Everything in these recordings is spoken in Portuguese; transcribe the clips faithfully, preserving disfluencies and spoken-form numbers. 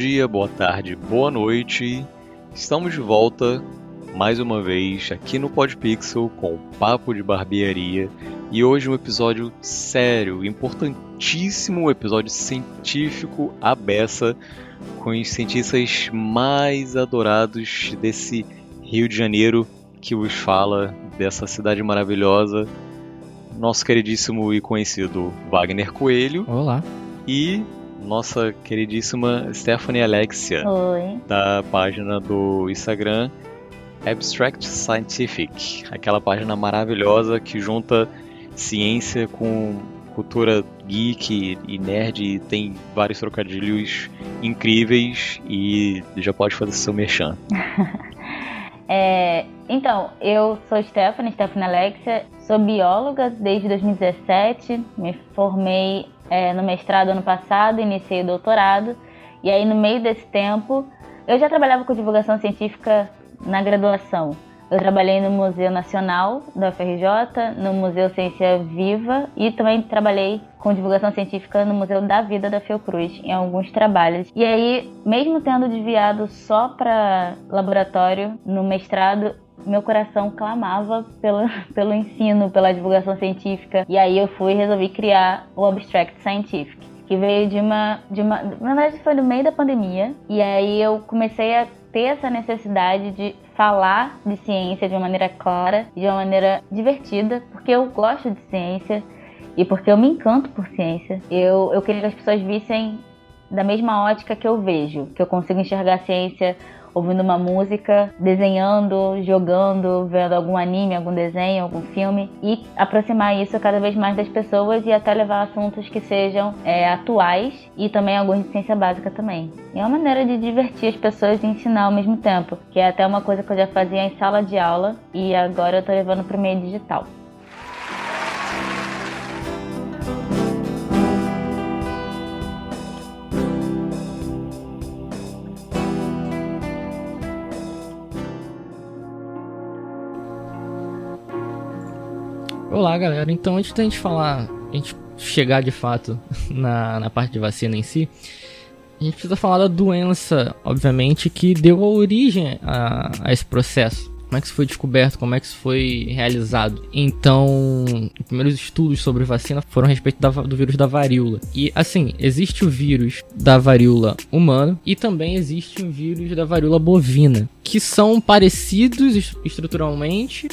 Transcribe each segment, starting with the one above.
dia, boa tarde, boa noite. Estamos de volta mais uma vez aqui no Podpixel com o Papo de Barbearia. E hoje um episódio sério, importantíssimo, um episódio científico à beça, com os cientistas mais adorados desse Rio de Janeiro que vos fala, dessa cidade maravilhosa. Nosso queridíssimo e conhecido Wagner Coelho. Olá. E nossa queridíssima Stephanie Alexia. Oi. Da página do Instagram Abstract Scientific. Aquela página maravilhosa que junta ciência com cultura geek e nerd e tem vários trocadilhos incríveis e já pode fazer seu merchan. É, então, eu sou Stephanie, Stephanie Alexia, sou bióloga desde dois mil e dezessete, me formei é, no mestrado ano passado, iniciei o doutorado, e aí no meio desse tempo, eu já trabalhava com divulgação científica na graduação. Eu trabalhei no Museu Nacional da U F R J, no Museu Ciência Viva e também trabalhei com divulgação científica no Museu da Vida da Fiocruz, em alguns trabalhos. E aí, mesmo tendo desviado só para laboratório no mestrado, meu coração clamava pelo, pelo ensino, pela divulgação científica. E aí eu fui e resolvi criar o Abstract Scientific, que veio de uma, de uma... Na verdade, foi no meio da pandemia. E aí eu comecei a ter essa necessidade de falar de ciência de uma maneira clara, de uma maneira divertida, porque eu gosto de ciência e porque eu me encanto por ciência. Eu, eu queria que as pessoas vissem da mesma ótica que eu vejo, que eu consigo enxergar a ciência ouvindo uma música, desenhando, jogando, vendo algum anime, algum desenho, algum filme, e aproximar isso cada vez mais das pessoas e até levar assuntos que sejam é, atuais e também alguns de ciência básica também. É uma maneira de divertir as pessoas e ensinar ao mesmo tempo, que é até uma coisa que eu já fazia em sala de aula e agora eu tô levando para o meio digital. Olá, galera. Então, antes da gente falar, a gente chegar de fato na, na parte de vacina em si, a gente precisa falar da doença, obviamente, que deu origem a, a esse processo. Como é que isso foi descoberto, como é que isso foi realizado. Então, os primeiros estudos sobre vacina foram a respeito da, do vírus da varíola. E, assim, existe o vírus da varíola humana e também existe o vírus da varíola bovina, que são parecidos estruturalmente,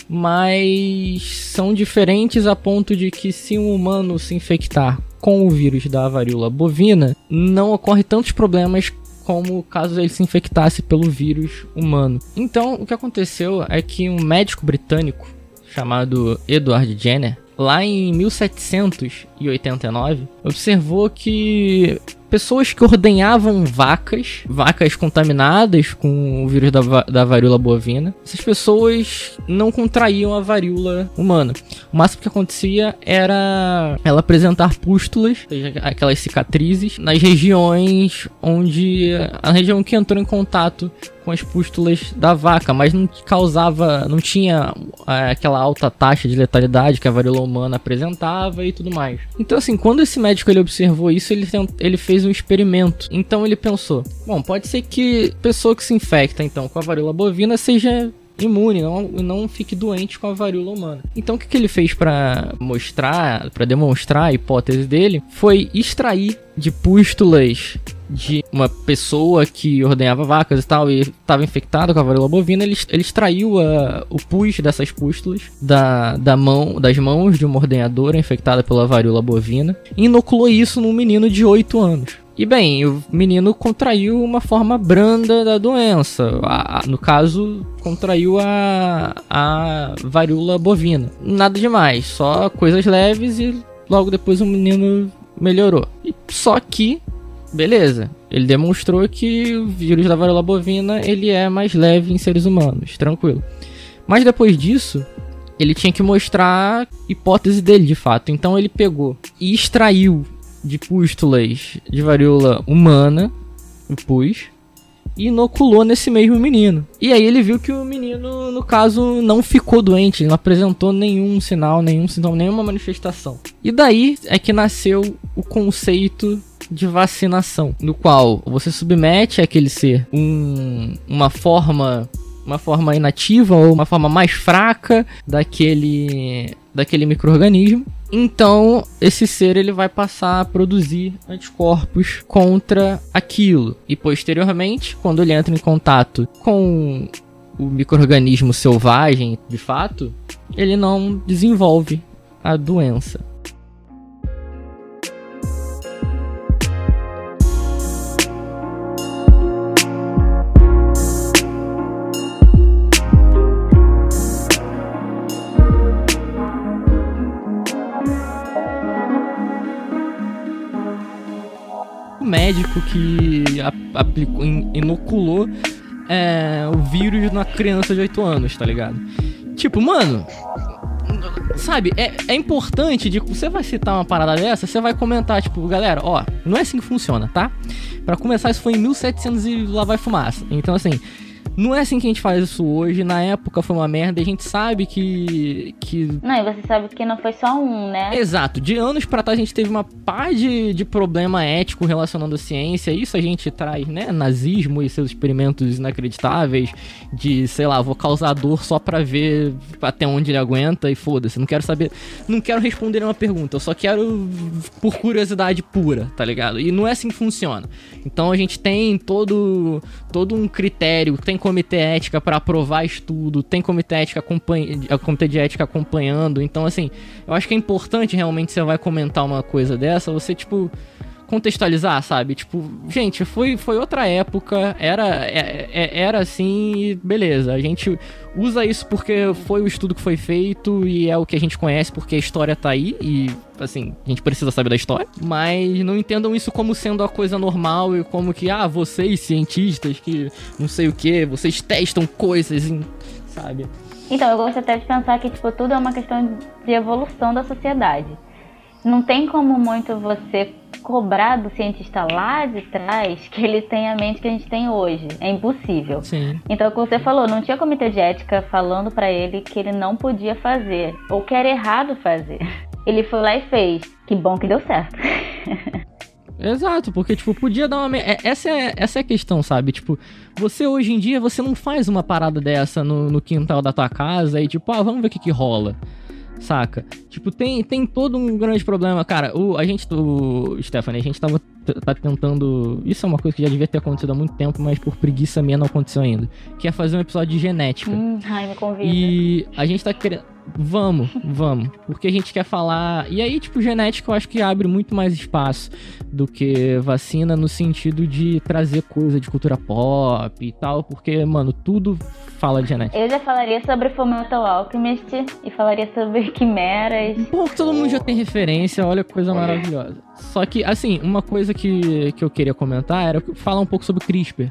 mas são diferentes a ponto de que se um humano se infectar com o vírus da varíola bovina, não ocorre tantos problemas como caso ele se infectasse pelo vírus humano. Então, o que aconteceu é que um médico britânico chamado Edward Jenner, lá em mil setecentos e oitenta e nove, observou que pessoas que ordenhavam vacas, vacas contaminadas com o vírus da, va- da varíola bovina, essas pessoas não contraíam a varíola humana. O máximo que acontecia era ela apresentar pústulas, ou seja, aquelas cicatrizes, nas regiões onde... a região que entrou em contato com as pústulas da vaca, mas não causava, não tinha é, aquela alta taxa de letalidade que a varíola humana apresentava e tudo mais. Então, assim, quando esse médico ele observou isso, ele, ele fez um experimento. Então ele pensou, bom, pode ser que pessoa que se infecta então com a varíola bovina seja imune, não, não fique doente com a varíola humana. Então o que, que ele fez para mostrar, para demonstrar a hipótese dele, foi extrair de pústulas de uma pessoa que ordenhava vacas e tal e estava infectada com a varíola bovina. Ele, ele extraiu a, o pus dessas pústulas da, da mão, das mãos de uma ordenhadora infectada pela varíola bovina e inoculou isso num menino de oito anos. E bem, o menino contraiu uma forma branda da doença, a, a, no caso, contraiu a, a varíola bovina. Nada demais, só coisas leves e logo depois o menino melhorou. E, só que, beleza, ele demonstrou que o vírus da varíola bovina ele é mais leve em seres humanos, tranquilo. Mas depois disso, ele tinha que mostrar a hipótese dele de fato, então ele pegou e extraiu de pústulas de varíola humana, o pus, e inoculou nesse mesmo menino. E aí ele viu que o menino, no caso, não ficou doente, ele não apresentou nenhum sinal, nenhum sintoma, nenhuma manifestação. E daí é que nasceu o conceito de vacinação, no qual você submete àquele ser um, uma forma uma forma inativa ou uma forma mais fraca daquele, daquele micro-organismo. Então, esse ser ele vai passar a produzir anticorpos contra aquilo. E posteriormente, quando ele entra em contato com o micro-organismo selvagem, de fato, ele não desenvolve a doença. Médico que aplicou, inoculou é, o vírus na criança de oito anos, tá ligado? Tipo, mano, sabe, é, é importante, de, você vai citar uma parada dessa, você vai comentar, tipo, galera, ó, não é assim que funciona, tá? Pra começar, isso foi em mil e setecentos e lá vai fumaça. Então, assim, não é assim que a gente faz isso hoje. Na época foi uma merda. A gente sabe que... que... Não, e você sabe que não foi só um, né? Exato. De anos pra trás a gente teve uma par de, de problema ético relacionando a ciência. Isso a gente traz, né? Nazismo e seus experimentos inacreditáveis. De, sei lá, vou causar dor só pra ver até onde ele aguenta. E foda-se. Não quero saber... Não quero responder uma pergunta. Eu só quero por curiosidade pura, tá ligado? E não é assim que funciona. Então a gente tem todo, todo um critério. Tem comitê ética para aprovar estudo, tem comitê, ética acompanha, comitê de ética acompanhando. Então, assim, eu acho que é importante realmente, você vai comentar uma coisa dessa, você, tipo, contextualizar, sabe? Tipo, gente, foi, foi outra época, era, é, é, era assim, e beleza. A gente usa isso porque foi o estudo que foi feito e é o que a gente conhece, porque a história tá aí e, assim, a gente precisa saber da história. Mas não entendam isso como sendo a coisa normal e como que, ah, vocês cientistas que não sei o que, vocês testam coisas, em, sabe? Então, eu gosto até de pensar que, tipo, tudo é uma questão de evolução da sociedade. Não tem como muito você cobrar do cientista lá de trás que ele tenha a mente que a gente tem hoje. É impossível. Sim. Então, como você falou, não tinha comitê de ética falando pra ele que ele não podia fazer, ou que era errado fazer. Ele foi lá e fez. Que bom que deu certo. Exato, porque, tipo, podia dar uma... Essa é, essa é a questão, sabe? Tipo, você hoje em dia, você não faz uma parada dessa no, no quintal da tua casa e, tipo, ah, vamos ver o que que rola. Saca? Tipo, tem, tem todo um grande problema. Cara, o, a gente, o Stephanie, a gente tava tá tentando... Isso é uma coisa que já devia ter acontecido há muito tempo, mas por preguiça minha não aconteceu ainda. Que é fazer um episódio de genética. Hum, ai, me convida. E a gente tá querendo... Vamos, vamos. Porque a gente quer falar... E aí, tipo, genética eu acho que abre muito mais espaço do que vacina, no sentido de trazer coisa de cultura pop e tal. Porque, mano, tudo fala de genética. Eu já falaria sobre Fullmetal Alchemist e falaria sobre quimeras. Pô, todo mundo já tem referência, olha que coisa maravilhosa. Só que, assim, uma coisa que, que eu queria comentar era falar um pouco sobre CRISPR.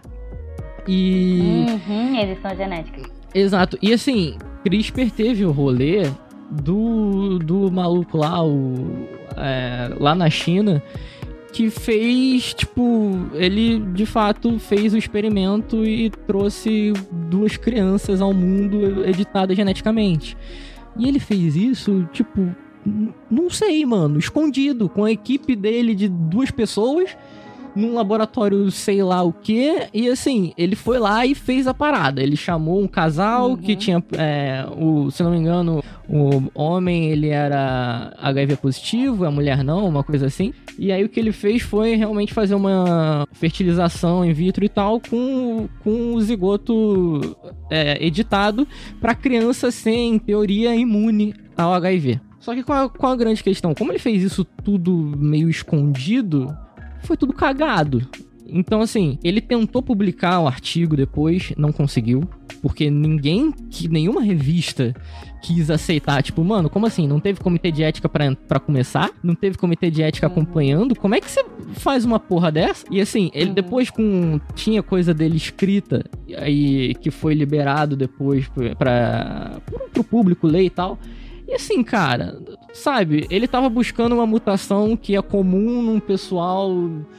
E... Uhum, edição genética. Exato. E, assim... CRISPR teve o rolê do, do maluco lá, o, é, lá na China, que fez, tipo, ele de fato fez o experimento e trouxe duas crianças ao mundo editadas geneticamente. E ele fez isso, tipo, não sei, mano, escondido, com a equipe dele de duas pessoas, num laboratório sei lá o que, e assim, ele foi lá e fez a parada. Ele chamou um casal uhum. que tinha, é, o, se não me engano, o homem ele era H I V positivo, a mulher não, uma coisa assim. E aí o que ele fez foi realmente fazer uma fertilização in vitro e tal com, com o zigoto é, editado pra criança ser, em teoria, imune ao H I V. Só que qual, qual a grande questão? Como ele fez isso tudo meio escondido, foi tudo cagado. Então, assim, ele tentou publicar um artigo depois, não conseguiu, porque ninguém, que nenhuma revista quis aceitar. Tipo, mano, como assim? Não teve comitê de ética pra, pra começar? Não teve comitê de ética acompanhando? Como é que você faz uma porra dessa? E assim, ele depois com... Tinha coisa dele escrita, aí que foi liberado depois pra, pro público ler e tal. E assim, cara, sabe, ele tava buscando uma mutação que é comum num pessoal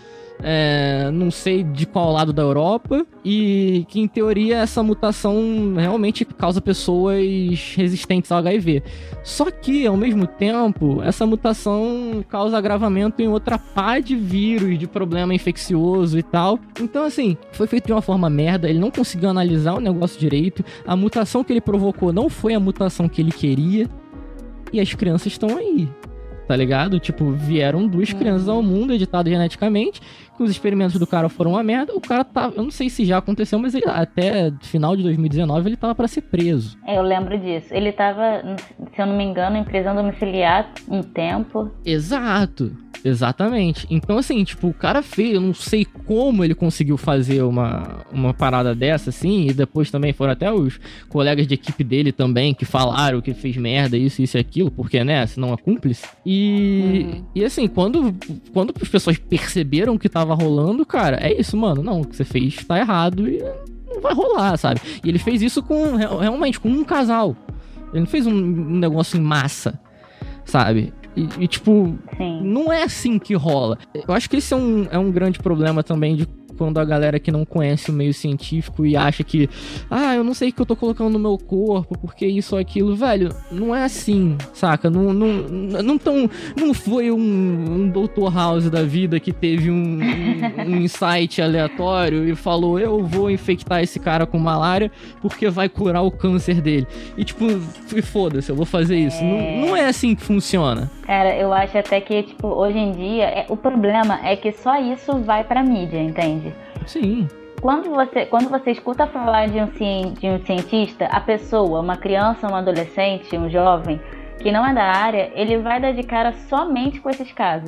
é, não sei de qual lado da Europa, e que em teoria essa mutação realmente causa pessoas resistentes ao H I V. Só que, ao mesmo tempo, essa mutação causa agravamento em outra pá de vírus, de problema infeccioso e tal. Então, assim, foi feito de uma forma merda, ele não conseguiu analisar o negócio direito, a mutação que ele provocou não foi a mutação que ele queria, e as crianças estão aí. Tá ligado? Tipo, vieram duas Uhum. crianças ao mundo, editadas geneticamente, que os experimentos do cara foram uma merda. O cara tá... Eu não sei se já aconteceu, mas ele, até final de dois mil e dezenove ele tava pra ser preso. Eu lembro disso. Ele tava, se eu não me engano, em prisão domiciliar um tempo. Exato. Exatamente. Então, assim, tipo, o cara fez... Eu não sei como ele conseguiu fazer uma, uma parada dessa, assim. E depois também foram até os colegas de equipe dele também que falaram que fez merda, isso, isso e aquilo. Porque, né, senão é cúmplice. E, Uhum. e assim, quando, quando as pessoas perceberam o que tava rolando, cara, é isso, mano. Não, o que você fez tá errado e não vai rolar, sabe? E ele fez isso com, realmente, com um casal. Ele não fez um, um negócio em massa, sabe? E, e, tipo, Sim. não é assim que rola. Eu acho que esse é um, é um grande problema também de quando a galera que não conhece o meio científico e acha que, ah, eu não sei o que eu tô colocando no meu corpo, porque isso ou aquilo, velho, não é assim, saca? Não, não, não, tão, não foi um, um doutor House da vida que teve um, um, um insight aleatório e falou, eu vou infectar esse cara com malária porque vai curar o câncer dele. E tipo, foda-se, eu vou fazer isso. É... Não, não é assim que funciona. Cara, eu acho até que, tipo, hoje em dia, é, o problema é que só isso vai pra mídia, entende? Sim. Quando você, quando você escuta falar de um, de um cientista, a pessoa, uma criança, um adolescente, um jovem, que não é da área, ele vai dar de cara somente com esses casos.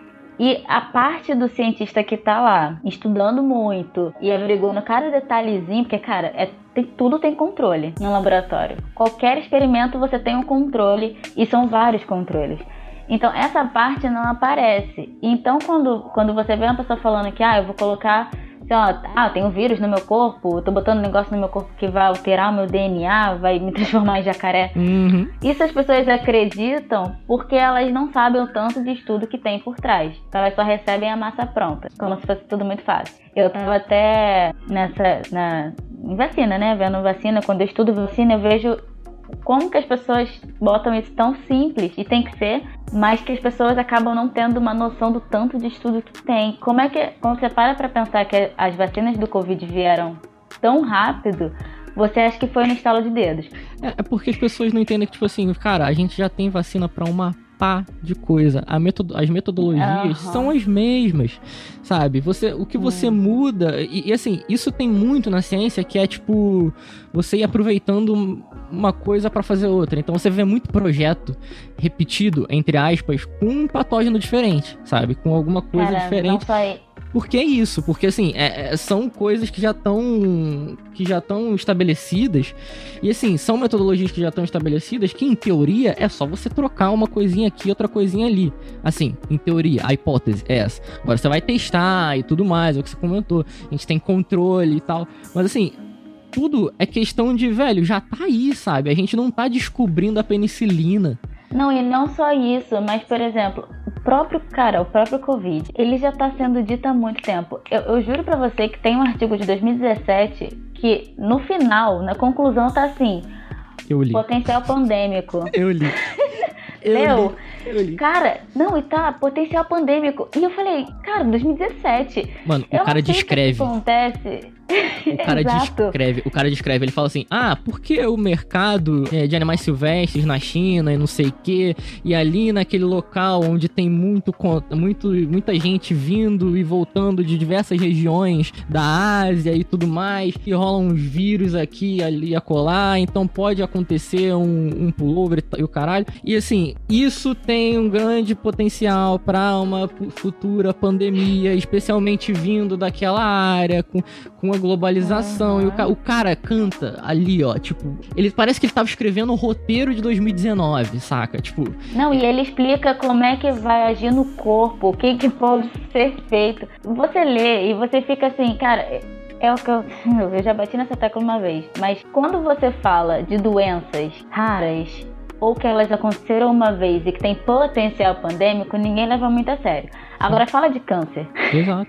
E a parte do cientista que tá lá, estudando muito e averiguando cada detalhezinho, porque, cara, é, tem, tudo tem controle no laboratório. Qualquer experimento você tem um controle e são vários controles. Então, essa parte não aparece. Então, quando, quando você vê uma pessoa falando que, ah, eu vou colocar, sei lá, ah, tem um vírus no meu corpo, eu tô botando um negócio no meu corpo que vai alterar o meu D N A, vai me transformar em jacaré. Uhum. Isso as pessoas acreditam porque elas não sabem o tanto de estudo que tem por trás. Então, elas só recebem a massa pronta, como se fosse tudo muito fácil. Eu tava até nessa, na, em vacina, né, vendo vacina, quando eu estudo vacina, eu vejo como que as pessoas botam isso tão simples, e tem que ser, mas que as pessoas acabam não tendo uma noção do tanto de estudo que tem. Como é que, quando você para pra pensar que as vacinas do Covid vieram tão rápido, você acha que foi no estalo de dedos? É, é porque as pessoas não entendem que, tipo assim, cara, a gente já tem vacina pra uma pá de coisa. A metodo, as metodologias Uhum. são as mesmas, sabe? Você, o que você Uhum. muda... E, e assim, isso tem muito na ciência, que é, tipo, você ir aproveitando uma coisa pra fazer outra. Então você vê muito projeto repetido, entre aspas, com um patógeno diferente, sabe? Com alguma coisa Cara, diferente. não foi... Porque é isso, porque assim, é, é, são coisas que já estão que já estão estabelecidas, e assim, são metodologias que já estão estabelecidas, que em teoria é só você trocar uma coisinha aqui, outra coisinha ali. Assim, em teoria, a hipótese é essa. Agora você vai testar e tudo mais, é o que você comentou, a gente tem controle e tal, mas assim, tudo é questão de, velho, já tá aí, sabe? A gente não tá descobrindo a penicilina. Não, e não só isso, mas, por exemplo, o próprio, cara, o próprio Covid, ele já tá sendo dito há muito tempo. Eu, eu juro pra você que tem um artigo de dois mil e dezessete que, no final, na conclusão, tá assim, Eu li. potencial pandêmico. Eu li. Eu Leu? li. Eu li. Cara, não, e tá, potencial pandêmico. E eu falei, cara, dois mil e dezessete. Mano, o eu cara não sei descreve. O que acontece. O cara Exato. descreve, o cara descreve, ele fala assim, ah, porque o mercado é, de animais silvestres na China e não sei o que, e ali naquele local onde tem muito, muito, muita gente vindo e voltando de diversas regiões da Ásia e tudo mais, e rolam uns vírus aqui, ali, acolá, então pode acontecer um, um pullover e o caralho. E assim, isso tem um grande potencial para uma futura pandemia, especialmente vindo daquela área, com, com a globalização, uhum. E o, ca- o cara canta ali, ó, tipo, ele parece que ele tava escrevendo o roteiro de dois mil e dezenove, saca? Tipo... Não, e ele explica como é que vai agir no corpo, o que que pode ser feito. Você lê e você fica assim, cara, é o que eu... Eu já bati nessa tecla uma vez, mas quando você fala de doenças raras, ou que elas aconteceram uma vez e que tem potencial pandêmico, ninguém leva muito a sério. Agora fala de câncer. Exato.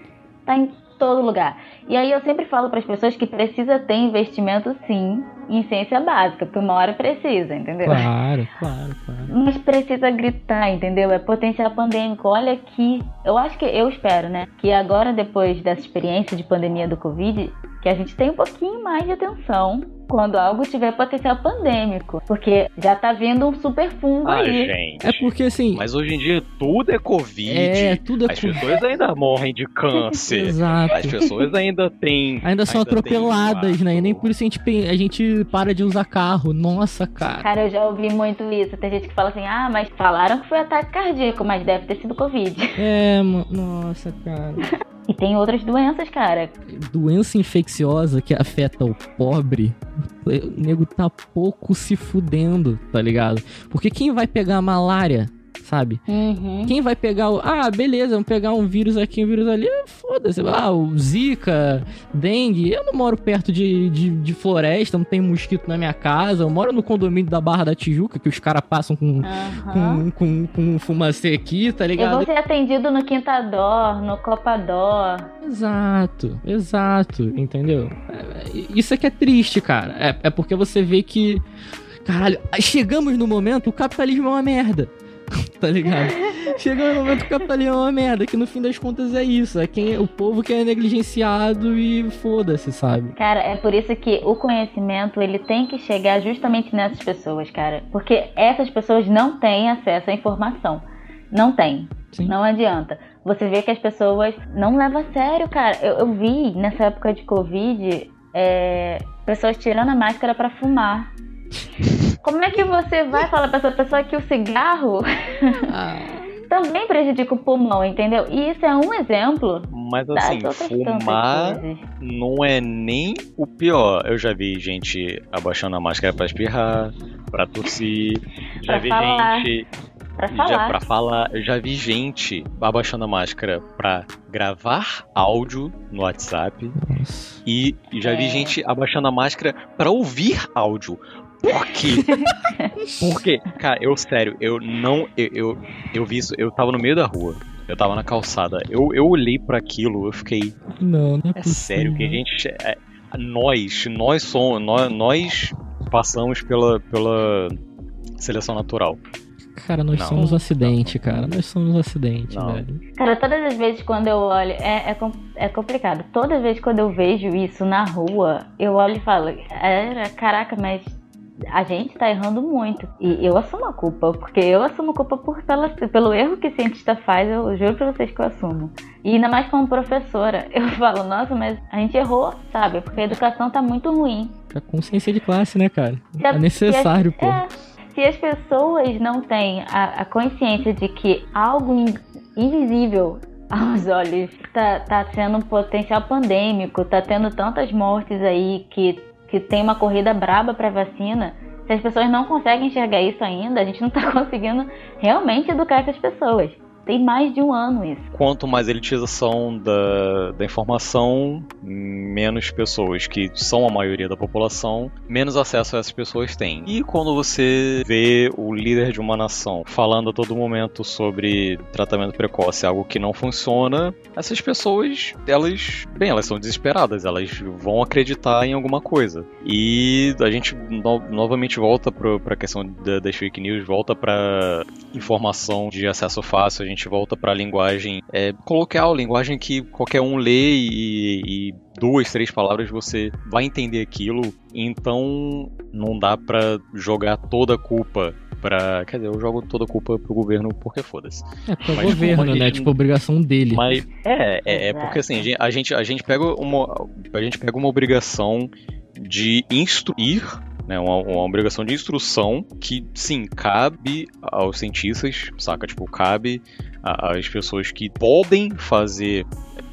tá em todo lugar. E aí eu sempre falo para as pessoas que precisa ter investimento, sim, em ciência básica, porque uma hora precisa, entendeu? Claro, claro, claro. Mas precisa gritar, entendeu? É potencial pandêmico. Olha aqui, eu acho que, eu espero, né, que agora, depois dessa experiência de pandemia do Covid, que a gente tenha um pouquinho mais de atenção quando algo tiver potencial pandêmico, porque já tá vindo um super fungo ah, aí. Gente. É porque assim... Mas hoje em dia tudo é Covid. É, tudo é As Covid. pessoas ainda morrem de câncer. Exato. As pessoas ainda têm... Ainda são ainda atropeladas, tem né? E nem por isso a gente, pe- a gente para de usar carro. Nossa, cara. Cara, eu já ouvi muito isso. Tem gente que fala assim, ah, mas falaram que foi ataque cardíaco, mas deve ter sido Covid. É, mano. Nossa, cara. E tem outras doenças, cara. Doença infecciosa que afeta o pobre, o nego tá pouco se fudendo, tá ligado? Porque quem vai pegar a malária, sabe? Uhum. Quem vai pegar o... Ah, beleza, vamos pegar um vírus aqui, um vírus ali, foda-se. Ah, o Zika, dengue. Eu não moro perto de, de, de floresta, não tem mosquito na minha casa. Eu moro no condomínio da Barra da Tijuca, que os caras passam com, Uhum. com, com, com fumacê aqui, tá Eu ligado? vou ser atendido no Quintador, no Copador. Exato, exato, entendeu? É, é, isso é que é triste, cara. É, é porque você vê que... Caralho, chegamos no momento, o capitalismo é uma merda. Tá ligado? Chega no momento que o capitalismo é uma merda, que no fim das contas é isso. É quem, o povo que é negligenciado e foda-se, sabe? Cara, é por isso que o conhecimento, ele tem que chegar justamente nessas pessoas, cara. Porque essas pessoas não têm acesso à informação. Não tem. Sim. Não adianta. Você vê que as pessoas não levam a sério, cara. Eu, eu vi, nessa época de Covid, é, pessoas tirando a máscara pra fumar. Como é que você vai falar pra essa pessoa que o cigarro Ah. também prejudica o pulmão, entendeu? E isso é um exemplo. Mas das assim, outras fumar tantas coisas. não é nem o pior. Eu já vi gente abaixando a máscara pra espirrar, pra tossir. Já Pra vi falar. gente... Pra Já, falar. pra falar, eu já vi gente abaixando a máscara pra gravar áudio no WhatsApp. Nossa. E já vi É. gente abaixando a máscara pra ouvir áudio. Por quê? Porque, cara, eu sério, eu não. Eu, eu, eu vi isso, eu tava no meio da rua. Eu tava na calçada. Eu, eu olhei pra aquilo, eu fiquei. Não, não é, É sério que a possível. gente. É, nós, nós somos. Nós, nós passamos pela, pela seleção natural. Cara, nós Não. somos um acidente, cara. Nós somos um acidente, Não. velho. Cara, todas as vezes quando eu olho, é, é, com- é complicado. Toda vez quando eu vejo isso na rua, eu olho e falo, é, caraca, mas a gente tá errando muito. E eu assumo a culpa, porque eu assumo a culpa por, pela, pelo erro que o cientista faz, eu juro pra vocês que eu assumo. E ainda mais como professora, eu falo, nossa, mas a gente errou, sabe? Porque a educação tá muito ruim. A consciência de classe, né, cara? Se a- É necessário, se pô. as, é, se as pessoas não têm a, a consciência de que algo in- invisível aos olhos tá, tá sendo um potencial pandêmico, tá tendo tantas mortes aí que, que tem uma corrida braba pra vacina, se as pessoas não conseguem enxergar isso ainda, a gente não tá conseguindo realmente educar essas pessoas. Tem mais de um ano isso. Quanto mais elitização da, da informação, menos pessoas que são a maioria da população, menos acesso essas pessoas têm. E quando você vê o líder de uma nação falando a todo momento sobre tratamento precoce, algo que não funciona, essas pessoas, elas, bem, elas são desesperadas, elas vão acreditar em alguma coisa. E a gente no, novamente volta para a questão da, das fake news, volta para informação de acesso fácil, a gente volta para a linguagem é, coloquial, linguagem que qualquer um lê e, e duas, três palavras você vai entender aquilo, então não dá para jogar toda a culpa pra... Quer dizer, eu jogo toda a culpa pro governo porque foda-se. É, pro Mas governo, como a né? gente- Tipo, obrigação dele. Mas é, é, é porque assim, a gente, a gente pega uma, a gente pega uma obrigação de instruir, né, uma, uma obrigação de instrução que, sim, cabe aos cientistas, saca? Tipo, cabe a- às pessoas que podem fazer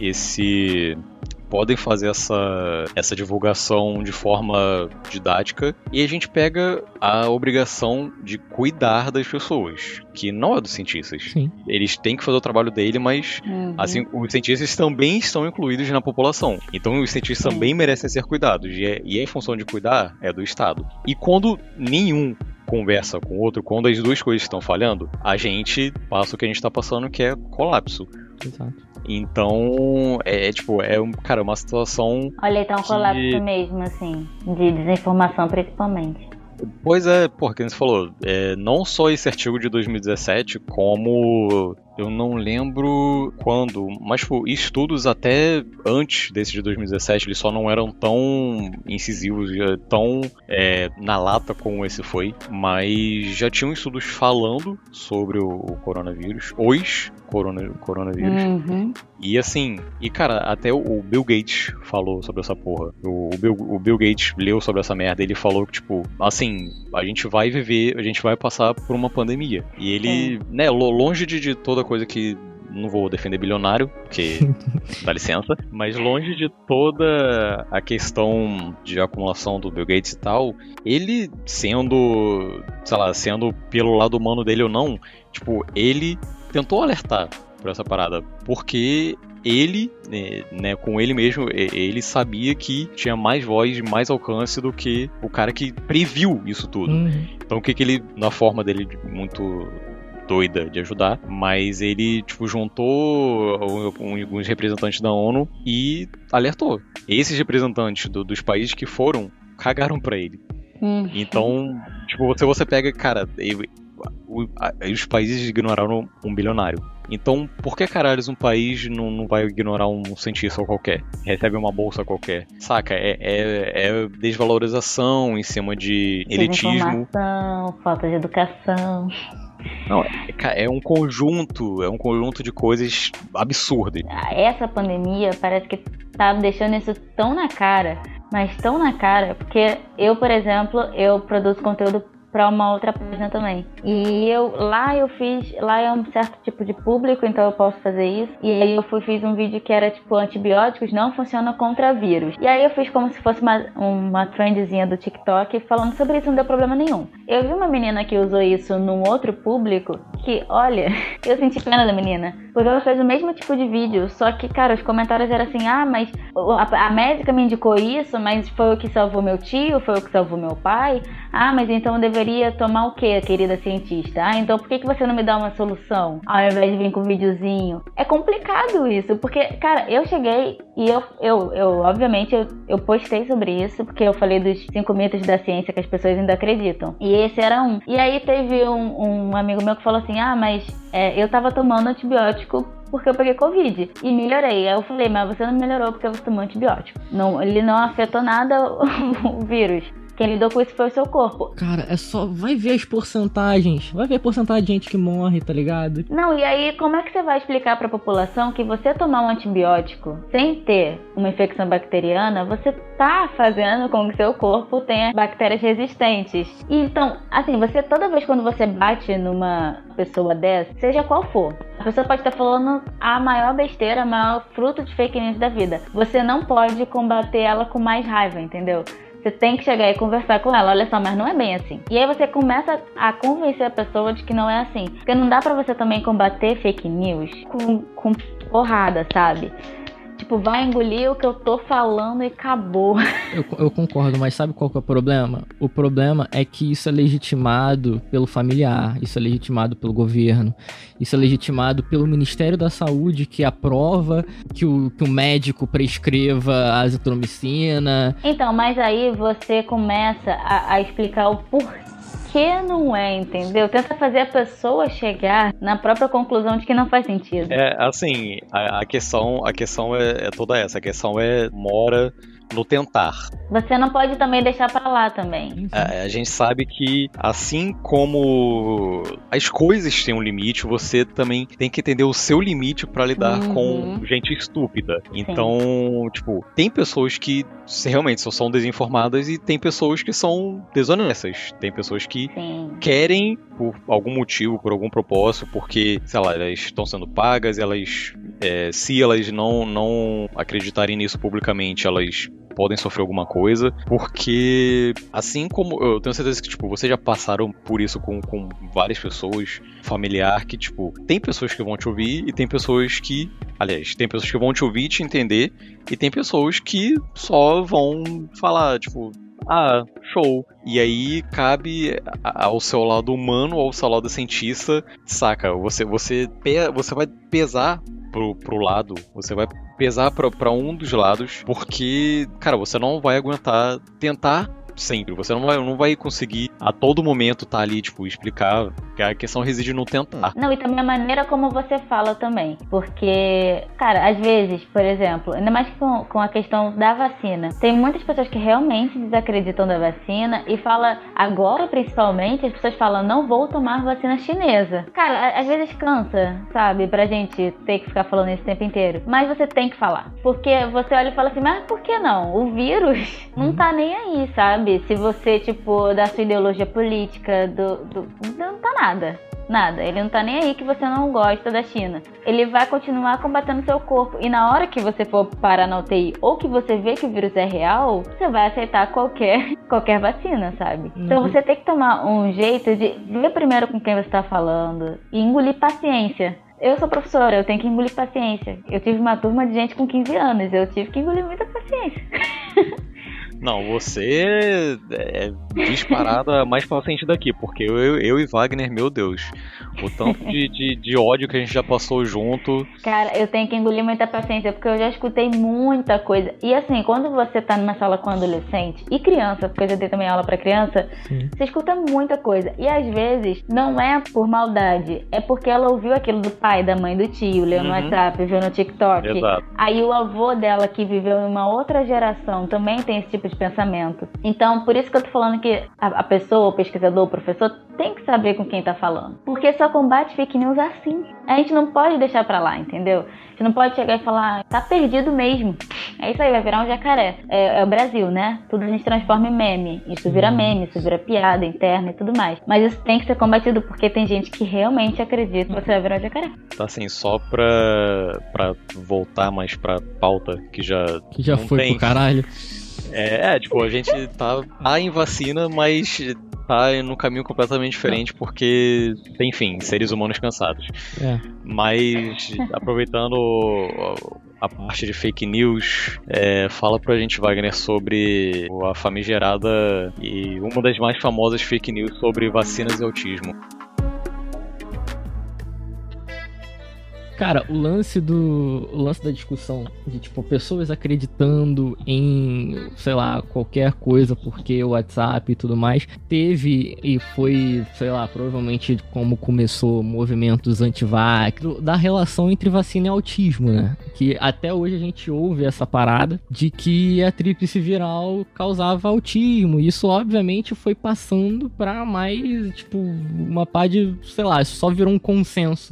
esse... podem fazer essa, essa divulgação de forma didática, e a gente pega a obrigação de cuidar das pessoas, que não é dos cientistas. Sim. Eles têm que fazer o trabalho dele, mas Uhum. assim, os cientistas também estão incluídos na população. Então os cientistas Sim. também merecem ser cuidados. E, é, e a função de cuidar é do Estado. E quando nenhum conversa com o outro, quando as duas coisas estão falhando, a gente passa o que a gente está passando, que é colapso. Exato. Então, é, tipo, é, um, cara, uma situação... Olha, tá um que... colapso mesmo, assim, de desinformação principalmente. Pois é, porra, que você falou, é, não só esse artigo de dois mil e dezessete, como eu não lembro quando, mas tipo, estudos até antes desse de dois mil e dezessete, eles só não eram tão incisivos, tão é, na lata como esse foi, mas já tinham estudos falando sobre o, o coronavírus, os corona, coronavírus, Uhum. e assim, e cara, até o Bill Gates falou sobre essa porra, o Bill, o Bill Gates leu sobre essa merda, ele falou que tipo, assim, a gente vai viver, a gente vai passar por uma pandemia, e ele, Sim. né, longe de, de toda coisa que, não vou defender bilionário, porque dá licença, mas longe de toda a questão de acumulação do Bill Gates e tal, ele sendo, sei lá, sendo pelo lado humano dele ou não, tipo, ele tentou alertar por essa parada, porque ele, né, com ele mesmo, ele sabia que tinha mais voz, mais alcance do que o cara que previu isso tudo. Uhum. Então o que que ele, na forma dele muito doida de ajudar, mas ele, tipo, juntou alguns representantes da ONU e alertou. Esses representantes do, dos países que foram, cagaram pra ele. Uhum. Então, tipo, se você pega, cara, ele, o, a, os países ignoraram um bilionário. Então, por que caralhos um país não, não vai ignorar um cientista qualquer? Recebe uma bolsa qualquer. Saca? É, é, é desvalorização em cima de elitismo. Desinformação, falta de educação. Não, é, é um conjunto, é um conjunto de coisas absurdas. Essa pandemia parece que tá deixando isso tão na cara, mas tão na cara, porque eu, por exemplo, eu produzo conteúdo para uma outra página também. E eu lá eu fiz, lá é um certo tipo de público, então eu posso fazer isso. E aí eu fui, fiz um vídeo que era tipo, antibióticos não funcionam contra vírus. E aí eu fiz como se fosse uma, uma trendzinha do TikTok falando sobre isso, não deu problema nenhum. Eu vi uma menina que usou isso num outro público que, olha, eu senti pena da menina, porque ela fez o mesmo tipo de vídeo, só que, cara, os comentários eram assim, ah, mas a, a médica me indicou isso, mas foi o que salvou meu tio, foi o que salvou meu pai. Ah, mas então eu deveria tomar o que, querida cientista? Ah, então por que, que você não me dá uma solução ao invés de vir com um videozinho? É complicado isso, porque, cara, eu cheguei e eu, eu, eu obviamente, eu, eu postei sobre isso, porque eu falei dos cinco mitos da ciência que as pessoas ainda acreditam. E esse era um. E aí teve um, um amigo meu que falou assim, ah, mas é, eu tava tomando antibiótico porque eu peguei Covid e melhorei. Aí eu falei, mas você não melhorou porque você tomou antibiótico. Não, ele não afetou nada o, o vírus. Quem lidou com isso foi o seu corpo. Cara, é só... Vai ver as porcentagens. Vai ver a porcentagem de gente que morre, tá ligado? Não, e aí como é que você vai explicar pra população que você tomar um antibiótico sem ter uma infecção bacteriana, você tá fazendo com que seu corpo tenha bactérias resistentes. E então, assim, você toda vez quando você bate numa pessoa dessa, seja qual for, a pessoa pode estar falando a maior besteira, a maior fruto de fake news da vida. Você não pode combater ela com mais raiva, entendeu? Você tem que chegar e conversar com ela, olha só, mas não é bem assim. E aí você começa a convencer a pessoa de que não é assim. Porque não dá pra você também combater fake news com, com porrada, sabe? Tipo, vai engolir o que eu tô falando e acabou. Eu, eu concordo, mas sabe qual que é o problema? O problema é que isso é legitimado pelo familiar, isso é legitimado pelo governo, isso é legitimado pelo Ministério da Saúde, que aprova que o, que o médico prescreva a azitromicina. Então, mas aí você começa a, a explicar o porquê. Que não é, entendeu? Tenta fazer a pessoa chegar na própria conclusão de que não faz sentido. É, assim, a, a questão, a questão é, é toda essa. A questão é mora no tentar. Você não pode também deixar pra lá também. A, a gente sabe que, assim como as coisas têm um limite, você também tem que entender o seu limite pra lidar Uhum. com gente estúpida. Então, tipo, tem pessoas que realmente só são desinformadas e tem pessoas que são desonestas. Tem pessoas que Sim. querem, por algum motivo, por algum propósito, porque, sei lá, elas estão sendo pagas, elas, é, se elas não, não acreditarem nisso publicamente, elas podem sofrer alguma coisa, porque assim como, eu tenho certeza que, tipo, vocês já passaram por isso com, com várias pessoas, familiar, que, tipo, tem pessoas que vão te ouvir e tem pessoas que, aliás, tem pessoas que vão te ouvir e te entender, e tem pessoas que só vão falar, tipo, ah, show. E aí cabe ao seu lado humano, ao seu lado cientista, saca? Você, você, você vai pesar pro, pro lado, você vai pesar pra, pra um dos lados, porque, cara, você não vai aguentar tentar sempre. Você não vai, não vai conseguir a todo momento estar tá ali, tipo, explicar, que a questão reside no tentar. Não, e também a maneira como você fala também. Porque, cara, às vezes, por exemplo, ainda mais com, com a questão da vacina, tem muitas pessoas que realmente desacreditam da vacina e fala, agora principalmente, as pessoas falam, não vou tomar vacina chinesa. Cara, às vezes cansa, sabe, pra gente ter que ficar falando isso o tempo inteiro. Mas você tem que falar. Porque você olha e fala assim, mas por que não? O vírus não tá nem aí, sabe? Se você, tipo, da sua ideologia política, do, do, não tá nada, nada. Ele não tá nem aí que você não gosta da China. Ele vai continuar combatendo seu corpo. E na hora que você for parar na U T I ou que você vê que o vírus é real, você vai aceitar qualquer, qualquer vacina, sabe? Uhum. Então você tem que tomar um jeito de ver primeiro com quem você tá falando e engolir paciência. Eu sou professora, eu tenho que engolir paciência. Eu tive uma turma de gente com quinze anos, eu tive que engolir muita paciência. Não, você é disparada mais paciente daqui, porque eu, eu e Wagner, meu Deus, o tanto de, de, de ódio que a gente já passou junto. Cara, eu tenho que engolir muita paciência, porque eu já escutei muita coisa. E assim, quando você tá numa sala com adolescente e criança, porque eu já dei também aula pra criança, sim, você escuta muita coisa. E às vezes, não é por maldade, é porque ela ouviu aquilo do pai, da mãe, do tio, leu no uhum. WhatsApp, viu no TikTok. Exato. Aí o avô dela, que viveu em uma outra geração, também tem esse tipo de pensamento. Então, por isso que eu tô falando que a, a pessoa, o pesquisador, o professor, tem que saber com quem tá falando. Porque só combate fake news assim. A gente não pode deixar pra lá, entendeu? A gente não pode chegar e falar, tá perdido mesmo. É isso aí, vai virar um jacaré. É, é o Brasil, né? Tudo a gente transforma em meme. Isso vira meme, isso vira piada interna e tudo mais. Mas isso tem que ser combatido porque tem gente que realmente acredita que você vai virar um jacaré. Tá assim, só pra, pra voltar mais pra pauta que já... Que já foi tem... pro caralho. É, é, tipo, a gente tá, tá em vacina, mas tá num caminho completamente diferente porque, enfim, seres humanos cansados. É. Mas, aproveitando a parte de fake news, é, fala pra gente, Wagner, sobre a famigerada e uma das mais famosas fake news sobre vacinas e autismo. Cara, o lance do o lance da discussão de, tipo, pessoas acreditando em, sei lá, qualquer coisa porque o WhatsApp e tudo mais, teve e foi, sei lá, provavelmente como começou movimentos anti-vax, da relação entre vacina e autismo, né? Que até hoje a gente ouve essa parada de que a tríplice viral causava autismo. Isso, obviamente, foi passando pra mais, tipo, uma pá de, sei lá, isso só virou um consenso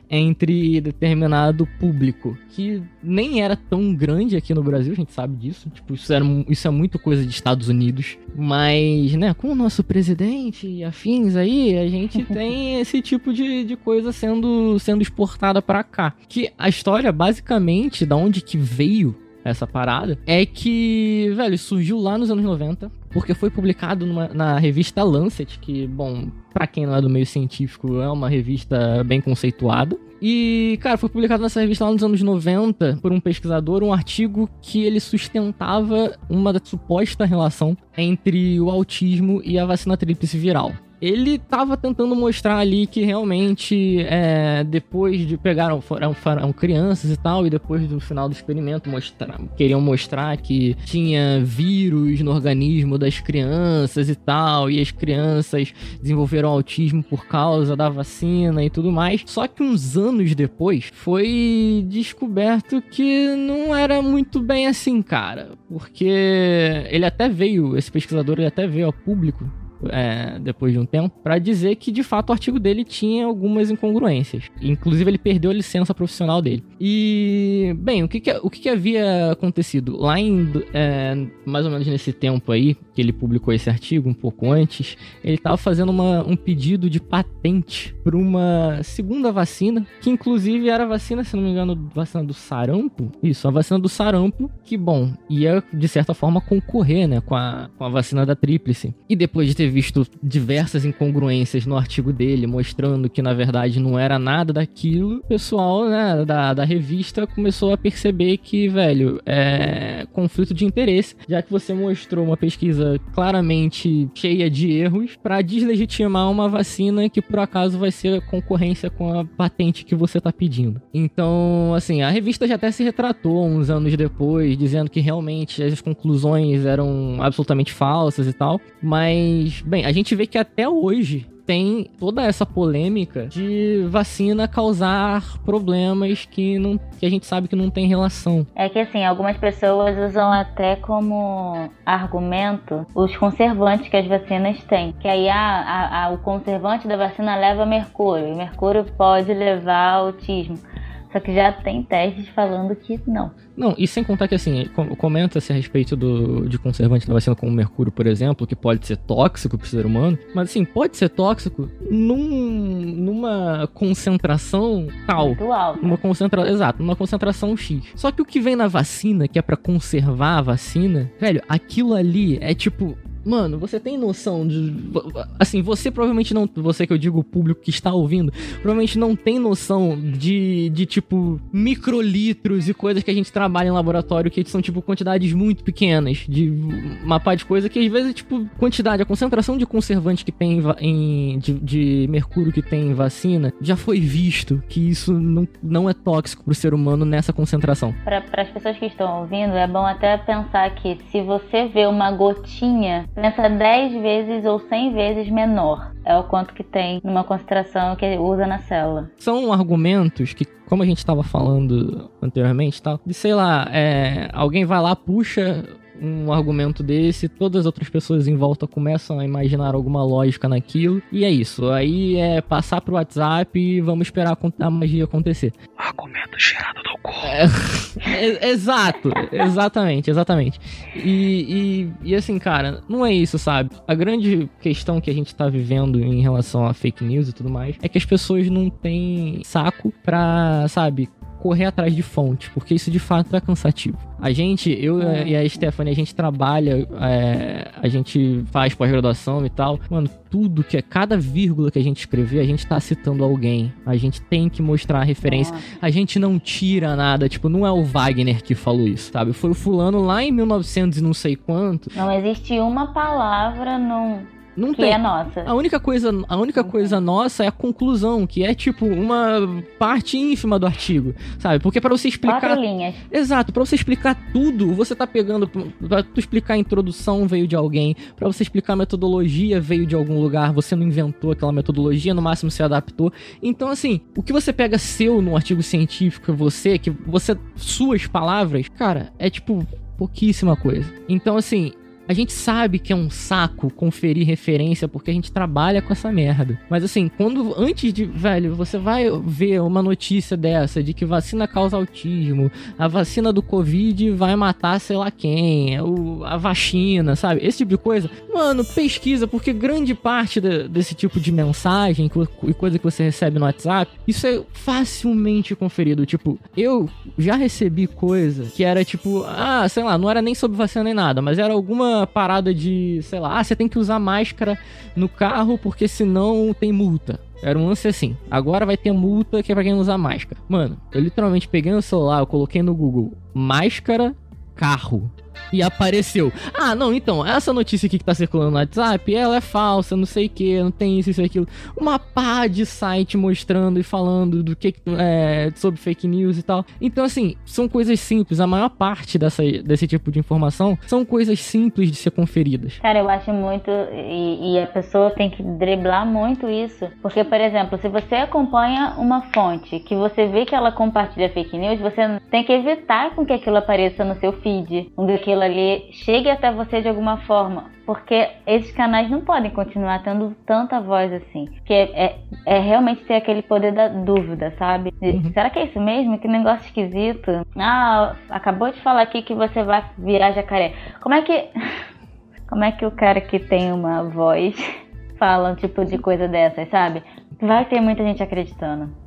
entre determinado público, que nem era tão grande aqui no Brasil, a gente sabe disso, tipo, isso, era, isso é muito coisa de Estados Unidos, mas, né, com o nosso presidente e afins aí, a gente tem esse tipo de, de coisa sendo, sendo exportada pra cá, que a história, basicamente, da onde que veio essa parada, é que, velho, surgiu lá nos anos noventa, porque foi publicado numa, na revista Lancet, que, bom, pra quem não é do meio científico, é uma revista bem conceituada. E, cara, foi publicado nessa revista lá nos anos noventa por um pesquisador, um artigo que ele sustentava uma da suposta relação entre o autismo e a vacina tríplice viral. Ele tava tentando mostrar ali que realmente, é, depois de pegaram, foram, foram crianças e tal, e depois do final do experimento mostrar, queriam mostrar que tinha vírus no organismo das crianças e tal, e as crianças desenvolveram autismo por causa da vacina e tudo mais. Só que uns anos depois foi descoberto que não era muito bem assim, cara, porque ele até veio, esse pesquisador, ele até veio ao público, É, depois de um tempo, pra dizer que de fato o artigo dele tinha algumas incongruências. Inclusive ele perdeu a licença profissional dele. E, bem, o que que, o que, que havia acontecido? Lá em, é, mais ou menos nesse tempo aí, que ele publicou esse artigo, um pouco antes, ele tava fazendo uma, um pedido de patente pra uma segunda vacina, que inclusive era a vacina, se não me engano, vacina do sarampo. Isso, a vacina do sarampo, que, bom, ia de certa forma concorrer, né, com a, com a vacina da tríplice. E depois de ter visto diversas incongruências no artigo dele, mostrando que, na verdade, não era nada daquilo, o pessoal, né, da, da revista começou a perceber que, velho, é conflito de interesse, já que você mostrou uma pesquisa claramente cheia de erros para deslegitimar uma vacina que, por acaso, vai ser concorrência com a patente que você tá pedindo. Então, assim, a revista já até se retratou uns anos depois, dizendo que realmente as conclusões eram absolutamente falsas e tal, mas, bem, a gente vê que até hoje tem toda essa polêmica de vacina causar problemas que, não, que a gente sabe que não tem relação. É que assim, algumas pessoas usam até como argumento os conservantes que as vacinas têm. Que aí ah, a, a, o conservante da vacina leva mercúrio, e mercúrio pode levar ao autismo. Só que já tem testes falando que não. Não, e sem contar que, assim, comenta-se a respeito do, de conservante da vacina como o mercúrio, por exemplo, que pode ser tóxico pro ser humano, mas, assim, pode ser tóxico num, numa concentração tal. Muito alta. Numa concentra... Exato, numa concentração X. Só que o que vem na vacina, que é pra conservar a vacina, velho, aquilo ali é tipo... Mano, você tem noção de... Assim, você provavelmente não... Você que eu digo, o público que está ouvindo, provavelmente não tem noção de, de tipo, microlitros e coisas que a gente trabalha em laboratório, que são, tipo, quantidades muito pequenas de uma pá de coisa que, às vezes, tipo, quantidade, a concentração de conservante que tem em... De, de mercúrio que tem em vacina, já foi visto que isso não, não é tóxico pro ser humano nessa concentração. Para as pessoas que estão ouvindo, é bom até pensar que se você vê uma gotinha... Pensa dez vezes ou cem vezes menor. É o quanto que tem numa concentração que ele usa na célula. São argumentos que, como a gente estava falando anteriormente, tal, de sei lá, é, alguém vai lá, puxa um argumento desse, todas as outras pessoas em volta começam a imaginar alguma lógica naquilo, e é isso. Aí é passar pro WhatsApp e vamos esperar a magia acontecer. Argumento gerado do cu. É, é, exato, exatamente, exatamente. E, e, e assim, cara, não é isso, sabe? A grande questão que a gente tá vivendo em relação a fake news e tudo mais é que as pessoas não têm saco pra, sabe, correr atrás de fonte, porque isso de fato é cansativo. A gente, eu é. e a Stephanie, a gente trabalha, é, a gente faz pós-graduação e tal. Mano, tudo que é, cada vírgula que a gente escrever, a gente tá citando alguém. A gente tem que mostrar a referência. Nossa. A gente não tira nada, tipo, não é o Wagner que falou isso, sabe? Foi o fulano lá em mil e novecentos e não sei quanto. Não existe uma palavra num... Não que tem. é nossa. A única coisa, a única coisa nossa é a conclusão, que é tipo uma parte ínfima do artigo, sabe? Porque pra você explicar... Quatro linhas. Exato, pra você explicar tudo, você tá pegando... Pra tu explicar a introdução veio de alguém, pra você explicar a metodologia veio de algum lugar, você não inventou aquela metodologia, no máximo se adaptou. Então, assim, o que você pega seu num artigo científico, você, que você... Suas palavras, cara, é tipo pouquíssima coisa. Então, assim... A gente sabe que é um saco conferir referência porque a gente trabalha com essa merda. Mas assim, quando antes de, velho, você vai ver uma notícia dessa de que vacina causa autismo, a vacina do Covid vai matar sei lá quem, o, a vacina, sabe? Esse tipo de coisa. Mano, pesquisa, porque grande parte de, desse tipo de mensagem e coisa que você recebe no WhatsApp, isso é facilmente conferido. Tipo, eu já recebi coisa que era tipo, ah, sei lá, não era nem sobre vacina nem nada, mas era alguma parada de, sei lá, ah, você tem que usar máscara no carro porque senão tem multa. Era um lance assim. Agora vai ter multa que é pra quem não usar máscara. Mano, eu literalmente peguei no celular, eu coloquei no Google máscara, carro. E apareceu. Ah, não, então, essa notícia aqui que tá circulando no WhatsApp, ela é falsa, não sei o que, não tem isso, isso e aquilo. Uma pá de site mostrando e falando do que é, sobre fake news e tal. Então, assim, são coisas simples. A maior parte dessa, desse tipo de informação são coisas simples de ser conferidas. Cara, eu acho muito... E, e a pessoa tem que driblar muito isso. Porque, por exemplo, se você acompanha uma fonte que você vê que ela compartilha fake news, você tem que evitar com que aquilo apareça no seu feed. Com que aquilo ali chegue até você de alguma forma, porque esses canais não podem continuar tendo tanta voz assim, que é, é, é realmente ter aquele poder da dúvida, sabe? Uhum. Será que é isso mesmo? Que negócio esquisito. Ah, acabou de falar aqui que você vai virar jacaré. Como é que como é que o cara que tem uma voz fala um tipo de coisa dessas, sabe? Vai ter muita gente acreditando.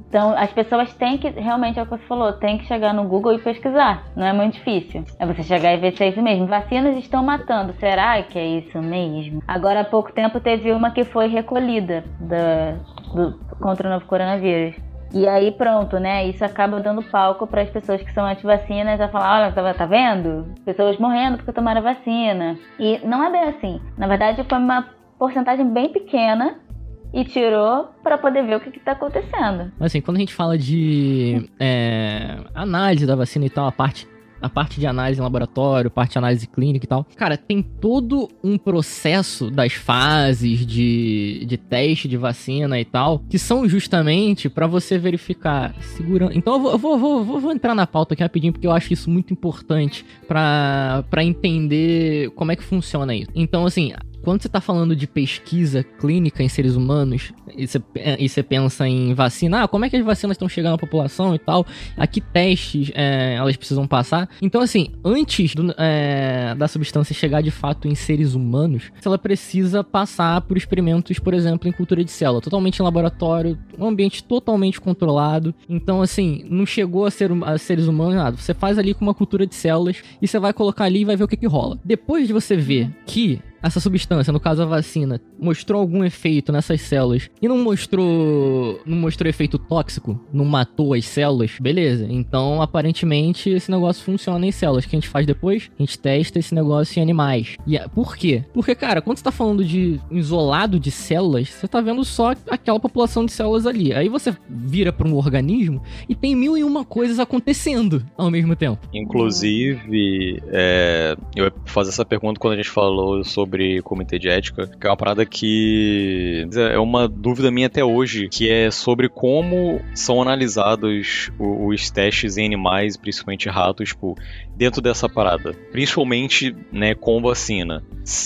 Então, as pessoas têm que, realmente é o que você falou, tem que chegar no Google e pesquisar. Não é muito difícil. É você chegar e ver se é isso mesmo. Vacinas estão matando. Será que é isso mesmo? Agora, há pouco tempo, teve uma que foi recolhida da, do, contra o novo coronavírus. E aí, pronto, né? Isso acaba dando palco para as pessoas que são antivacinas a falar, olha, tá, tá vendo? Pessoas morrendo porque tomaram vacina. E não é bem assim. Na verdade, foi uma porcentagem bem pequena e tirou para poder ver o que está acontecendo. Mas assim, quando a gente fala de é, análise da vacina e tal, a parte, a parte de análise em laboratório, parte de análise clínica e tal, cara, tem todo um processo das fases de, de teste de vacina e tal, que são justamente para você verificar segurança. Então eu vou, eu vou, vou, vou, vou entrar na pauta aqui rapidinho, porque eu acho isso muito importante para para entender como é que funciona isso. Então, assim, quando você está falando de pesquisa clínica em seres humanos, e você, e você pensa em vacina, ah, como é que as vacinas estão chegando à população e tal, a que testes é, elas precisam passar. Então, assim, antes do, é, da substância chegar de fato em seres humanos, ela precisa passar por experimentos, por exemplo, em cultura de célula, totalmente em laboratório, um ambiente totalmente controlado. Então, assim, não chegou a, ser, a seres humanos nada. Você faz ali com uma cultura de células e você vai colocar ali e vai ver o que, que rola. Depois de você ver que essa substância, no caso a vacina, mostrou algum efeito nessas células e não mostrou não mostrou efeito tóxico, não matou as células, beleza. Então, aparentemente, esse negócio funciona em células. O que a gente faz depois? A gente testa esse negócio em animais. E por quê? Porque, cara, quando você tá falando de isolado de células, você tá vendo só aquela população de células ali. Aí você vira para um organismo e tem mil e uma coisas acontecendo ao mesmo tempo. Inclusive, é, eu ia fazer essa pergunta quando a gente falou sobre sobre comitê de ética, que é uma parada que é uma dúvida minha até hoje, que é sobre como são analisados os testes em animais, principalmente ratos, tipo, dentro dessa parada. Principalmente, né, com vacina.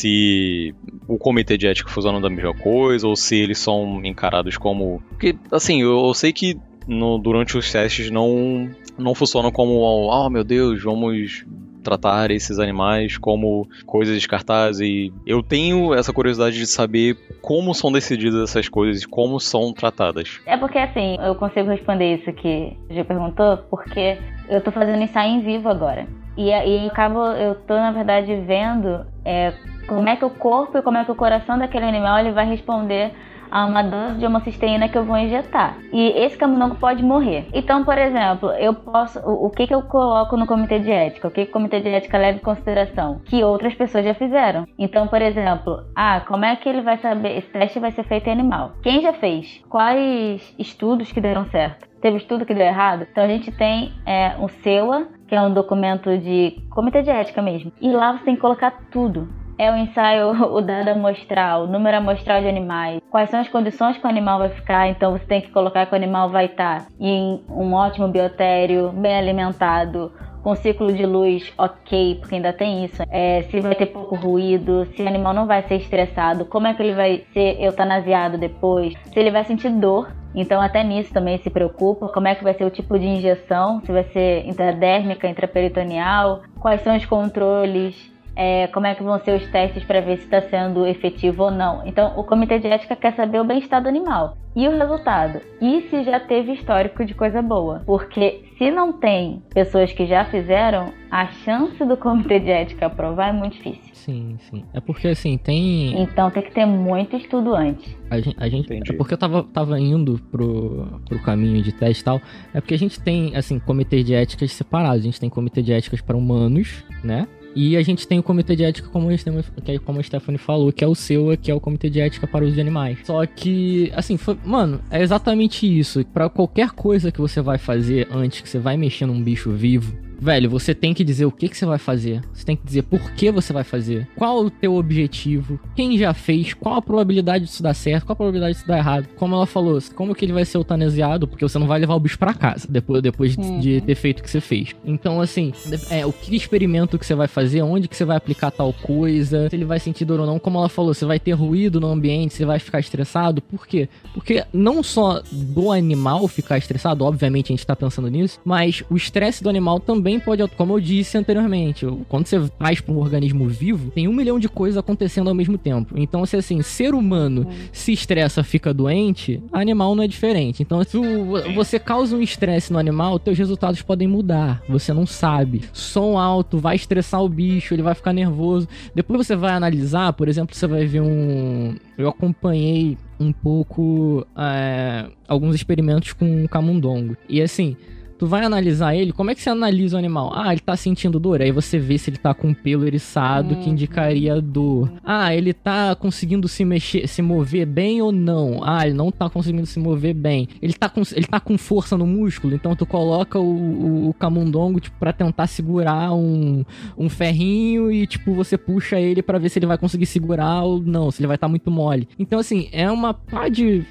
Se o comitê de ética funciona da mesma coisa, ou se eles são encarados como... Porque, assim, eu, eu sei que no, durante os testes não, não funcionam como, oh meu Deus, vamos tratar esses animais como coisas descartáveis, e eu tenho essa curiosidade de saber como são decididas essas coisas e como são tratadas. É porque, assim, eu consigo responder isso que já perguntou, porque eu tô fazendo ensaio em vivo agora. E, e acabo, eu tô, na verdade, vendo é, como é que o corpo e como é que o coração daquele animal ele vai responder a uma dose de homocisteína que eu vou injetar. E esse camundongo pode morrer. Então, por exemplo, eu posso... O, o que que eu coloco no comitê de ética? O que, que o comitê de ética leva em consideração? Que outras pessoas já fizeram. Então, por exemplo, ah, como é que ele vai saber... Esse teste vai ser feito em animal. Quem já fez? Quais estudos que deram certo? Teve estudo que deu errado? Então, a gente tem é, o SEUA, que é um documento de comitê de ética mesmo. E lá você tem que colocar tudo. É o ensaio, o dado amostral, o número amostral de animais, quais são as condições que o animal vai ficar, então você tem que colocar que o animal vai estar em um ótimo biotério, bem alimentado, com ciclo de luz ok, porque ainda tem isso, é, se vai ter pouco ruído, se o animal não vai ser estressado, como é que ele vai ser eutanasiado depois, se ele vai sentir dor. Então até nisso também se preocupa, como é que vai ser o tipo de injeção, se vai ser intradérmica, intraperitoneal, quais são os controles, É, como é que vão ser os testes para ver se está sendo efetivo ou não. Então, o comitê de ética quer saber o bem-estar do animal. E o resultado? E se já teve histórico de coisa boa? Porque se não tem pessoas que já fizeram, a chance do comitê de ética aprovar é muito difícil. Sim, sim. É porque, assim, tem... Então tem que ter muito estudo antes. A gente... A gente é porque eu tava, tava indo pro, pro caminho de teste e tal. É porque a gente tem, assim, comitê de éticas separados. A gente tem comitê de éticas para humanos, né? E a gente tem o comitê de ética, como a Stephanie falou, que é o SEUA, que é o comitê de ética para uso de animais. Só que, assim, foi, mano, é exatamente isso. Para qualquer coisa que você vai fazer antes que você vai mexer num bicho vivo, velho, você tem que dizer o que, que você vai fazer. Você tem que dizer por que você vai fazer. Qual o teu objetivo. Quem já fez. Qual a probabilidade disso dar certo. Qual a probabilidade disso dar errado. Como ela falou, como que ele vai ser eutanasiado. Porque você não vai levar o bicho pra casa. Depois, depois uhum. de ter feito o que você fez. Então, assim, é, o que experimento que você vai fazer. Onde que você vai aplicar tal coisa. Se ele vai sentir dor ou não. Como ela falou, você vai ter ruído no ambiente. Você vai ficar estressado. Por quê? Porque não só do animal ficar estressado. Obviamente a gente tá pensando nisso. Mas o estresse do animal também também pode, como eu disse anteriormente, quando você faz para um organismo vivo, tem um milhão de coisas acontecendo ao mesmo tempo. Então, se assim, ser humano se estressa, fica doente, animal não é diferente. Então, se você causa um estresse no animal, teus resultados podem mudar. Você não sabe. Som alto vai estressar o bicho, ele vai ficar nervoso. Depois você vai analisar, por exemplo, você vai ver um... Eu acompanhei um pouco é, alguns experimentos com camundongo. E assim... Tu vai analisar ele, como é que você analisa o animal? Ah, ele tá sentindo dor, aí você vê se ele tá com um pelo eriçado que indicaria dor. Ah, ele tá conseguindo se mexer, se mover bem ou não? Ah, ele não tá conseguindo se mover bem. Ele tá com, ele tá com força no músculo, então tu coloca o, o, o camundongo, tipo, pra tentar segurar um, um ferrinho e, tipo, você puxa ele pra ver se ele vai conseguir segurar ou não, se ele vai estar tá muito mole. Então, assim, é uma pá de,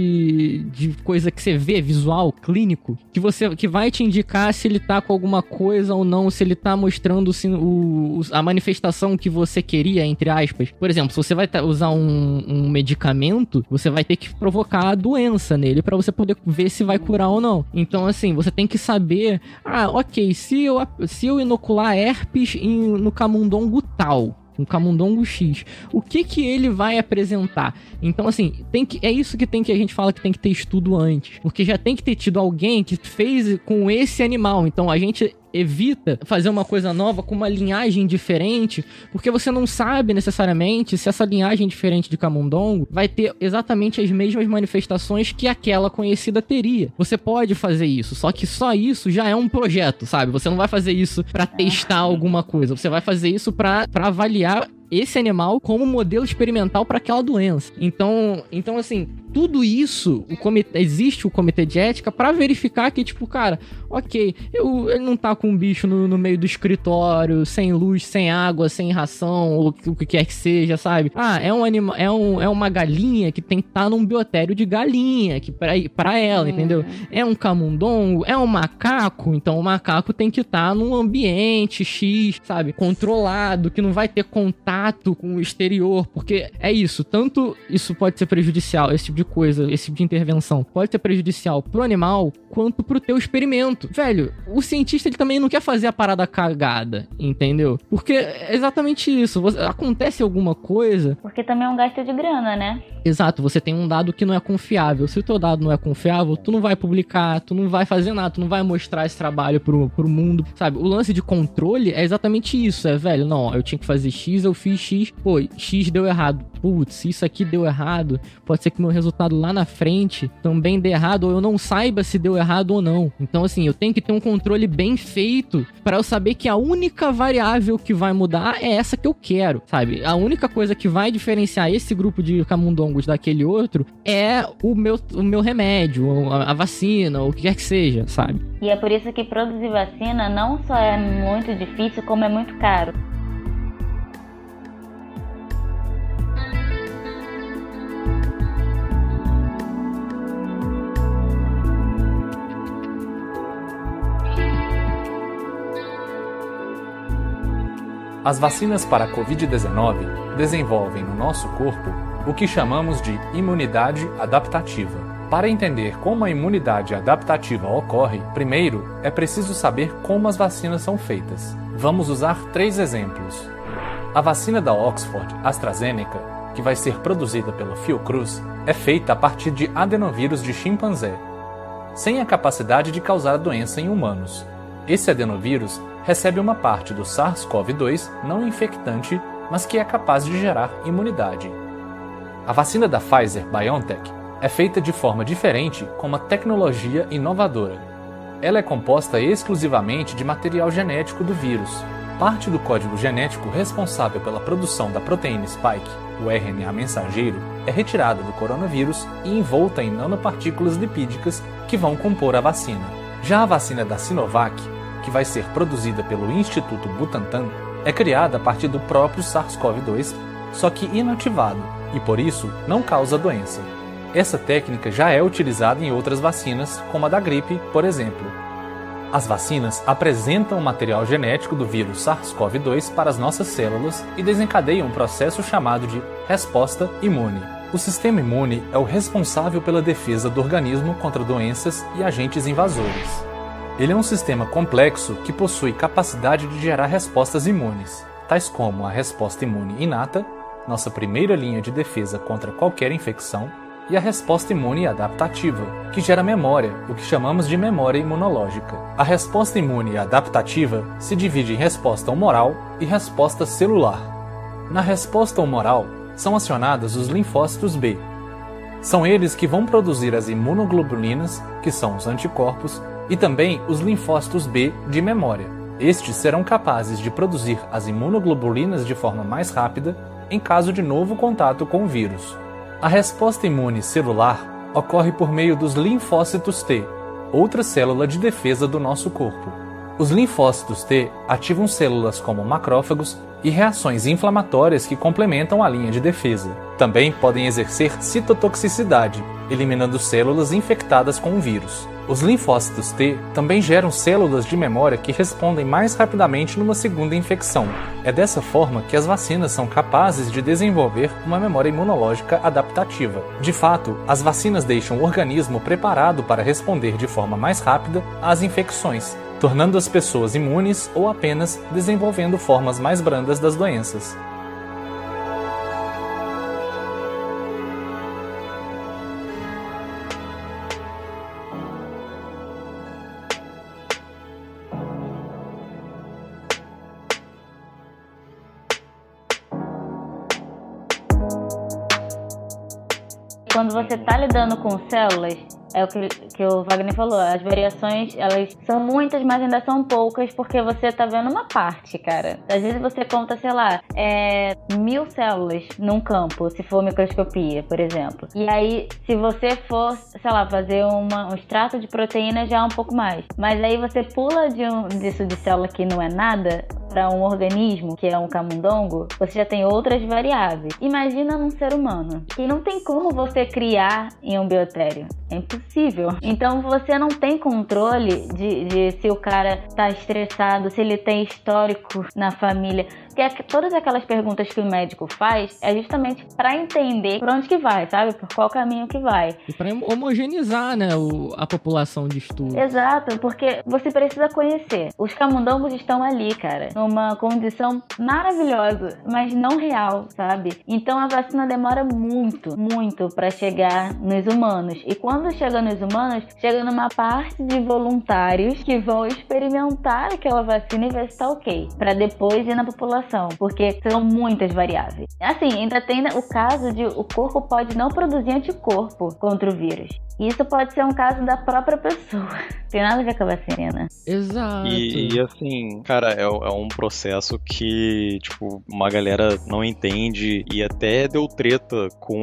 de, de coisa que você vê, visual, clínico, que você que vai vai te indicar se ele tá com alguma coisa ou não, se ele tá mostrando se, o, a manifestação que você queria, entre aspas. Por exemplo, se você vai usar um, um medicamento, você vai ter que provocar a doença nele pra você poder ver se vai curar ou não. Então, assim, você tem que saber, ah, ok, se eu, se eu inocular herpes em, no camundongo tal, um camundongo X, o que que ele vai apresentar? Então, assim, tem que, é isso que tem que a gente fala que tem que ter estudo antes, porque já tem que ter tido alguém que fez com esse animal. Então, a gente evita fazer uma coisa nova com uma linhagem diferente, porque você não sabe necessariamente se essa linhagem diferente de camundongo vai ter exatamente as mesmas manifestações que aquela conhecida teria. Você pode fazer isso, só que só isso já é um projeto, sabe? Você não vai fazer isso pra testar alguma coisa, você vai fazer isso pra, pra avaliar esse animal como modelo experimental para aquela doença. Então, então assim, tudo isso, o comitê, existe o comitê de ética para verificar que, tipo, cara, ok, eu, ele não tá com um bicho no, no meio do escritório, sem luz, sem água, sem ração, ou o que quer que seja, sabe? Ah, é um animal, é, um, é uma galinha que tem que estar tá num biotério de galinha, que pra, pra ela, é. entendeu? É um camundongo, é um macaco, então o macaco tem que estar tá num ambiente X, sabe? Controlado, que não vai ter contato com o exterior, porque é isso, tanto isso pode ser prejudicial, esse tipo de coisa, esse tipo de intervenção, pode ser prejudicial pro animal, quanto pro teu experimento. Velho, o cientista, ele também não quer fazer a parada cagada, entendeu? Porque é exatamente isso, você, acontece alguma coisa... Porque também é um gasto de grana, né? Exato, você tem um dado que não é confiável. Se o teu dado não é confiável, tu não vai publicar, tu não vai fazer nada, tu não vai mostrar esse trabalho pro, pro mundo, sabe? O lance de controle é exatamente isso, é, velho, não, eu tinha que fazer X, eu fiz X, pô, X deu errado. Putz, isso aqui deu errado, pode ser que meu resultado lá na frente também dê errado, ou eu não saiba se deu errado ou não. Então, assim, eu tenho que ter um controle bem feito pra eu saber que a única variável que vai mudar é essa que eu quero, sabe? A única coisa que vai diferenciar esse grupo de camundongos daquele outro é o meu, o meu remédio, a, a vacina, ou o que quer que seja, sabe? E é por isso que produzir vacina não só é muito difícil, como é muito caro. As vacinas para a covid dezenove desenvolvem no nosso corpo o que chamamos de imunidade adaptativa. Para entender como a imunidade adaptativa ocorre, primeiro é preciso saber como as vacinas são feitas. Vamos usar três exemplos. A vacina da Oxford AstraZeneca, que vai ser produzida pela Fiocruz, é feita a partir de adenovírus de chimpanzé, sem a capacidade de causar a doença em humanos. Esse adenovírus recebe uma parte do SARS-CoV dois não infectante, mas que é capaz de gerar imunidade. A vacina da Pfizer-BioNTech é feita de forma diferente com uma tecnologia inovadora. Ela é composta exclusivamente de material genético do vírus. Parte do código genético responsável pela produção da proteína spike, o R N A mensageiro, é retirada do coronavírus e envolta em nanopartículas lipídicas que vão compor a vacina. Já a vacina da Sinovac, que vai ser produzida pelo Instituto Butantan, é criada a partir do próprio SARS-CoV dois, só que inativado, e por isso não causa doença. Essa técnica já é utilizada em outras vacinas, como a da gripe, por exemplo. As vacinas apresentam o material genético do vírus SARS-CoV dois para as nossas células e desencadeiam um processo chamado de resposta imune. O sistema imune é o responsável pela defesa do organismo contra doenças e agentes invasores. Ele é um sistema complexo que possui capacidade de gerar respostas imunes, tais como a resposta imune inata, nossa primeira linha de defesa contra qualquer infecção, e a resposta imune adaptativa, que gera memória, o que chamamos de memória imunológica. A resposta imune adaptativa se divide em resposta humoral e resposta celular. Na resposta humoral, são acionados os linfócitos B. São eles que vão produzir as imunoglobulinas, que são os anticorpos, e também os linfócitos B de memória. Estes serão capazes de produzir as imunoglobulinas de forma mais rápida em caso de novo contato com o vírus. A resposta imune celular ocorre por meio dos linfócitos T, outra célula de defesa do nosso corpo. Os linfócitos T ativam células como macrófagos e reações inflamatórias que complementam a linha de defesa. Também podem exercer citotoxicidade, eliminando células infectadas com o vírus. Os linfócitos T também geram células de memória que respondem mais rapidamente numa segunda infecção. É dessa forma que as vacinas são capazes de desenvolver uma memória imunológica adaptativa. De fato, as vacinas deixam o organismo preparado para responder de forma mais rápida às infecções, tornando as pessoas imunes ou apenas desenvolvendo formas mais brandas das doenças. Quando você está lidando com células, é o que, que o Wagner falou, as variações, elas são muitas, mas ainda são poucas, porque você está vendo uma parte, cara. Às vezes você conta, sei lá, é, mil células num campo, se for microscopia, por exemplo. E aí, se você for, sei lá, fazer uma, um extrato de proteína, já é um pouco mais. Mas aí você pula de um, disso de célula que não é nada para um organismo, que é um camundongo, você já tem outras variáveis. Imagina num ser humano, que não tem como você criar em um biotério. É impossível. Então você não tem controle de, de se o cara tá estressado, se ele tem histórico na família. Porque todas aquelas perguntas que o médico faz é justamente para entender por onde que vai, sabe? Por qual caminho que vai. E para homogeneizar, né, o, a população de estudo. Exato, porque você precisa conhecer. Os camundongos estão ali, cara, numa condição maravilhosa, mas não real, sabe? Então a vacina demora muito, muito para chegar nos humanos. E quando chega nos humanos, chega numa parte de voluntários que vão experimentar aquela vacina e ver se tá ok, para depois ir na população. Porque são muitas variáveis. Assim, ainda tem o caso de o corpo pode não produzir anticorpo contra o vírus. Isso pode ser um caso da própria pessoa. Tem nada a ver com a vacina. Exato. E, e assim, cara, é, é um processo que, tipo, uma galera não entende e até deu treta com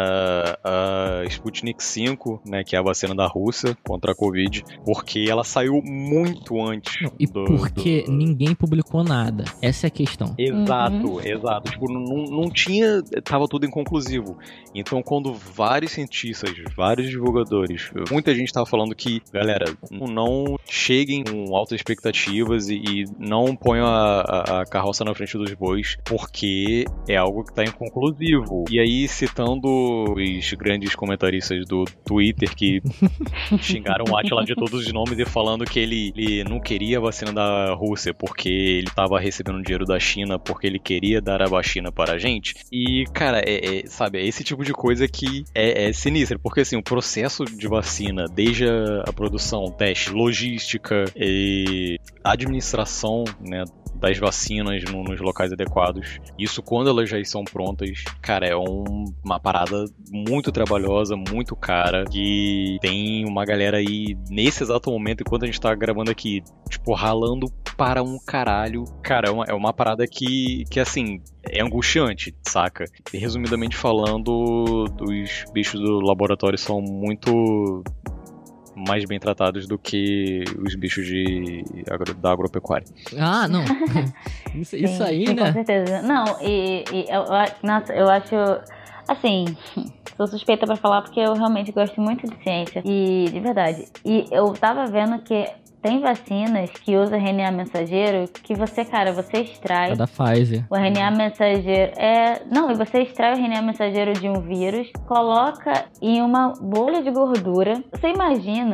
a, a Sputnik cinco, né, que é a vacina da Rússia contra a Covid, porque ela saiu muito antes. Não, e do, porque do... ninguém publicou nada. Essa é a questão. Exato, uhum. exato. Tipo, não, não tinha... Tava tudo inconclusivo. Então, quando vários cientistas, vários divulgadores, muita gente tava falando que, galera, não cheguem com altas expectativas e, e não ponham a, a, a carroça na frente dos bois, porque é algo que tá inconclusivo. E aí, citando os grandes comentaristas do Twitter que xingaram o Átila de todos os nomes e falando que ele, ele não queria a vacina da Rússia porque ele tava recebendo dinheiro da China, porque ele queria dar a vacina para a gente. E, cara, é, é, sabe, é esse tipo de coisa que é, é sinistro, porque assim, o processo de vacina, desde a, a produção, teste, logística e administração, né, das vacinas no, nos locais adequados. Isso quando elas já são prontas, cara, é um, uma parada muito trabalhosa, muito cara, que tem uma galera aí, nesse exato momento, enquanto a gente tá gravando aqui, tipo, ralando para um caralho. Cara, é uma, é uma parada que, que, assim, é angustiante, saca? E, resumidamente falando, os bichos do laboratório são muito mais bem tratados do que os bichos de, da agropecuária. Ah, não. Isso, isso sim, aí, sim, né? Com certeza. Não, e, e eu, nossa, eu acho... Assim, sou suspeita pra falar porque eu realmente gosto muito de ciência. E, de verdade. E eu tava vendo que tem vacinas que usam R N A mensageiro que você, cara, você extrai... É da Pfizer. O R N A mensageiro é... Não, e você extrai o R N A mensageiro de um vírus, coloca em uma bolha de gordura. Você imagina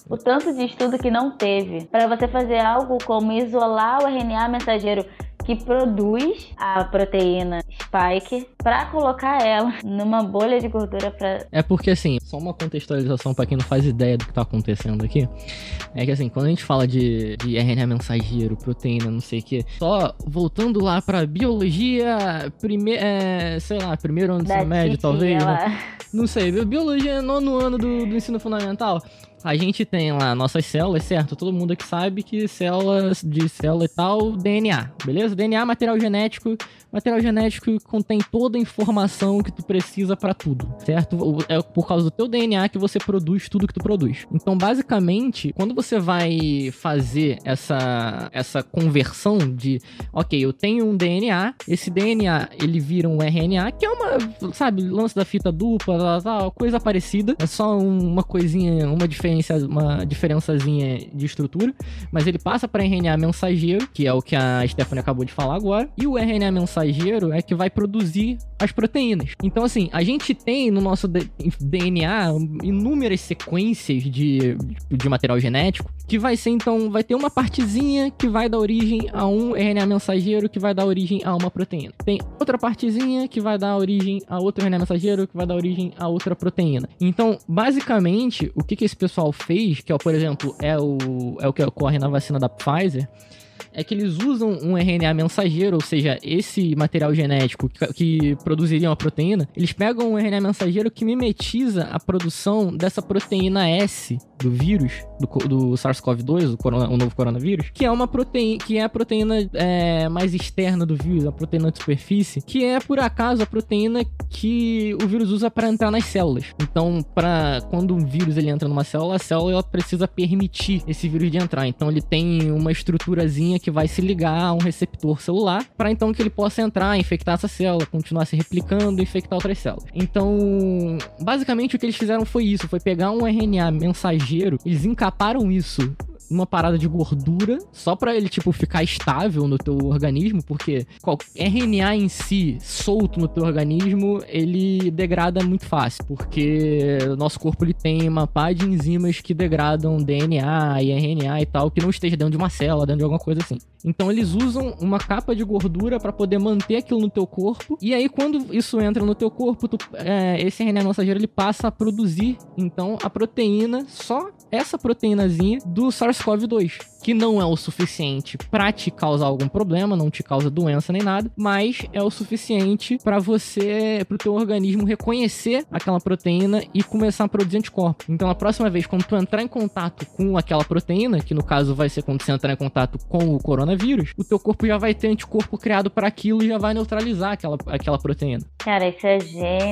o tanto de estudo que não teve para você fazer algo como isolar o R N A mensageiro que produz a proteína spike para colocar ela numa bolha de gordura pra... É porque, assim, só uma contextualização para quem não faz ideia do que tá acontecendo aqui, é que, assim, quando a gente fala de, de R N A mensageiro, proteína, não sei o que, só voltando lá pra biologia, prime... é, sei lá, primeiro ano do ensino médio, talvez, né? Não sei, biologia nono ano do, do ensino fundamental. A gente tem lá nossas células, certo? Todo mundo aqui sabe que células de célula e tal, D N A, beleza? D N A, material genético. Material genético contém toda a informação que tu precisa pra tudo, certo? É por causa do teu D N A que você produz tudo que tu produz. Então, basicamente, quando você vai fazer essa, essa conversão de, ok, eu tenho um D N A, esse D N A, ele vira um R N A, que é uma, sabe, lance da fita dupla, tal, tal, coisa parecida, é só uma coisinha, uma diferença, uma diferençazinha de estrutura, mas ele passa para R N A mensageiro, que é o que a Stephanie acabou de falar agora, e o R N A mensageiro é que vai produzir as proteínas. Então, assim, a gente tem no nosso D N A inúmeras sequências de, de material genético que vai ser, então, vai ter uma partezinha que vai dar origem a um R N A mensageiro que vai dar origem a uma proteína. Tem outra partezinha que vai dar origem a outro R N A mensageiro que vai dar origem a outra proteína. Então, basicamente, o que, que esse pessoal fez, que, ó, por exemplo, é o, é o que ocorre na vacina da Pfizer, é que eles usam um R N A mensageiro, ou seja, esse material genético que, que produziria uma proteína, eles pegam um R N A mensageiro que mimetiza a produção dessa proteína S do vírus, do, do SARS-CoV dois, o, corona, o novo coronavírus, que é uma proteína, que é a proteína é, mais externa do vírus, a proteína de superfície, que é, por acaso, a proteína que o vírus usa para entrar nas células. Então, pra, quando um vírus ele entra numa célula, a célula ela precisa permitir esse vírus de entrar. Então, ele tem uma estruturazinha que vai se ligar a um receptor celular para então que ele possa entrar, infectar essa célula, continuar se replicando e infectar outras células. Então, basicamente o que eles fizeram foi isso, foi pegar um R N A mensageiro, eles encaparam isso numa parada de gordura, só pra ele, tipo, ficar estável no teu organismo, porque R N A em si, solto no teu organismo, ele degrada muito fácil, porque o nosso corpo, ele tem uma pá de enzimas que degradam D N A e R N A e tal, que não esteja dentro de uma célula, dentro de alguma coisa assim. Então, eles usam uma capa de gordura pra poder manter aquilo no teu corpo, e aí, quando isso entra no teu corpo, tu, é, esse R N A mensageiro, ele passa a produzir, então, a proteína, só essa proteínazinha do SARS-CoV dois, que não é o suficiente pra te causar algum problema, não te causa doença nem nada, mas é o suficiente pra você, pro teu organismo reconhecer aquela proteína e começar a produzir anticorpos. Então, a próxima vez, quando tu entrar em contato com aquela proteína, que no caso vai ser quando você entrar em contato com o coronavírus, o teu corpo já vai ter anticorpo criado para aquilo e já vai neutralizar aquela, aquela proteína. Cara, isso é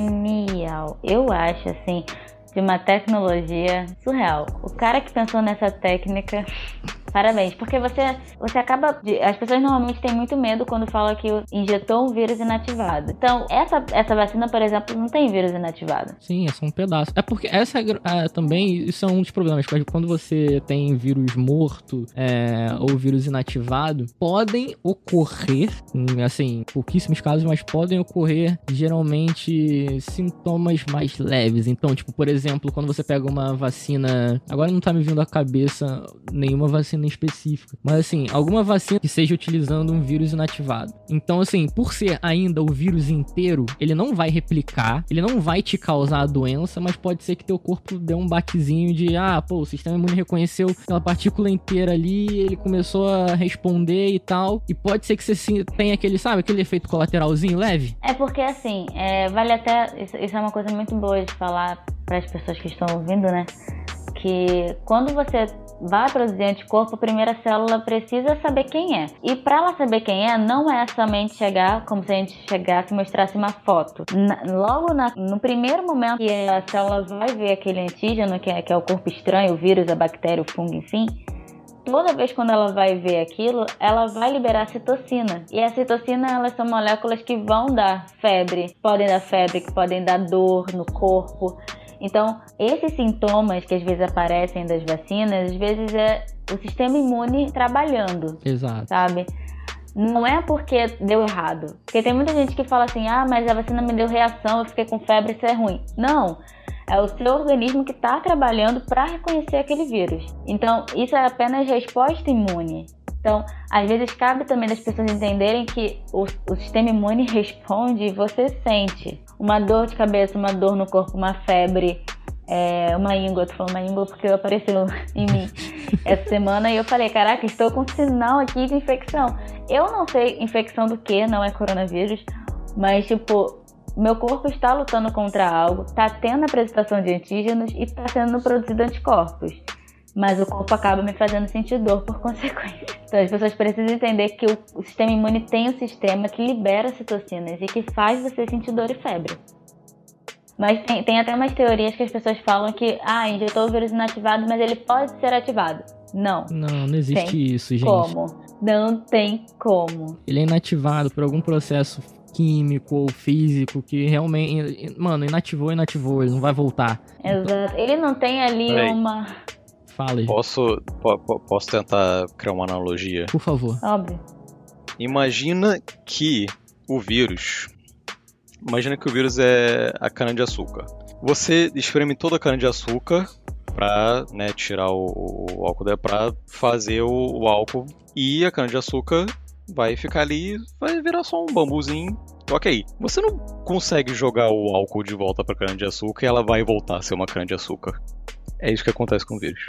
genial. Eu acho, assim, de uma tecnologia surreal. O cara que pensou nessa técnica, parabéns, porque você, você acaba... De, as pessoas normalmente têm muito medo quando falam que injetou um vírus inativado. Então, essa, essa vacina, por exemplo, não tem vírus inativado. Sim, é só um pedaço. É porque essa é, é, também, isso é um dos problemas. Quando você tem vírus morto é, ou vírus inativado, podem ocorrer, assim, pouquíssimos casos, mas podem ocorrer, geralmente, sintomas mais leves. Então, tipo, por exemplo, quando você pega uma vacina... Agora não tá me vindo à cabeça nenhuma vacina específica, mas assim, alguma vacina que seja utilizando um vírus inativado. Então, assim, por ser ainda o vírus inteiro, ele não vai replicar, ele não vai te causar a doença, mas pode ser que teu corpo dê um baquezinho de, ah, pô, o sistema imune reconheceu aquela partícula inteira ali, ele começou a responder e tal, e pode ser que você sim, tenha aquele, sabe, aquele efeito colateralzinho leve. É porque, assim, é, vale até, isso, isso é uma coisa muito boa de falar para as pessoas que estão ouvindo, né, que quando você vai produzir anticorpo, a primeira célula precisa saber quem é. E para ela saber quem é, não é somente chegar, como se a gente chegasse e mostrasse uma foto. Na, logo na, no primeiro momento que a célula vai ver aquele antígeno, que é, que é o corpo estranho, o vírus, a bactéria, o fungo, enfim, toda vez quando ela vai ver aquilo, ela vai liberar citocina. E a citocina, elas são moléculas que vão dar febre, podem dar febre, que podem dar dor no corpo. Então, esses sintomas que às vezes aparecem das vacinas, às vezes é o sistema imune trabalhando. Exato. Sabe? Não é porque deu errado. Porque tem muita gente que fala assim, ah, mas a vacina me deu reação, eu fiquei com febre, isso é ruim. Não. É o seu organismo que está trabalhando para reconhecer aquele vírus. Então, isso é apenas resposta imune. Então, às vezes cabe também das pessoas entenderem que o, o sistema imune responde e você sente uma dor de cabeça, uma dor no corpo, uma febre, é, uma íngua. Eu tô falando uma íngua porque apareceu em mim essa semana e eu falei, caraca, estou com sinal aqui de infecção. Eu não sei infecção do que, não é coronavírus, mas tipo, meu corpo está lutando contra algo, está tendo apresentação de antígenos e está sendo produzido anticorpos. Mas o corpo acaba me fazendo sentir dor por consequência. Então as pessoas precisam entender que o, o sistema imune tem um sistema que libera citocinas e que faz você sentir dor e febre. Mas tem, tem até umas teorias que as pessoas falam que ah, injetou o vírus inativado, mas ele pode ser ativado. Não. Não, não existe tem isso, gente. Como? Não tem como. Ele é inativado por algum processo químico ou físico que realmente... Mano, inativou, inativou, ele não vai voltar. Exato. Ele não tem ali Peraí. uma... Fala aí. Posso, po- po- posso tentar criar uma analogia? Por favor. Óbvio. Imagina que o vírus... Imagina que o vírus é a cana-de-açúcar. Você espreme toda a cana-de-açúcar pra, né, tirar o, o álcool dela, pra fazer o, o álcool. E a cana-de-açúcar vai ficar ali, vai virar só um bambuzinho. Ok, você não consegue jogar o álcool de volta pra cana-de-açúcar e ela vai voltar a ser uma cana-de-açúcar. É isso que acontece com o vírus.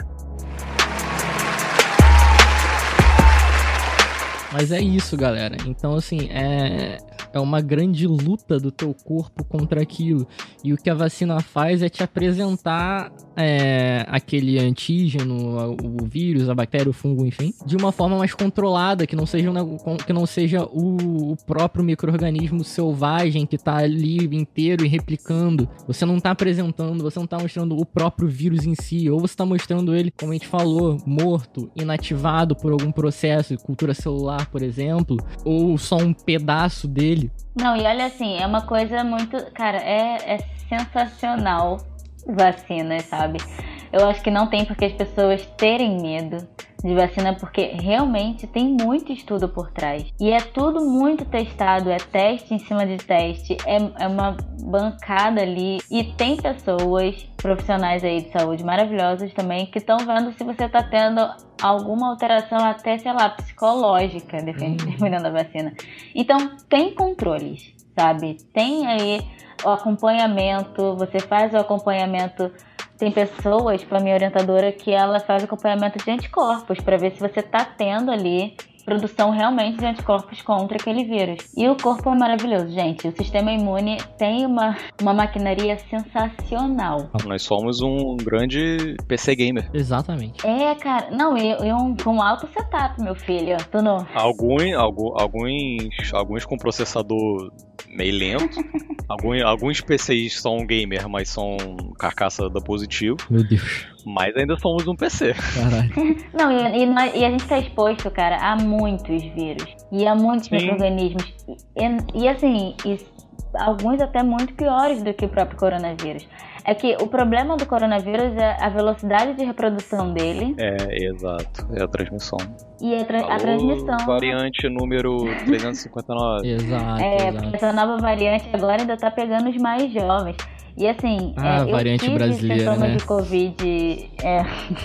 Mas é isso, galera. Então, assim, é... é uma grande luta do teu corpo contra aquilo. E o que a vacina faz é te apresentar é, aquele antígeno, o vírus, a bactéria, o fungo, enfim, de uma forma mais controlada, que não seja, um, que não seja o, o próprio micro-organismo selvagem que tá ali inteiro e replicando. Você não tá apresentando, você não tá mostrando o próprio vírus em si, ou você tá mostrando ele, como a gente falou, morto, inativado por algum processo, cultura celular, por exemplo, ou só um pedaço dele. Não, e olha assim, é uma coisa muito... Cara, é, é sensacional vacina, sabe? Eu acho que não tem porque as pessoas terem medo de vacina, porque realmente tem muito estudo por trás. E é tudo muito testado, é teste em cima de teste, é, é uma bancada ali. E tem pessoas, profissionais aí de saúde maravilhosas também, que estão vendo se você tá tendo alguma alteração até, sei lá, psicológica, dependendo da vacina. Então, tem controles, sabe? Tem aí o acompanhamento, você faz o acompanhamento. Tem pessoas, tipo a minha orientadora, que ela faz acompanhamento de anticorpos para ver se você tá tendo ali produção realmente de anticorpos contra aquele vírus. E o corpo é maravilhoso, gente. O sistema imune tem uma, uma maquinaria sensacional. Nós somos um grande P C gamer. Exatamente. É, cara. Não, e, e um, um alto setup, meu filho. Tu não... Alguns, alguns, alguns, alguns com processador meio lento. alguns, alguns P Cs são gamer, mas são carcaça da Positivo. Meu Deus. Mas ainda somos um P C. Caralho. Não, e, e, nós- e a gente tá exposto, cara, a muitos vírus. E a muitos Sim. micro-organismos. E, e assim, e alguns até muito piores do que o próprio coronavírus. É que o problema do coronavírus é a velocidade de reprodução dele É, exato. É a transmissão. e a, tra- a Alô, transmissão. Variante número trezentos e cinquenta e nove. Exato, É, exato. porque essa nova variante agora ainda tá pegando os mais jovens. E assim, Ah, é, eu variante tive brasileira, sintomas né? de Covid. É,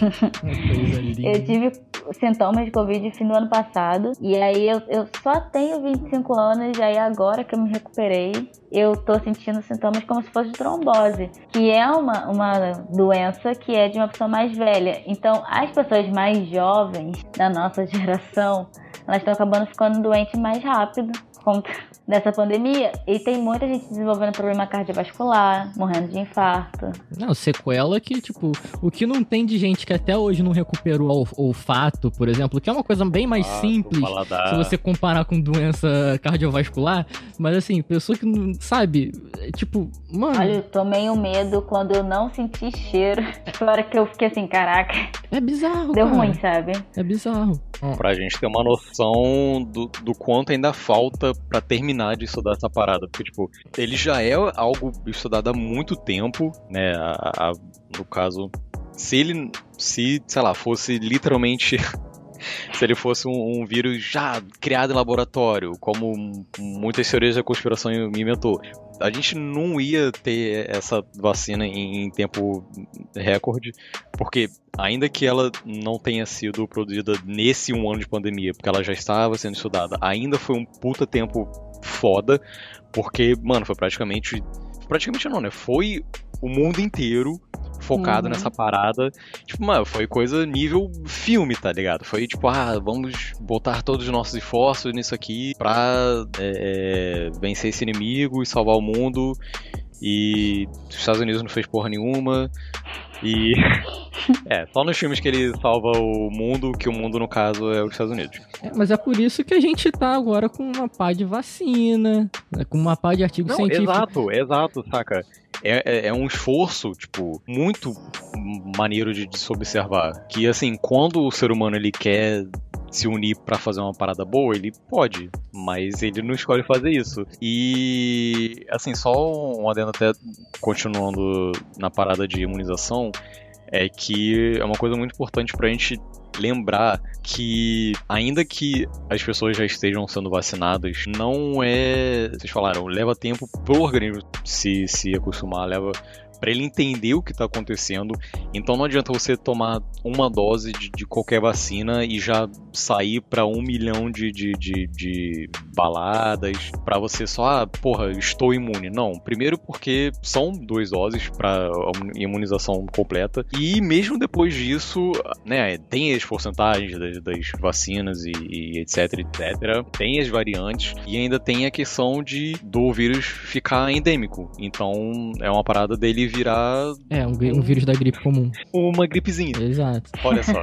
Coisa linda. eu tive sintomas de Covid no fim do ano passado. E aí eu, eu só tenho vinte e cinco anos. E aí agora que eu me recuperei, eu tô sentindo sintomas como se fosse de trombose. Que é uma, uma doença que é de uma pessoa mais velha. Então as pessoas mais jovens da nossa geração, elas estão acabando ficando doentes mais rápido por conta dessa pandemia. E tem muita gente desenvolvendo problema cardiovascular, morrendo de infarto. Não, sequela que, tipo, o que não tem de gente que até hoje não recuperou o olfato, por exemplo, que é uma coisa bem mais Ah, simples o paladar. se você comparar com doença cardiovascular, mas assim, pessoa que não sabe, é tipo, mano, Olha, eu tomei um medo quando eu não senti cheiro. Tipo, a hora que eu fiquei assim, caraca, é bizarro, deu cara. ruim, sabe? É bizarro. Ó, Pra gente ter uma noção do, do quanto ainda falta pra terminar de estudar essa parada. Porque, tipo, ele já é algo estudado há muito tempo, né? A- a- no caso, se ele, se, sei lá, fosse literalmente... Se ele fosse um, um vírus já criado em laboratório, como muitas teorias da conspiração inventou, a gente não ia ter essa vacina em, em tempo recorde, porque ainda que ela não tenha sido produzida nesse um ano de pandemia, porque ela já estava sendo estudada, ainda foi um puta tempo foda, porque, mano, foi praticamente... Praticamente não, né? Foi o mundo inteiro focado uhum. nessa parada. Tipo, mano, foi coisa nível filme, tá ligado? Foi tipo, ah, vamos botar todos os nossos esforços nisso aqui pra é, vencer esse inimigo e salvar o mundo. E os Estados Unidos não fez porra nenhuma. E é, só nos filmes que ele salva o mundo, que o mundo, no caso, é os Estados Unidos. É, mas é por isso que a gente tá agora com uma pá de vacina, com uma pá de artigo não, científico. Exato, exato, saca? É, é, é um esforço, tipo, muito maneiro de, de se observar. Que, assim, quando o ser humano, ele quer se unir pra fazer uma parada boa, ele pode, mas ele não escolhe fazer isso. E, assim, só um adendo até continuando na parada de imunização, é que é uma coisa muito importante pra gente lembrar que, ainda que as pessoas já estejam sendo vacinadas, não é... Vocês falaram, leva tempo pro organismo se, se acostumar, leva... pra ele entender o que tá acontecendo. Então não adianta você tomar uma dose de, de qualquer vacina e já sair pra um milhão de, de, de, de baladas pra você só, ah, porra, estou imune. Não, primeiro porque são duas doses pra imunização completa, e mesmo depois disso, né, tem as porcentagens das, das vacinas e, e etc, etc, tem as variantes e ainda tem a questão de do vírus ficar endêmico. Então é uma parada dele virar... É, um, um vírus da gripe comum. Uma gripezinha. Exato. Olha só.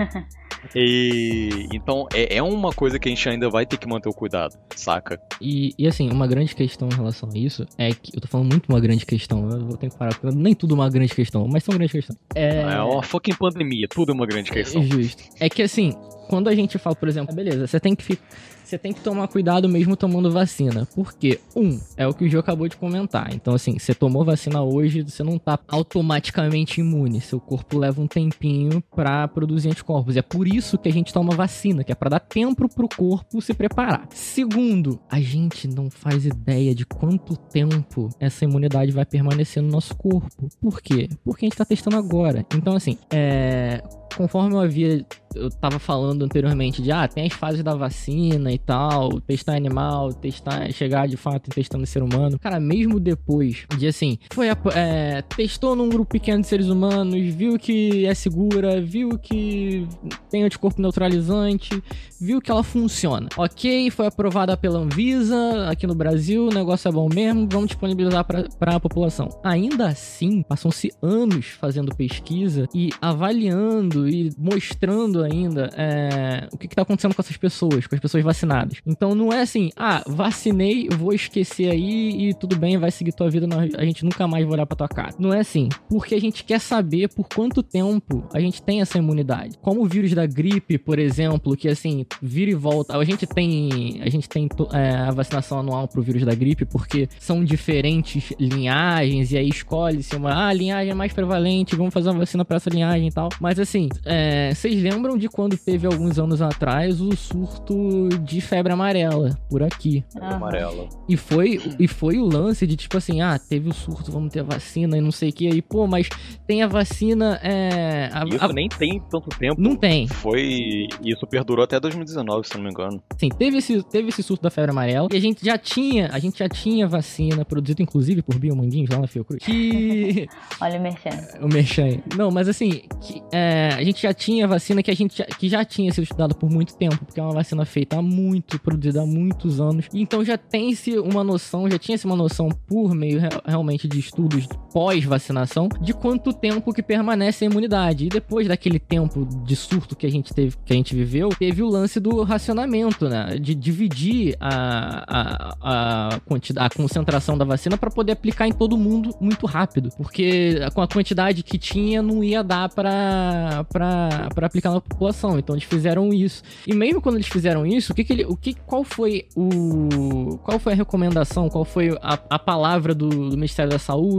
E, então, é, é uma coisa que a gente ainda vai ter que manter o cuidado, saca? E, e assim, uma grande questão em relação a isso é que... Eu tô falando muito uma grande questão, eu vou ter que parar, porque nem tudo é uma grande questão, mas são grandes questões. É, é uma fucking pandemia, tudo é uma grande questão. É justo. É que assim, quando a gente fala, por exemplo, beleza, você tem que ficar... Você tem que tomar cuidado mesmo tomando vacina. Por quê? Um, é o que o Gio acabou de comentar. Então, assim, você tomou vacina hoje, você não tá automaticamente imune. Seu corpo leva um tempinho pra produzir anticorpos. E é por isso que a gente toma vacina, que é pra dar tempo pro corpo se preparar. Segundo, a gente não faz ideia de quanto tempo essa imunidade vai permanecer no nosso corpo. Por quê? Porque a gente tá testando agora. Então, assim, é... conforme eu havia... Eu tava falando anteriormente de, ah, tem as fases da vacina e tal, testar animal, testar, chegar de fato em testando ser humano. Cara, mesmo depois de, assim, foi, é, testou num grupo pequeno de seres humanos, viu que é segura, viu que tem anticorpo neutralizante, viu que ela funciona. Ok, foi aprovada pela Anvisa aqui no Brasil, o negócio é bom mesmo, vamos disponibilizar pra, pra população. Ainda assim, passam-se anos fazendo pesquisa e avaliando e mostrando ainda é, o que que tá acontecendo com essas pessoas, com as pessoas vacinadas. Então não é assim, ah, vacinei, vou esquecer aí e tudo bem, vai seguir tua vida, a gente nunca mais vai olhar pra tua cara. Não é assim, porque a gente quer saber por quanto tempo a gente tem essa imunidade. Como o vírus da gripe, por exemplo, que assim, vira e volta, a gente tem, a gente tem é, a vacinação anual pro vírus da gripe, porque são diferentes linhagens, e aí escolhe-se uma, ah, linhagem é mais prevalente, vamos fazer uma vacina pra essa linhagem e tal. Mas assim, é, vocês lembram de quando teve alguns anos atrás o surto de febre amarela por aqui? Febre amarela. E foi, e foi o lance de tipo assim, ah, teve o surto, vamos ter a vacina e não sei o que, aí, pô, mas tem a vacina, é... A, isso a... nem tem tanto tempo. Não tem. Foi... Isso perdurou até dois mil e dezenove, se não me engano. Sim, teve esse, teve esse surto da febre amarela e a gente já tinha, a gente já tinha vacina produzida inclusive por biomanguinhos lá na Fiocruz. Que... Olha o merchan. O merchan. Não, mas assim, que, é, a gente já tinha vacina que a gente já, que já tinha sido estudada por muito tempo, porque é uma vacina feita há muito, produzida há muitos anos. Então já tem-se uma noção, já tinha-se uma noção por meio realmente de estudos pós-vacinação de quanto tempo que permanece a imunidade. E depois daquele tempo de surto que a gente teve, que a gente viveu, teve o lance do racionamento, né? De dividir a, a, a, quantidade, a concentração da vacina para poder aplicar em todo mundo muito rápido. Porque com a quantidade que tinha, não ia dar para para aplicar na população. Então eles fizeram isso. E mesmo quando eles fizeram isso, o que que ele, o que, qual foi o, qual foi a recomendação, qual foi a, a palavra do, do Ministério da Saúde,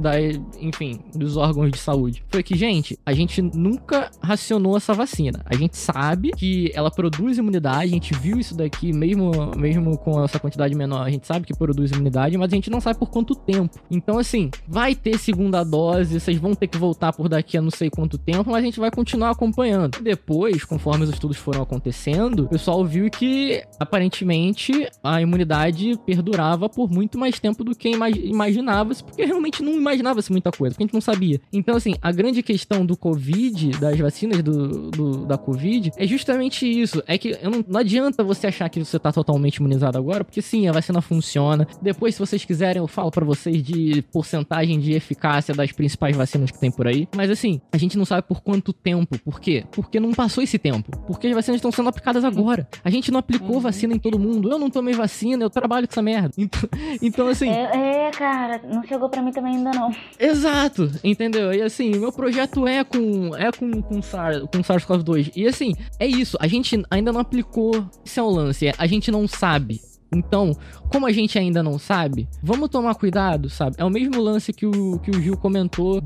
da, enfim, dos órgãos de saúde, foi que, gente, a gente nunca racionou essa vacina. A gente sabe que ela produz imunidade, a gente viu isso daqui, mesmo, mesmo com essa quantidade menor, a gente sabe que produz imunidade, mas a gente não sabe por quanto tempo. Então, assim, vai ter segunda dose, vocês vão ter que voltar por daqui a não sei quanto tempo, mas a gente vai continuar acompanhando. Depois, conforme os estudos foram acontecendo, o pessoal viu que, aparentemente, a imunidade perdurava por muito mais tempo do que imaginava-se, porque realmente não imaginava-se muita coisa, porque a gente não sabia. Então, assim, a grande questão do Covid, das vacinas do, do, da Covid, é justamente isso. É que eu não, não adianta você achar que você tá totalmente imunizado agora, porque sim, a vacina funciona. Depois, se vocês quiserem, eu falo pra vocês de porcentagem de eficácia das principais vacinas que tem por aí. Mas, assim, a gente não sabe por quanto tempo. Por quê? Porque não passou esse tempo. Porque as vacinas estão sendo aplicadas agora. A gente não aplicou vacina em todo mundo. Eu não tomei vacina, eu trabalho com essa merda. Então, então assim... É, é, cara, não chegou pra mim também ainda não. Exato, entendeu? E assim, meu projeto é com é com, com, SARS, com SARS-CoV dois. E assim, é isso, a gente ainda não aplicou. Esse é o lance, a gente não sabe. Então, como a gente ainda não sabe, vamos tomar cuidado, sabe? É o mesmo lance que o, que o Gil comentou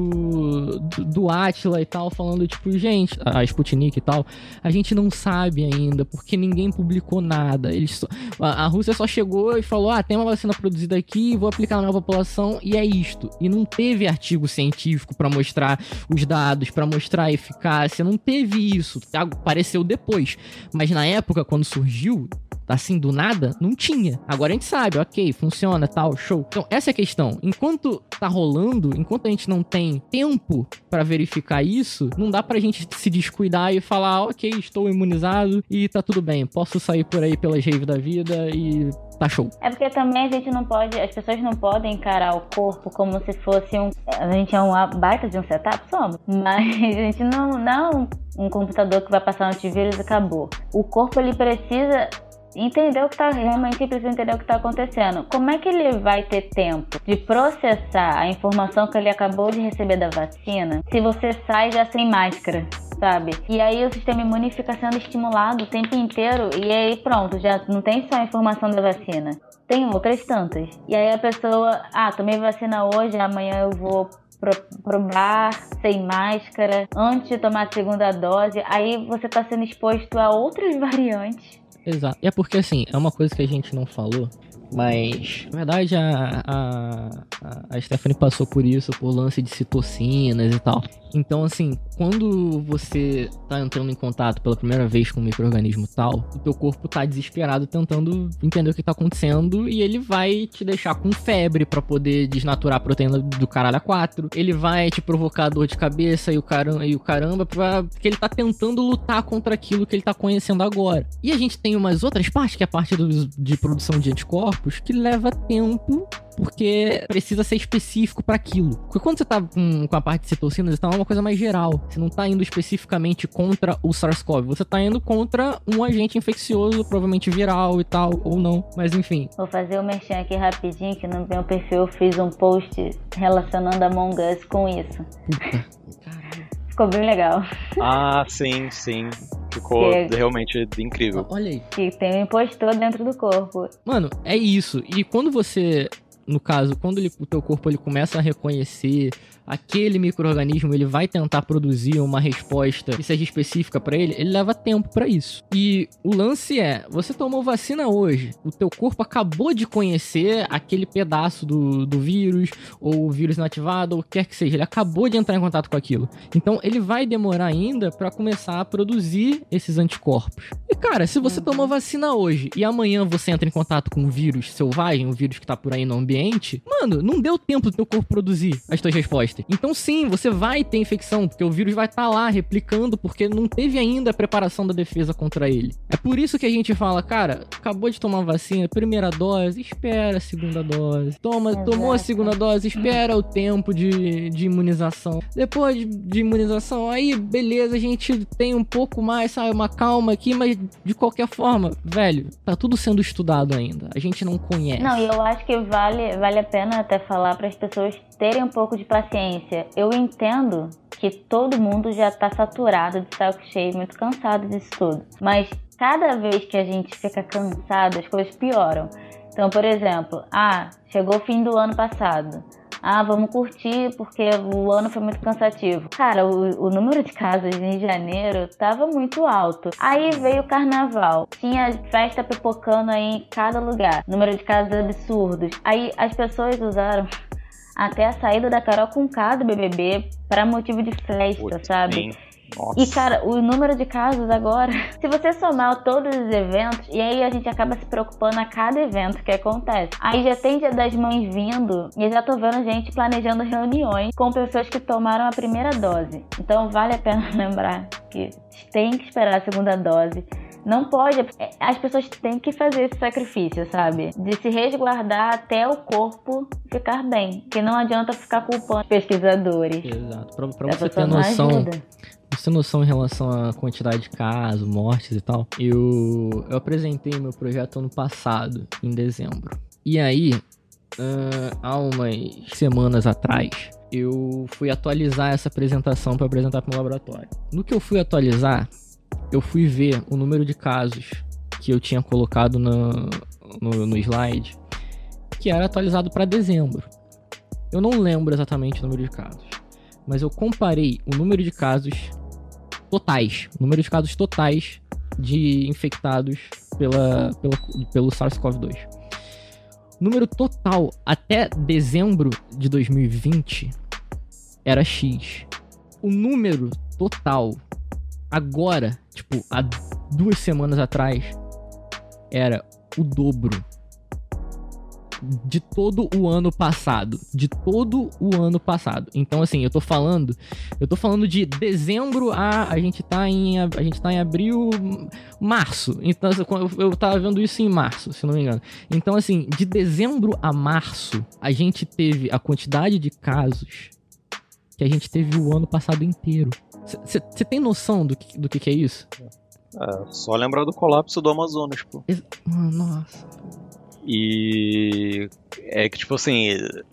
do, do, do Átila e tal, falando, tipo, gente, a Sputnik e tal, a gente não sabe ainda, porque ninguém publicou nada. Eles só, a, a Rússia só chegou e falou, ah, tem uma vacina produzida aqui, vou aplicar na minha população, e é isto. E não teve artigo científico pra mostrar os dados, pra mostrar a eficácia, não teve isso. Apareceu depois. Mas na época, quando surgiu, assim, do nada, não tinha. Agora a gente sabe, ok, funciona, tal, show. Então, essa é a questão. Enquanto tá rolando, enquanto a gente não tem tempo pra verificar isso, não dá pra gente se descuidar e falar, ok, estou imunizado e tá tudo bem, posso sair por aí pelas raves da vida e tá show. É porque também a gente não pode, as pessoas não podem encarar o corpo como se fosse um... A gente é um baita de um setup, somos. Mas a gente não, não é um computador que vai passar um antivírus e acabou. O corpo, ele precisa... entender o que tá, realmente precisa entender o que tá acontecendo. Como é que ele vai ter tempo de processar a informação que ele acabou de receber da vacina se você sai já sem máscara, sabe? E aí o sistema imune fica sendo estimulado o tempo inteiro e aí pronto, já não tem só a informação da vacina, tem outras tantas. E aí a pessoa, ah, tomei vacina hoje, amanhã eu vou provar sem máscara, antes de tomar a segunda dose, aí você tá sendo exposto a outras variantes. Exato. E é porque, assim, é uma coisa que a gente não falou, mas, na verdade, a, a, a Stephanie passou por isso, por lance de citocinas e tal. Então, assim, quando você tá entrando em contato pela primeira vez com um micro-organismo tal, o teu corpo tá desesperado tentando entender o que tá acontecendo e ele vai te deixar com febre pra poder desnaturar a proteína do caralho a quatro. Ele vai te provocar dor de cabeça e o caramba, e o caramba pra, porque ele tá tentando lutar contra aquilo que ele tá conhecendo agora. E a gente tem umas outras partes, que é a parte do, de produção de anticorpos, que leva tempo, porque precisa ser específico para aquilo. Porque quando você tá com, com a parte de citocinas, tá uma coisa mais geral. Você não tá indo especificamente contra o SARS-CoV, você tá indo contra um agente infeccioso, provavelmente viral e tal, ou não. Mas enfim. Vou fazer o merchan aqui rapidinho, que no meu perfil eu fiz um post relacionando Among Us com isso. Puta, caralho. Ficou bem legal. Ah, sim, sim. Ficou que... realmente incrível. Olha aí. Que tem um impostor dentro do corpo. Mano, é isso. E quando você... No caso, quando ele, o teu corpo ele começa a reconhecer aquele micro-organismo, ele vai tentar produzir uma resposta que seja específica pra ele, ele leva tempo pra isso. E o lance é, você tomou vacina hoje, o teu corpo acabou de conhecer aquele pedaço do, do vírus, ou o vírus inativado, ou o que quer que seja, ele acabou de entrar em contato com aquilo. Então, ele vai demorar ainda pra começar a produzir esses anticorpos. E cara, se você tomou vacina hoje, e amanhã você entra em contato com um vírus selvagem, um vírus que tá por aí no ambiente, mano, não deu tempo do teu corpo produzir as tuas respostas. Então sim, você vai ter infecção, porque o vírus vai estar lá replicando, porque não teve ainda a preparação da defesa contra ele. É por isso que a gente fala, cara, acabou de tomar vacina, primeira dose, espera a segunda dose. Toma, Exato. Tomou a segunda dose, espera o tempo de, de imunização. Depois de, de imunização, aí beleza, a gente tem um pouco mais, sabe, uma calma aqui, mas de qualquer forma, velho, tá tudo sendo estudado ainda. A gente não conhece. Não, e eu acho que vale, vale a pena até falar para as pessoas terem um pouco de paciência. Eu entendo que todo mundo já tá saturado de saco cheio, muito cansado disso tudo. Mas cada vez que a gente fica cansado, as coisas pioram. Então, por exemplo, ah, chegou o fim do ano passado. ah, vamos curtir porque o ano foi muito cansativo. Cara, o, o número de casos em janeiro tava muito alto. Aí veio o carnaval, tinha festa pipocando aí em cada lugar, número de casos absurdos. Aí as pessoas usaram até a saída da Carol Conká do B B B para motivo de festa, Putz, sabe? Sim. Nossa. E, cara, o número de casos agora, se você somar todos os eventos, e aí a gente acaba se preocupando a cada evento que acontece. Aí já tem Dia das Mães vindo, e eu já tô vendo gente planejando reuniões com pessoas que tomaram a primeira dose. Então vale a pena lembrar que tem que esperar a segunda dose. Não pode, as pessoas têm que fazer esse sacrifício, sabe? De se resguardar até o corpo ficar bem. Que não adianta ficar culpando os pesquisadores. Exato. Pra, pra você ter noção... Você tem noção em relação à quantidade de casos, mortes e tal? Eu, eu apresentei meu projeto ano passado, em dezembro. E aí, uh, há umas semanas atrás, eu fui atualizar essa apresentação para apresentar para o laboratório. No que eu fui atualizar, eu fui ver o número de casos que eu tinha colocado no, no, no slide, que era atualizado para dezembro. Eu não lembro exatamente o número de casos, mas eu comparei o número de casos totais, o número de casos totais de infectados pela, pela, pelo SARS-CoV dois. O número total até dezembro de dois mil e vinte era X. O número total agora, tipo, há duas semanas atrás, era o dobro de todo o ano passado. De todo o ano passado. Então, assim, eu tô falando... Eu tô falando de dezembro a... A gente tá em, a gente tá em abril... Março. Então, eu, eu tava vendo isso em março, se não me engano. Então, assim, de dezembro a março, a gente teve a quantidade de casos que a gente teve o ano passado inteiro. Você tem noção do que, do que, que é isso? É, só lembrar do colapso do Amazonas, pô. Ex- Nossa... E é que, tipo assim,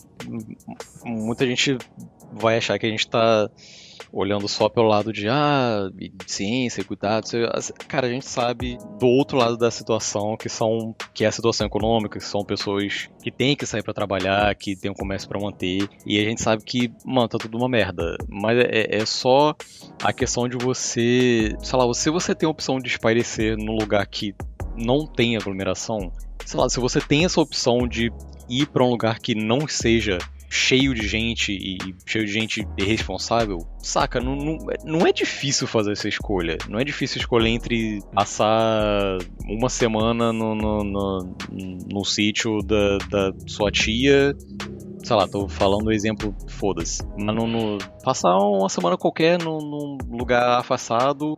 muita gente vai achar que a gente tá olhando só pelo lado de, ah, ciência, cuidado. Cara, a gente sabe do outro lado da situação, que são que é a situação econômica, que são pessoas que têm que sair pra trabalhar, que tem um comércio pra manter. E a gente sabe que, mano, tá tudo uma merda. Mas é, é só a questão de você, sei lá, se você tem a opção de espairecer num lugar que não tem aglomeração, sei lá, se você tem essa opção de ir pra um lugar que não seja cheio de gente e cheio de gente irresponsável, saca, não, não, não é difícil fazer essa escolha. Não é difícil escolher entre passar uma semana no, no, no, no sítio da, da sua tia, sei lá, tô falando o exemplo, foda-se, mas no, no, passar uma semana qualquer num, num lugar afastado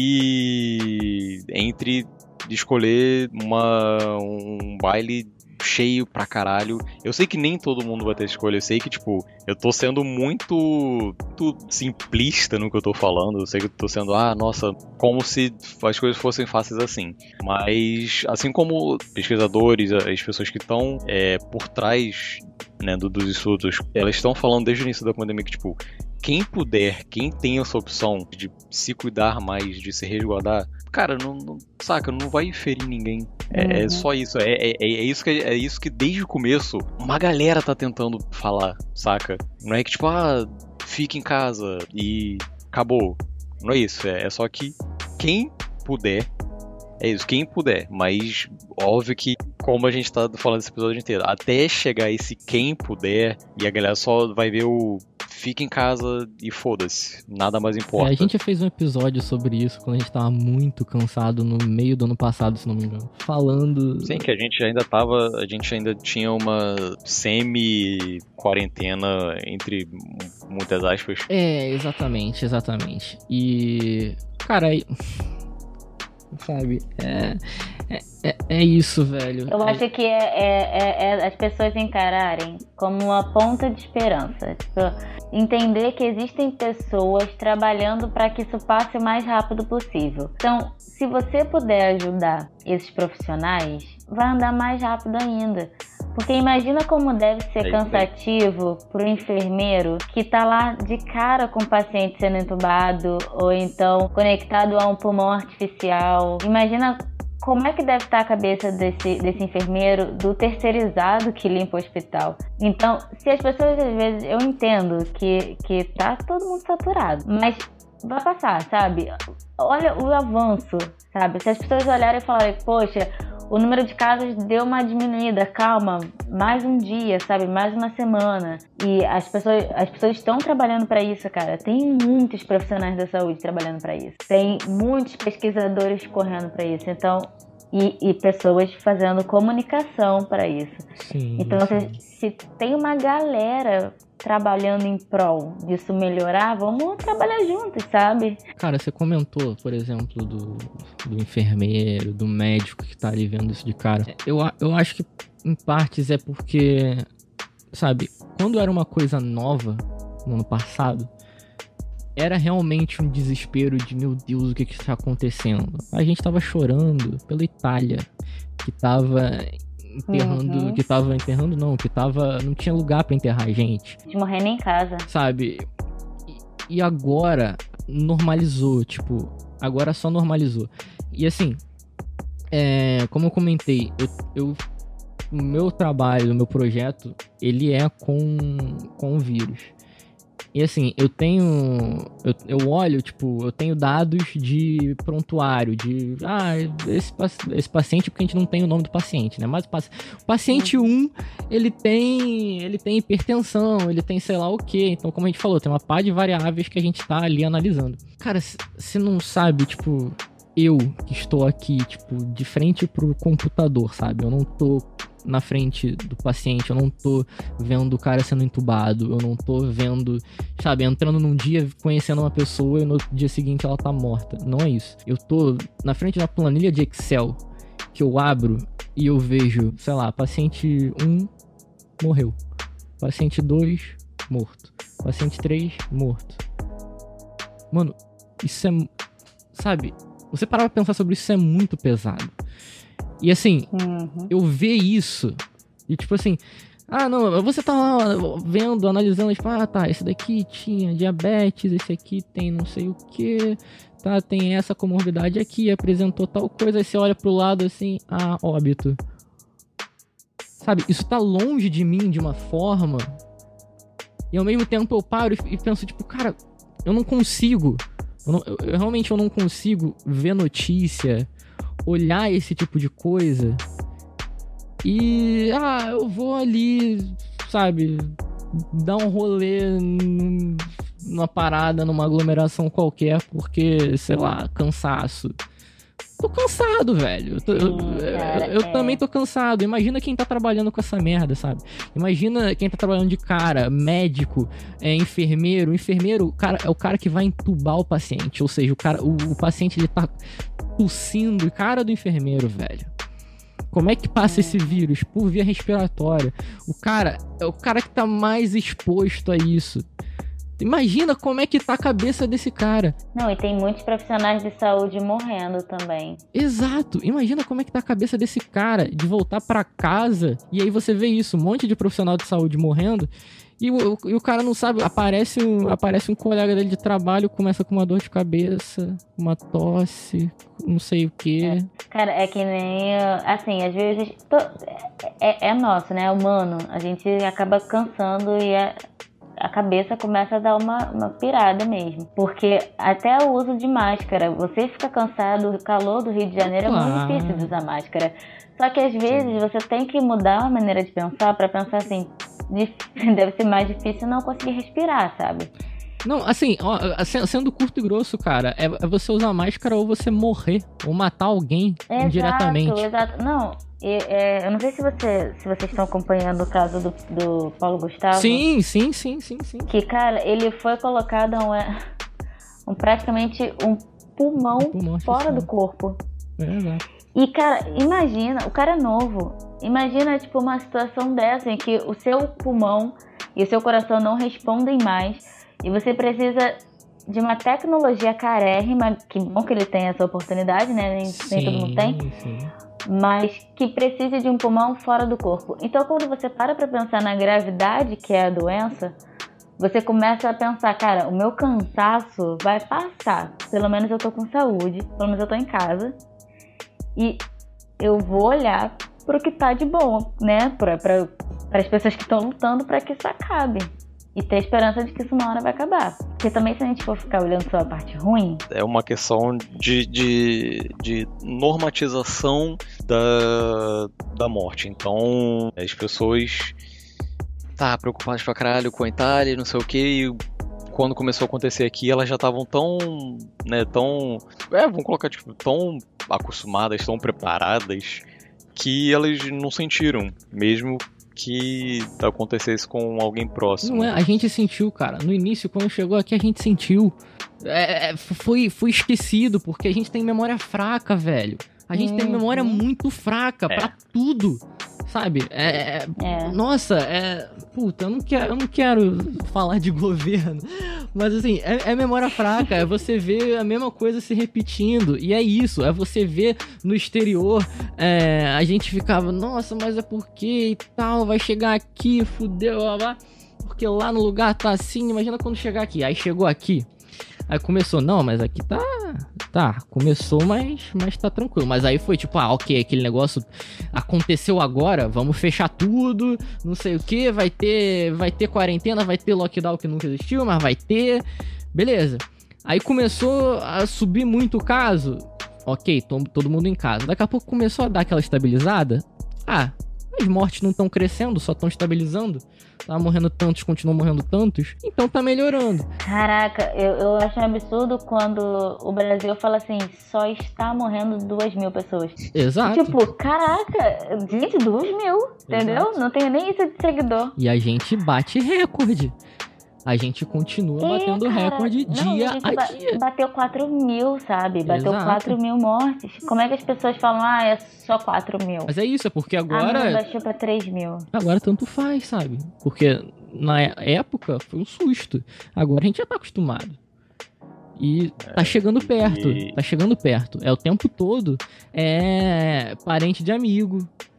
e entre de escolher uma, um baile cheio pra caralho. Eu sei que nem todo mundo vai ter escolha. Eu sei que, tipo, eu tô sendo muito, muito simplista no que eu tô falando. Eu sei que eu tô sendo, ah, nossa, como se as coisas fossem fáceis assim. Mas, assim como pesquisadores, as pessoas que estão é, por trás, né, do, dos estudos, elas estão falando desde o início da pandemia que, tipo, quem puder, quem tem essa opção de se cuidar mais, de se resguardar, cara, não, não saca, não vai ferir ninguém. É, uhum. é só isso. É, é, é, isso que, é isso que desde o começo uma galera tá tentando falar, saca? Não é que tipo, ah, fica em casa e acabou. Não é isso. É, é só que quem puder, é isso, quem puder. Mas óbvio que, como a gente tá falando esse episódio inteiro, até chegar esse quem puder, e a galera só vai ver o fica em casa e foda-se, nada mais importa. É, a gente já fez um episódio sobre isso quando a gente tava muito cansado no meio do ano passado, se não me engano. Falando... Sim, que a gente ainda tava, a gente ainda tinha uma semi-quarentena, entre muitas aspas. É, exatamente, exatamente. E... cara, aí... sabe, é... É, é, é isso, velho. Eu acho que é, é, é, é as pessoas encararem como uma ponta de esperança. Tipo, entender que existem pessoas trabalhando para que isso passe o mais rápido possível. Então, se você puder ajudar esses profissionais, vai andar mais rápido ainda. Porque imagina como deve ser é cansativo pro enfermeiro que tá lá de cara com o paciente sendo entubado ou então conectado a um pulmão artificial. Imagina como é que deve estar a cabeça desse, desse enfermeiro, do terceirizado que limpa o hospital? Então, se as pessoas, às vezes, eu entendo que, que tá todo mundo saturado, mas vai passar, sabe? Olha o avanço, sabe? Se as pessoas olharem e falarem, poxa, o número de casos deu uma diminuída, calma, mais um dia, sabe? Mais uma semana. E as pessoas, as pessoas estão trabalhando para isso, cara. Tem muitos profissionais da saúde trabalhando para isso. Tem muitos pesquisadores correndo para isso. Então, e, e pessoas fazendo comunicação para isso. Sim, então, sim. Se, se tem uma galera trabalhando em prol disso melhorar, vamos trabalhar juntos, sabe? Cara, você comentou, por exemplo, do, do enfermeiro, do médico que tá ali vendo isso de cara. Eu, eu acho que, em partes, é porque, sabe, quando era uma coisa nova, no ano passado, era realmente um desespero de, meu Deus, o que que está acontecendo? A gente tava chorando pela Itália, que tava enterrando, uhum. que tava enterrando não, que tava, não tinha lugar pra enterrar a gente. De morrer nem em casa. Sabe? E, e agora normalizou, tipo, agora só normalizou. E assim, é, como eu comentei, eu, eu, o meu trabalho, o meu projeto, ele é com, com o vírus. E assim, eu tenho, eu, eu olho, tipo, eu tenho dados de prontuário, de, ah, esse, esse paciente, porque a gente não tem o nome do paciente, né? Mas o paciente um, ele tem, ele tem hipertensão, ele tem sei lá o quê. Então, como a gente falou, tem uma pá de variáveis que a gente tá ali analisando. Cara, você não sabe, tipo, eu que estou aqui, tipo, de frente pro computador, sabe? Eu não tô na frente do paciente, eu não tô vendo o cara sendo entubado, eu não tô vendo, sabe, entrando num dia, conhecendo uma pessoa e no dia seguinte ela tá morta. Não é isso. Eu tô na frente da planilha de Excel que eu abro e eu vejo, sei lá, paciente um morreu, paciente dois morto, paciente três morto. Mano, isso é, sabe, você parar pra pensar sobre isso, isso é muito pesado. E assim, uhum. eu ver isso, e tipo assim, ah não, você tá lá vendo, analisando, tipo, ah tá, esse daqui tinha diabetes, esse aqui tem não sei o que, tá, tem essa comorbidade aqui, apresentou tal coisa, aí você olha pro lado assim, ah, óbito. Sabe, isso tá longe de mim de uma forma, e ao mesmo tempo eu paro e penso, tipo, cara, eu não consigo, eu, não, eu, eu realmente eu não consigo ver notícia, olhar esse tipo de coisa e, ah, eu vou ali, sabe, dar um rolê numa parada, numa aglomeração qualquer, porque, sei lá, cansaço. Tô cansado, velho. Eu, tô, Sim, eu, cara, eu, eu é. também tô cansado. Imagina quem tá trabalhando com essa merda, sabe? Imagina quem tá trabalhando de cara, médico, é, enfermeiro. O enfermeiro, cara, é o cara que vai entubar o paciente. Ou seja, o, cara, o, o paciente, ele tá tossindo. Cara do enfermeiro, velho. Como é que passa esse vírus? Por via respiratória. O cara é o cara que tá mais exposto a isso. Imagina como é que tá a cabeça desse cara. Não, e tem muitos profissionais de saúde morrendo também. Exato. Imagina como é que tá a cabeça desse cara de voltar pra casa e aí você vê isso, um monte de profissional de saúde morrendo e o, e o cara não sabe, aparece um, aparece um colega dele de trabalho, começa com uma dor de cabeça, uma tosse, não sei o quê. É. Cara, é que nem, assim, às vezes tô, é, é nosso, né, humano, a gente acaba cansando e é... a cabeça começa a dar uma, uma pirada mesmo. Porque até o uso de máscara, você fica cansado, o calor do Rio de Janeiro claro. É muito difícil de usar máscara. Só que às vezes você tem que mudar a maneira de pensar pra pensar assim, deve ser mais difícil não conseguir respirar, sabe? Não, assim, ó, sendo curto e grosso, cara, é você usar máscara ou você morrer, ou matar alguém exato, indiretamente. Exato, não... E, é, eu não sei se, você, se vocês estão acompanhando o caso do, do Paulo Gustavo. Sim, sim, sim, sim, sim. Que, cara, ele foi colocado um, um, praticamente um pulmão, um pulmão fora do corpo. É verdade. E, cara, imagina, o cara é novo. Imagina, tipo, uma situação dessa em que o seu pulmão e o seu coração não respondem mais e você precisa de uma tecnologia carérrima, que bom que ele tem essa oportunidade, né? Nem, sim, nem todo mundo tem. Sim. Mas que precisa de um pulmão fora do corpo. Então, quando você para pra pensar na gravidade que é a doença, você começa a pensar, cara, o meu cansaço vai passar. Pelo menos eu tô com saúde, pelo menos eu tô em casa. E eu vou olhar pro que tá de bom, né? Para para as pessoas que estão lutando para que isso acabe. E ter esperança de que isso uma hora vai acabar. Porque também se a gente for ficar olhando só a parte ruim... É uma questão de, de, de normatização da, da morte. Então, as pessoas tá preocupadas pra caralho com a Itália, não sei o que, e quando começou a acontecer aqui, elas já estavam tão, né, tão... É, vamos colocar, tipo, tão acostumadas, tão preparadas, que elas não sentiram, mesmo que acontecesse com alguém próximo. Não é, a gente sentiu, cara. No início, quando chegou aqui, a gente sentiu. É, foi, foi esquecido, porque a gente tem memória fraca, velho. A gente uhum. tem memória muito fraca é. pra tudo, sabe? É, é, é. Nossa, é... Puta, eu não, quero, eu não quero falar de governo, mas assim, é, é memória fraca, é você ver a mesma coisa se repetindo, e é isso, é você ver no exterior, é, a gente ficava, nossa, mas é porque e tal, vai chegar aqui, fudeu, blá, blá, porque lá no lugar tá assim, imagina quando chegar aqui, aí chegou aqui, aí começou, não, mas aqui tá... Tá, começou, mas, mas tá tranquilo. Mas aí foi tipo, ah, ok, aquele negócio aconteceu agora, vamos fechar tudo, não sei o que, vai ter, vai ter quarentena, vai ter lockdown que nunca existiu, mas vai ter, beleza. Aí começou a subir muito o caso, ok, tô, todo mundo em casa. Daqui a pouco começou a dar aquela estabilizada, ah, as mortes não estão crescendo, só estão estabilizando. Tá morrendo tantos, continuam morrendo tantos, então tá melhorando. Caraca, eu, eu acho um absurdo quando o Brasil fala assim, só está morrendo duas mil pessoas. Exato. Tipo, caraca, gente, duas mil, entendeu? Exato. Não tenho nem isso de seguidor. E a gente bate recorde. A gente continua é, batendo cara, recorde não, dia a, a dia. Bateu quatro mil, sabe? Bateu Exato. quatro mil mortes. Como é que as pessoas falam, ah, é só quatro mil? Mas é isso, é porque agora... Ah, não, baixou pra três mil. Agora tanto faz, sabe? Porque na época foi um susto. Agora a gente já tá acostumado. E tá chegando perto, e... tá chegando perto. É o tempo todo. É parente de amigo.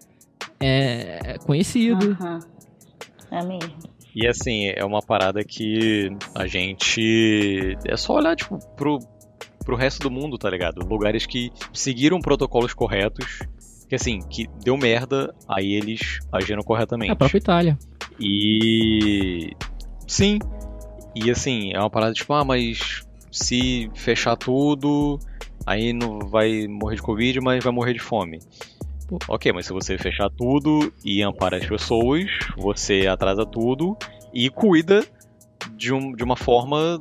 É conhecido. Aham. É mesmo. E assim, é uma parada que a gente... É só olhar, tipo, pro, pro resto do mundo, tá ligado? Lugares que seguiram protocolos corretos, que assim, que deu merda, aí eles agiram corretamente. É a própria Itália. E... Sim. E assim, é uma parada tipo, ah, mas se fechar tudo, aí não vai morrer de Covid, mas vai morrer de fome. Ok, mas se você fechar tudo e ampara as pessoas, você atrasa tudo e cuida de, um, de uma forma,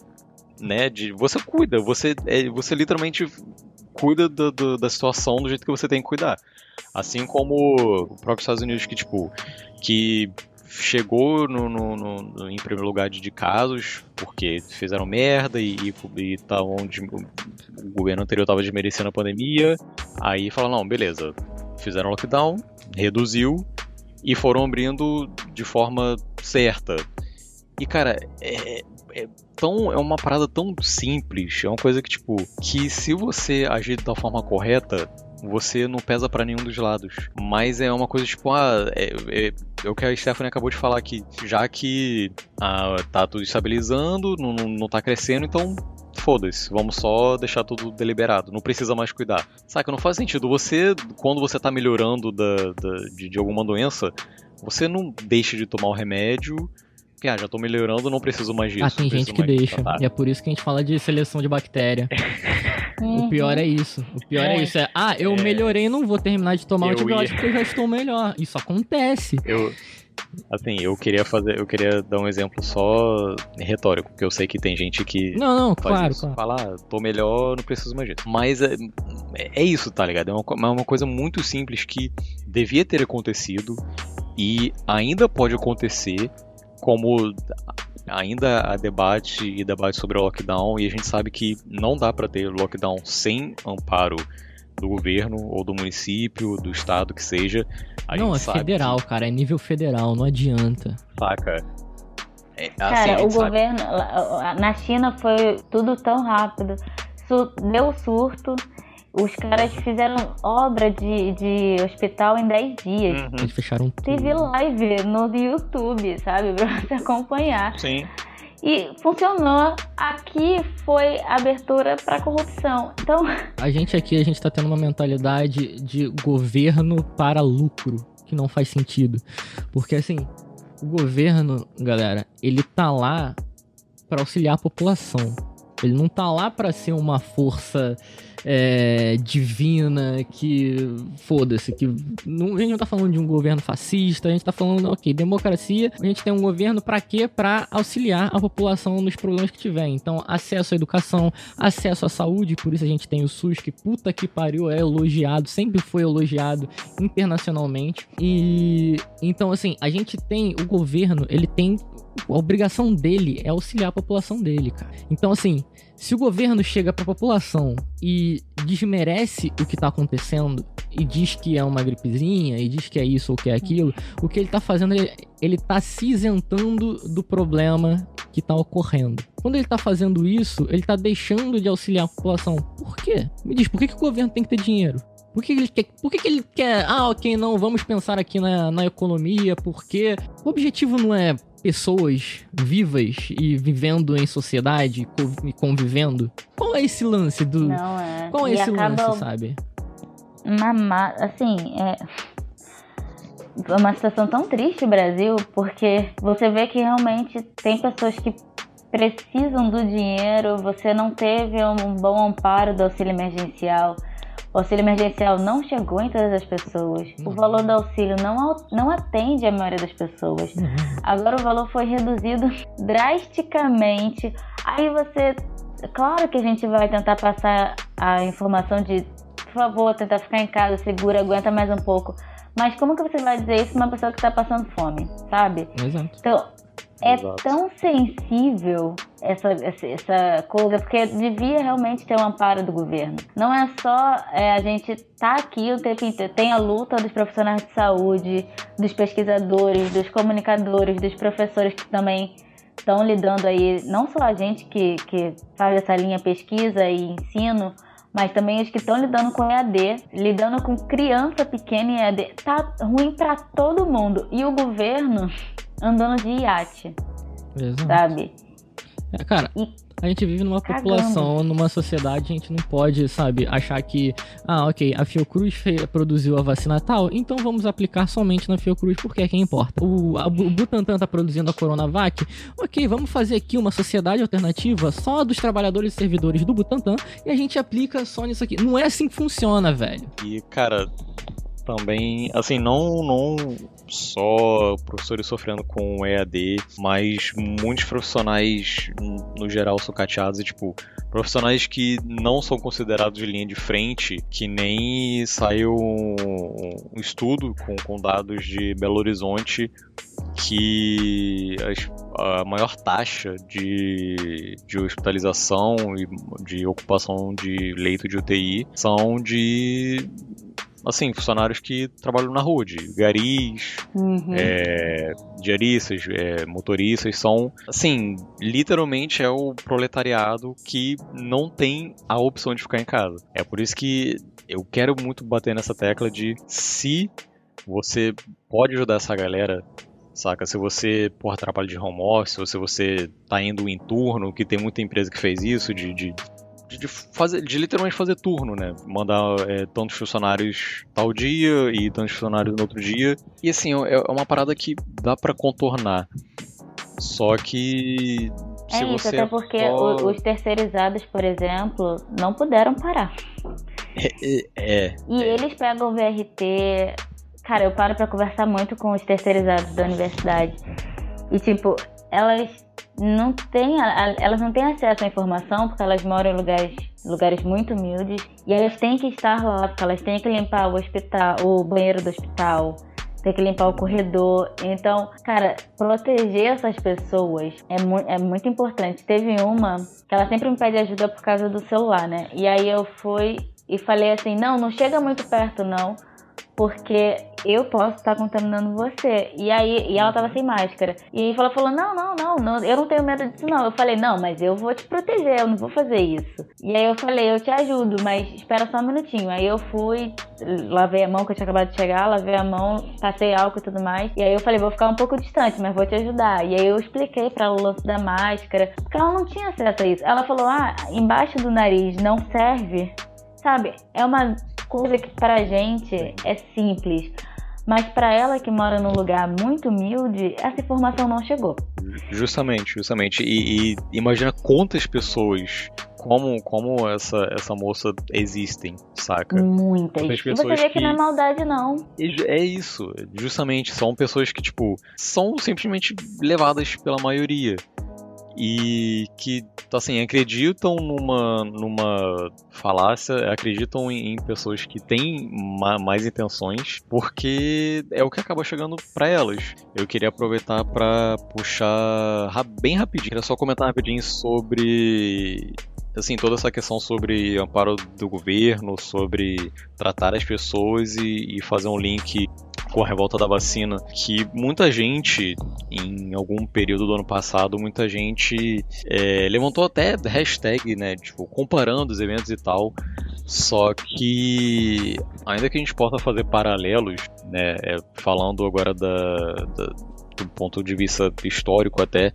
né, de... Você cuida, você, é, você literalmente cuida do, do, da situação do jeito que você tem que cuidar. Assim como o próprio Estados Unidos, que, tipo, que chegou no, no, no, em primeiro lugar de, de casos, porque fizeram merda e, e, e tavam de, o governo anterior estava desmerecendo a pandemia, aí falaram, não, beleza, fizeram lockdown, reduziu e foram abrindo de forma certa. E cara, é, é, tão, é uma parada tão simples, é uma coisa que tipo, que se você agir da forma correta, você não pesa pra nenhum dos lados. Mas é uma coisa tipo, ah, é, é, é o que a Stephanie acabou de falar aqui, já que ah, tá tudo estabilizando, não, não, não tá crescendo, então foda-se, vamos só deixar tudo deliberado, não precisa mais cuidar. Saca, não faz sentido. Você, quando você tá melhorando da, da, de, de alguma doença, você não deixa de tomar o remédio, porque ah, já tô melhorando, não preciso mais disso. Ah, tem gente que deixa, tratar. E é por isso que a gente fala de seleção de bactéria. O pior é isso, o pior é, é isso, é, ah, eu é. melhorei, não vou terminar de tomar o antibiótico ia... porque eu já estou melhor. Isso acontece. Eu... Assim, eu queria fazer, eu queria dar um exemplo só retórico, porque eu sei que tem gente que não, não, faz claro, isso, claro. fala, ah, tô melhor, não preciso mais disso. Mas é, é isso, tá ligado? É uma, é uma coisa muito simples que devia ter acontecido e ainda pode acontecer, como ainda há debate e debate sobre o lockdown, e a gente sabe que não dá pra ter lockdown sem amparo do governo ou do município, do estado, que seja. A não, gente é federal, que... cara, é nível federal, não adianta. Saca? É, assim, cara, o sabe. governo, na China foi tudo tão rápido, deu surto, os caras fizeram obra de, de hospital em dez dias. Uhum. Eles fecharam tudo. Teve live no YouTube, sabe, pra você acompanhar. Sim. E funcionou. Aqui foi abertura para corrupção. Então, a gente aqui, a gente tá tendo uma mentalidade de governo para lucro, que não faz sentido. Porque assim, o governo, galera, ele tá lá para auxiliar a população. Ele não tá lá para ser uma força é, divina que, foda-se, que não, a gente não tá falando de um governo fascista, a gente tá falando, ok, democracia, a gente tem um governo para quê? Para auxiliar a população nos problemas que tiver. Então, acesso à educação, acesso à saúde, por isso a gente tem o SUS, que puta que pariu, é elogiado, sempre foi elogiado internacionalmente. E, então, assim, a gente tem, o governo, ele tem, a obrigação dele é auxiliar a população dele, cara. Então, assim, se o governo chega pra população e desmerece o que tá acontecendo e diz que é uma gripezinha e diz que é isso ou que é aquilo, o que ele tá fazendo, ele, ele tá se isentando do problema que tá ocorrendo. Quando ele tá fazendo isso, ele tá deixando de auxiliar a população. Por quê? Me diz, por que, que o governo tem que ter dinheiro? Por que ele quer, por que que ele quer, ah, ok, não, vamos pensar aqui na, na economia, porque o objetivo não é pessoas vivas e vivendo em sociedade e convivendo? Qual é esse lance do... Não é. Qual é E esse acaba lance, sabe? Uma, assim, é uma situação tão triste no Brasil, porque você vê que realmente tem pessoas que precisam do dinheiro, você não teve um bom amparo do auxílio emergencial. O auxílio emergencial não chegou em todas as pessoas. Uhum. O valor do auxílio não, não atende a maioria das pessoas. Uhum. Agora o valor foi reduzido drasticamente. Aí você... Claro que a gente vai tentar passar a informação de, por favor, tentar ficar em casa, segura, aguenta mais um pouco. Mas como que você vai dizer isso pra uma pessoa que está passando fome, sabe? Exato. Então, é Exato. tão sensível essa, essa, essa coisa, porque devia realmente ter um amparo do governo. Não é só é, a gente tá aqui o tempo inteiro. Tem a luta dos profissionais de saúde, dos pesquisadores, dos comunicadores, dos professores que também estão lidando aí, não só a gente que, que faz essa linha pesquisa e ensino, mas também os que estão lidando com E A D, lidando com criança pequena em E A D. Tá ruim pra todo mundo. E o governo andando de iate, Exato. Sabe? É, cara, e a gente vive numa cagando. população, numa sociedade, a gente não pode, sabe, achar que, ah, ok, a Fiocruz fe- produziu a vacina tal, então vamos aplicar somente na Fiocruz, porque é quem importa. O, a, o Butantan tá produzindo a Coronavac, ok, vamos fazer aqui uma sociedade alternativa só dos trabalhadores e servidores do Butantan, e a gente aplica só nisso aqui. Não é assim que funciona, velho. E, cara, também, assim, não, não só professores sofrendo com E A D, mas muitos profissionais, no geral, sucateados e, tipo, profissionais que não são considerados de linha de frente, que nem saiu um, um estudo com, com dados de Belo Horizonte que as, a maior taxa de, de hospitalização e de ocupação de leito de U T I são de... assim, funcionários que trabalham na rua, de garis, uhum. é, diaristas, é, motoristas, são, assim, literalmente é o proletariado que não tem a opção de ficar em casa. É por isso que eu quero muito bater nessa tecla de se você pode ajudar essa galera, saca? Se você, porra, trabalha de home office, ou se você tá indo em turno, que tem muita empresa que fez isso, de... de De, fazer, de literalmente fazer turno, né? Mandar é, tantos funcionários tal dia e tantos funcionários no outro dia. E assim, é, é uma parada que dá pra contornar. Só que... se É isso, você até porque só... o, os terceirizados, por exemplo, não puderam parar. É, é, E é. eles pegam o V R T... Cara, eu paro pra conversar muito com os terceirizados da universidade. E tipo, elas... Não tem, elas não têm acesso à informação porque elas moram em lugares, lugares muito humildes e elas têm que estar lá porque elas têm que limpar o hospital, o banheiro do hospital, tem que limpar o corredor. Então, cara, proteger essas pessoas é, mu- é muito importante. Teve uma que ela sempre me pede ajuda por causa do celular, né? E aí eu fui e falei assim, não, não chega muito perto não, porque eu posso estar contaminando você. E aí, e ela tava sem máscara. E aí ela falou, não, não, não, não, eu não tenho medo disso não. Eu falei, não, mas eu vou te proteger, eu não vou fazer isso. E aí eu falei, eu te ajudo, mas espera só um minutinho. Aí eu fui, lavei a mão, que eu tinha acabado de chegar, lavei a mão, passei álcool e tudo mais. E aí eu falei, vou ficar um pouco distante, mas vou te ajudar. E aí eu expliquei pra ela o lance da máscara, porque ela não tinha acesso a isso. Ela falou, ah, embaixo do nariz não serve, sabe? É uma coisa que pra gente é simples, mas pra ela que mora num lugar muito humilde, essa informação não chegou. Justamente, justamente. E, e imagina quantas pessoas como, como essa, essa moça existem, saca? Muitas. E você vê que, que não é maldade, não. É isso. Justamente, são pessoas que, tipo, são simplesmente levadas pela maioria. E que, assim, acreditam numa, numa falácia, acreditam em, em pessoas que têm ma, mais intenções, porque é o que acaba chegando pra elas. Eu queria aproveitar pra puxar bem rapidinho, era só comentar rapidinho sobre, assim, toda essa questão sobre amparo do governo, sobre tratar as pessoas e, e fazer um link com a revolta da vacina, que muita gente, em algum período do ano passado, muita gente é, levantou até hashtag, né, tipo, comparando os eventos e tal, só que, ainda que a gente possa fazer paralelos, né, é, falando agora da, da, do ponto de vista histórico até,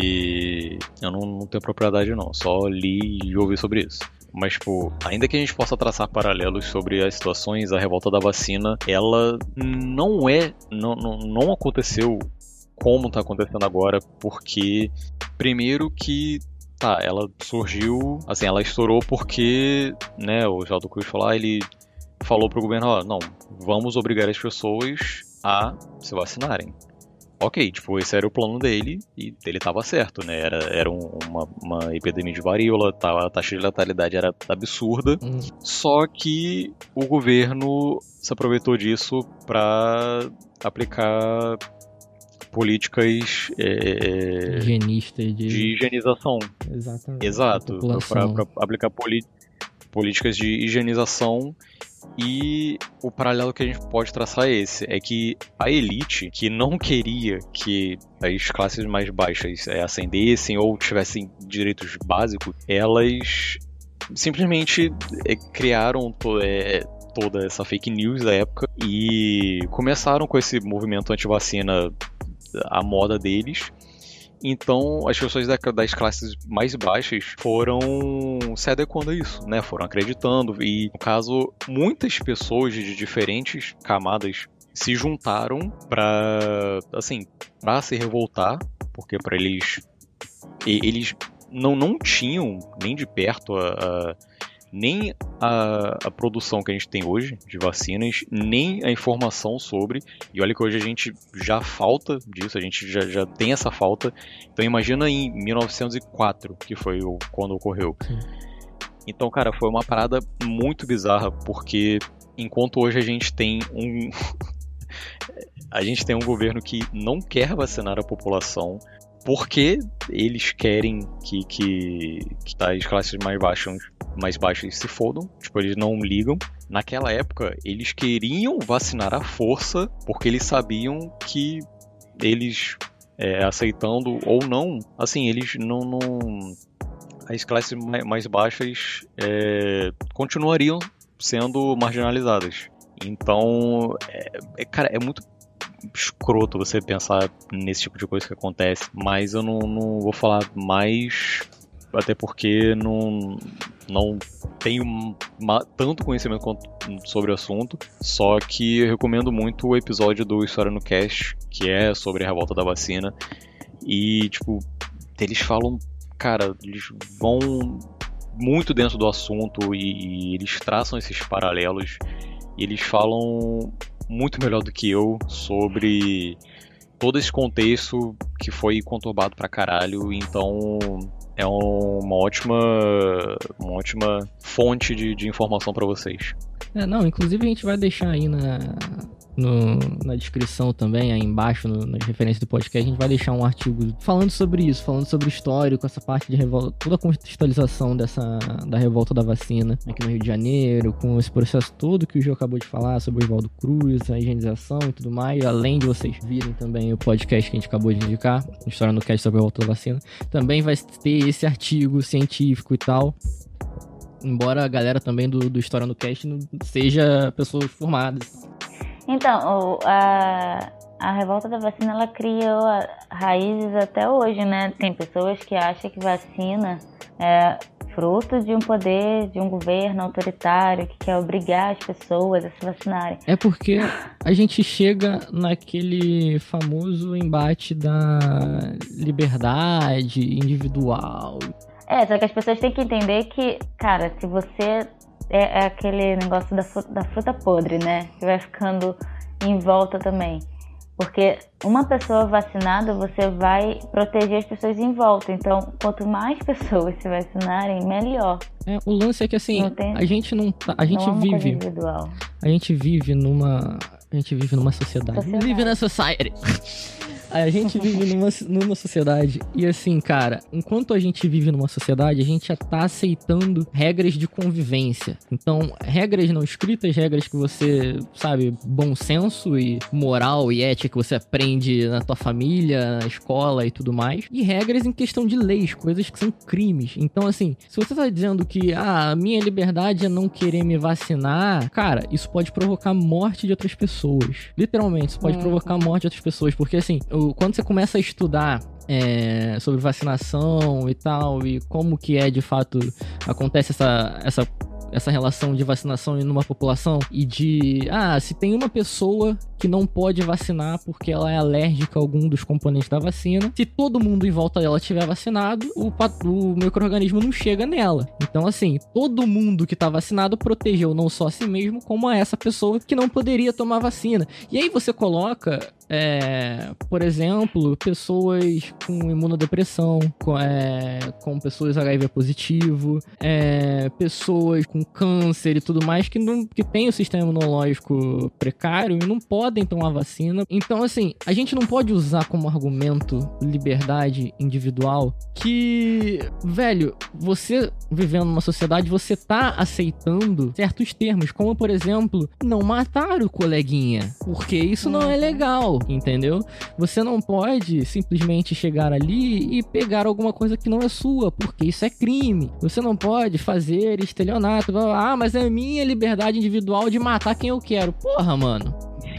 e eu não, não tenho propriedade não, só li e ouvi sobre isso. Mas, tipo, ainda que a gente possa traçar paralelos sobre as situações, a revolta da vacina, ela não é, não, não, não aconteceu como tá acontecendo agora, porque, primeiro que, tá, ela surgiu, assim, ela estourou porque, né, o Geraldo Cruz falou, ah, ele falou pro governo, ó, não, vamos obrigar as pessoas a se vacinarem. Ok, tipo, esse era o plano dele e ele tava certo, né? Era, era um, uma, uma epidemia de varíola, tava, a taxa de letalidade era absurda, hum. Só que o governo se aproveitou disso para aplicar políticas é, higienistas de... de higienização. Exatamente. Exato, para aplicar políticas de higienização. E o paralelo que a gente pode traçar é esse, é que a elite, que não queria que as classes mais baixas é, ascendessem ou tivessem direitos básicos, elas simplesmente é, criaram to, é, toda essa fake news da época e começaram com esse movimento anti-vacina à moda deles. Então, as pessoas das classes mais baixas foram se adequando a isso, né? Foram acreditando e, no caso, muitas pessoas de diferentes camadas se juntaram para, assim, para se revoltar, porque para eles, eles não, não tinham nem de perto a, a nem a, a produção que a gente tem hoje de vacinas, nem a informação sobre, e olha que hoje a gente já falta disso, a gente já, já tem essa falta, então imagina em mil novecentos e quatro, que foi o, quando ocorreu. Sim. Então, cara, foi uma parada muito bizarra, porque enquanto hoje a gente tem um... a gente tem um governo que não quer vacinar a população, porque eles querem que, que, que as classes mais baixas, mais baixas se fodam, tipo, eles não ligam. Naquela época, eles queriam vacinar à força, porque eles sabiam que eles, é, aceitando ou não, assim, eles não... não as classes mais baixas é, continuariam sendo marginalizadas. Então, é, é, cara, é muito escroto você pensar nesse tipo de coisa que acontece, mas eu não, não vou falar mais, até porque não, não tenho uma, tanto conhecimento quanto sobre o assunto, só que eu recomendo muito o episódio do História no Cast, que é sobre a revolta da vacina, e tipo, eles falam, cara, eles vão muito dentro do assunto e, e eles traçam esses paralelos, e eles falam muito melhor do que eu sobre todo esse contexto que foi conturbado pra caralho, então é uma ótima, uma ótima fonte de, de informação pra vocês. É, não, inclusive a gente vai deixar aí na, no, na descrição também, aí embaixo, no, nas referências do podcast, a gente vai deixar um artigo falando sobre isso, falando sobre o histórico, essa parte de revolta, toda a contextualização dessa, da revolta da vacina aqui no Rio de Janeiro, com esse processo todo que o Gil acabou de falar sobre o Oswaldo Cruz, a higienização e tudo mais, além de vocês virem também o podcast que a gente acabou de indicar, História no Cast sobre a revolta da vacina, também vai ter esse artigo científico e tal. Embora a galera também do, do História no Cast não seja pessoas formadas. Então, a, a revolta da vacina, ela criou raízes até hoje, né? Tem pessoas que acham que vacina é fruto de um poder, de um governo autoritário que quer obrigar as pessoas a se vacinarem. É porque a gente chega naquele famoso embate da liberdade individual. É, só que as pessoas têm que entender que, cara, se você... É, é aquele negócio da fruta, da fruta podre, né? Que vai ficando em volta também. Porque uma pessoa vacinada, você vai proteger as pessoas em volta. Então, quanto mais pessoas se vacinarem, melhor. É, o lance é que, assim, tem, a gente não tá... A gente não é uma vive... coisa individual. A gente vive numa... A gente vive numa sociedade. sociedade. Vive na society. A gente vive numa, numa sociedade e assim, cara, enquanto a gente vive numa sociedade, a gente já tá aceitando regras de convivência. Então, regras não escritas, regras que você, sabe, bom senso e moral e ética que você aprende na tua família, na escola e tudo mais. E regras em questão de leis, coisas que são crimes. Então, assim, se você tá dizendo que, ah, a minha liberdade é não querer me vacinar, cara, isso pode provocar morte de outras pessoas. Literalmente, isso pode uhum. provocar morte de outras pessoas, porque assim, quando você começa a estudar é, sobre vacinação e tal, e como que é de fato acontece essa, essa, essa relação de vacinação numa população, e de, ah, se tem uma pessoa que não pode vacinar porque ela é alérgica a algum dos componentes da vacina, se todo mundo em volta dela tiver vacinado, o, o micro-organismo não chega nela. Então, assim, todo mundo que tá vacinado protegeu não só a si mesmo, como a essa pessoa que não poderia tomar vacina. E aí você coloca... É, por exemplo, pessoas com imunodepressão, com, é, com pessoas H I V positivo, é, pessoas com câncer e tudo mais que, não, que tem o sistema imunológico precário e não podem tomar vacina. Então, assim, a gente não pode usar como argumento liberdade individual que, velho, você vivendo numa sociedade, você tá aceitando certos termos, como, por exemplo, não matar o coleguinha, porque isso não é legal. Entendeu? Você não pode simplesmente chegar ali e pegar alguma coisa que não é sua, porque isso é crime. Você não pode fazer estelionato. Ah, mas é minha liberdade individual de matar quem eu quero. Porra, mano.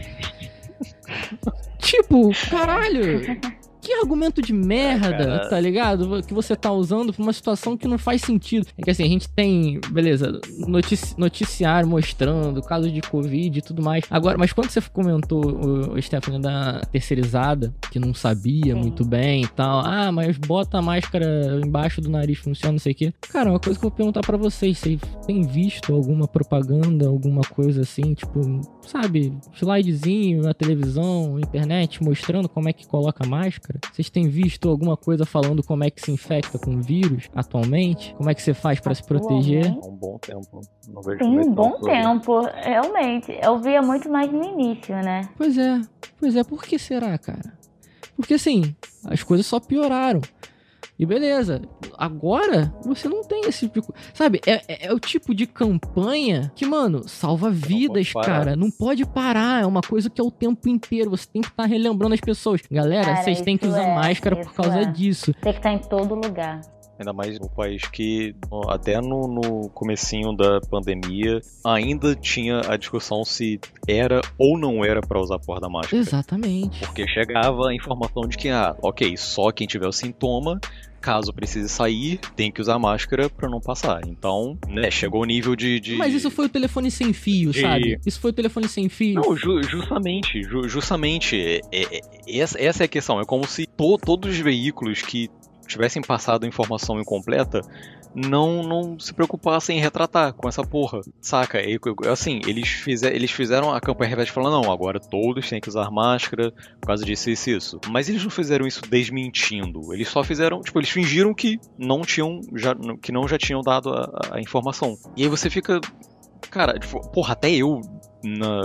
Tipo, caralho. Que argumento de merda, é, tá ligado? Que você tá usando pra uma situação que não faz sentido. É que assim, a gente tem, beleza, notici- noticiário mostrando casos de Covid e tudo mais. Agora, mas quando você comentou, o, o Stephanie, da terceirizada, que não sabia Sim. muito bem e tal, ah, mas bota a máscara embaixo do nariz, funciona, não sei o quê. Cara, uma coisa que eu vou perguntar pra vocês, vocês têm visto alguma propaganda, alguma coisa assim, tipo, sabe, slidezinho na televisão, internet, mostrando como é que coloca a máscara? Vocês têm visto alguma coisa falando como é que se infecta com vírus atualmente? Como é que você faz pra se proteger? Há um bom tempo. Não vejo Sim, um bom tempo, realmente. Eu via muito mais no início, né? Pois é, pois é. Por que será, cara? Porque assim, as coisas só pioraram. E beleza, agora você não tem esse tipo de... Sabe, é, é, é o tipo de campanha que, mano, salva vidas, não cara. Não pode parar, é uma coisa que é o tempo inteiro. Você tem que estar tá relembrando as pessoas. Galera, cara, vocês têm que usar é, máscara por causa é. disso. Tem que estar em todo lugar. Ainda mais no país que, até no, no comecinho da pandemia, ainda tinha a discussão se era ou não era pra usar a porra da máscara. Exatamente. Porque chegava a informação de que, ah, ok, só quem tiver o sintoma, caso precise sair, tem que usar máscara pra não passar. Então, né, chegou o nível de... de... Mas isso foi o telefone sem fio, de... sabe? Isso foi o telefone sem fio. Não, ju- justamente, ju- justamente, é, é, é, essa, essa é a questão. É como se to- todos os veículos que tivessem passado informação incompleta não, não se preocupassem em retratar com essa porra, saca? E, assim, eles, fizer, eles fizeram a campanha revés falando, não, agora todos têm que usar máscara por causa disso, isso e isso. Mas eles não fizeram isso desmentindo, eles só fizeram, tipo, eles fingiram que não tinham, já, que não já tinham dado a, a informação. E aí você fica, cara, tipo, porra, até eu... Na,